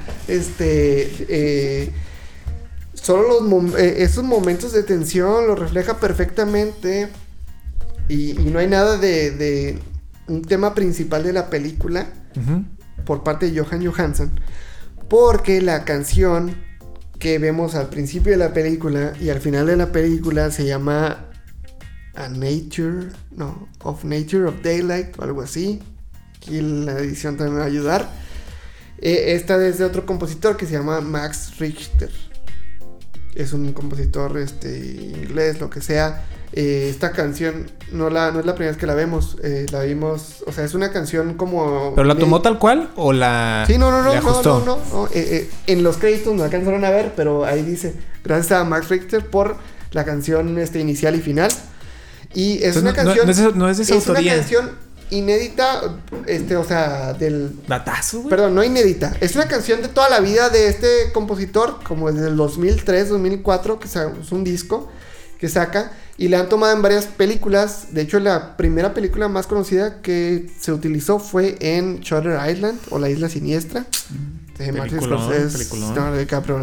solo esos momentos de tensión los refleja perfectamente. Y no hay nada de un tema principal de la película por parte de Johan Johansson. Porque la canción que vemos al principio de la película y al final de la película se llama Of Nature of Daylight o algo así. Aquí la edición también me va a ayudar. Esta es de otro compositor que se llama Max Richter. Es un compositor inglés, lo que sea. Esta canción no es la primera vez que la vemos. La vimos, o sea, es una canción como... ¿Pero la tomó tal cual o la... Sí, no. ajustó? En los créditos no alcanzaron a ver, pero ahí dice, gracias a Max Richter por la canción inicial y final. Y es una canción... No es de esa autoría. Es una canción inédita, o sea, del... Datazo, güey. Perdón, no inédita. Es una canción de toda la vida de este compositor, como desde el 2003, 2004, que es un disco que saca. Y la han tomado en varias películas. De hecho, la primera película más conocida que se utilizó fue en Shutter Island, o La Isla Siniestra. De Martin Scorsese, Leonardo DiCaprio,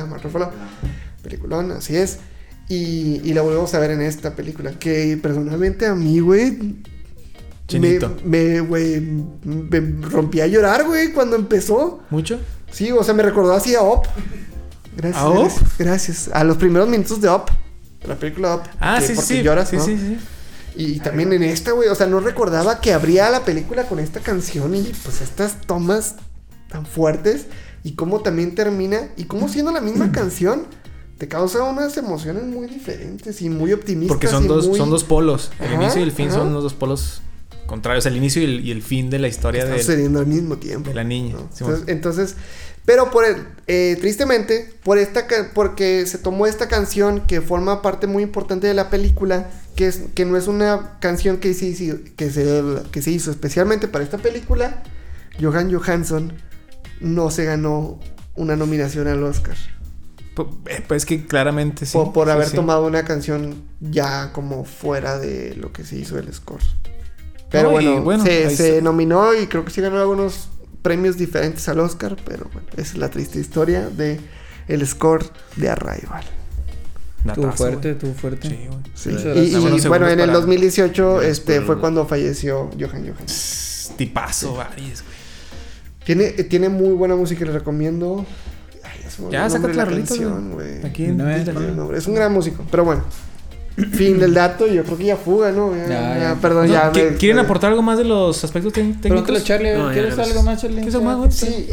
peliculón, así es. Y la volvemos a ver en esta película, que personalmente a mí, güey... Chinito. Me rompí a llorar, güey, cuando empezó. ¿Mucho? Sí, o sea, me recordó así a Up. Gracias. ¿A Up? Gracias. A los primeros minutos de Up. La película Up. Sí. Lloras, ¿no? Sí. Y también en esta, güey. O sea, no recordaba que abría la película con esta canción y pues estas tomas tan fuertes. Y cómo también termina. Y cómo siendo la misma canción te causa unas emociones muy diferentes y muy optimistas. Porque son dos polos. El inicio y el fin son los dos polos contrarios. El inicio y el fin de la historia está sucediendo al mismo tiempo de la niña, ¿no? Entonces pero tristemente porque se tomó esta canción que forma parte muy importante de la película, que no es una canción que se hizo especialmente para esta película. Johan Johansson no se ganó una nominación al Oscar. Pues que claramente sí. Por haber tomado una canción ya como fuera de lo que se hizo el score. Pero bueno, se nominó y creo que sí ganó algunos premios diferentes al Oscar, pero bueno, esa es la triste historia de el score de Arrival. Tuvo fuerte. Sí, güey. Sí. Y bueno, en el 2018 fue cuando falleció Johan Johansson. Tipazo, varios, güey. Tiene muy buena música, les recomiendo. Ya, saca la canción, güey. Aquí es un gran músico, pero bueno. Fin del dato, yo creo que ya fuga, ¿no? Perdón, ya. ¿Quieren aportar algo más de los aspectos técnicos? Pregúntale, Charlie. ¿Quieres algo más, Charlie? ¿Quieres algo más? Sí,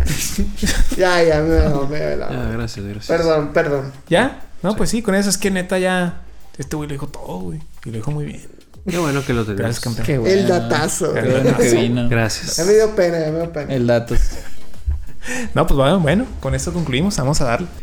ya, Gracias. Perdón. ¿Ya? No, pues sí, con eso es que neta ya... Este güey lo dijo todo, güey. Y lo dijo muy bien. Qué bueno que lo tenés. Gracias, campeón. Qué bueno. El datazo. Qué bueno que vino. Gracias. Ya me dio pena. El dato. No, pues bueno, con esto concluimos. Vamos a darle.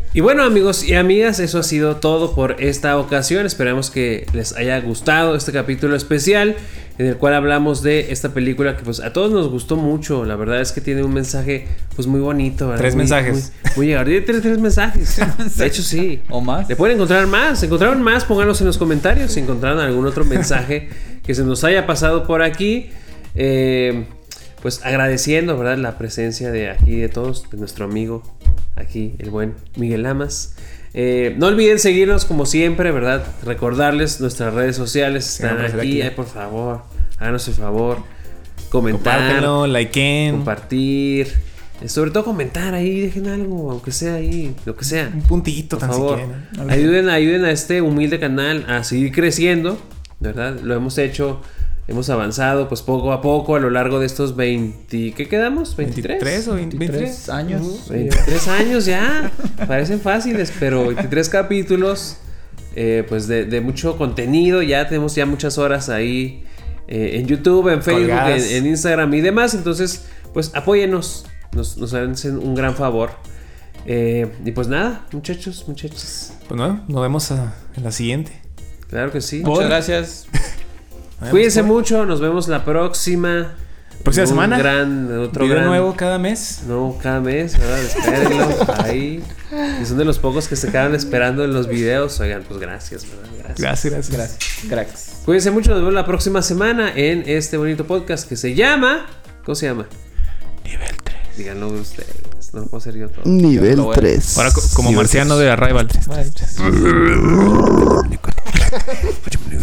Y bueno, amigos y amigas, eso ha sido todo por esta ocasión. Esperamos que les haya gustado este capítulo especial en el cual hablamos de esta película que pues a todos nos gustó mucho. La verdad es que tiene un mensaje pues muy bonito, ¿verdad? 3 mensajes. Muy llegador. Tiene 3 mensajes. De hecho, sí. ¿O más? Le pueden encontrar más. ¿Se encontraron más? Pónganlos en los comentarios si encontraron algún otro mensaje que se nos haya pasado por aquí. Pues agradeciendo, ¿verdad? La presencia de aquí de todos, de nuestro amigo aquí, el buen Miguel Lamas. No olviden seguirnos como siempre, ¿verdad? Recordarles nuestras redes sociales están aquí. Ay, por favor, háganos el favor. Comentar. Compártenlo, likeen. Compartir. Sobre todo comentar ahí, dejen algo, aunque sea ahí, lo que sea. Un puntito por tan favor. siquiera. Ayuden a este humilde canal a seguir creciendo, ¿verdad? Lo hemos hecho. Hemos avanzado pues poco a poco a lo largo de estos 20... ¿Qué quedamos? ¿23? 23 o 23 años. 23 años ya. Parecen fáciles, pero 23 capítulos pues de mucho contenido. Ya tenemos ya muchas horas ahí en YouTube, en Facebook, en Instagram y demás. Entonces, pues apóyennos. Nos hacen un gran favor. Y pues nada, muchachos. Pues no, nos vemos en la siguiente. Claro que sí. Muchas gracias. Cuídense mucho, nos vemos la próxima semana. Otro video nuevo cada mes. No, cada mes, ¿verdad? Espérenlo ahí. Y son de los pocos que se quedan esperando en los videos. Oigan, pues gracias, ¿verdad? Gracias. Cuídense mucho, nos vemos la próxima semana en este bonito podcast que se llama... ¿Cómo se llama? Nivel 3. Díganlo ustedes, no lo puedo hacer yo todo. Nivel 3. Ahora como Marciano de Arrival.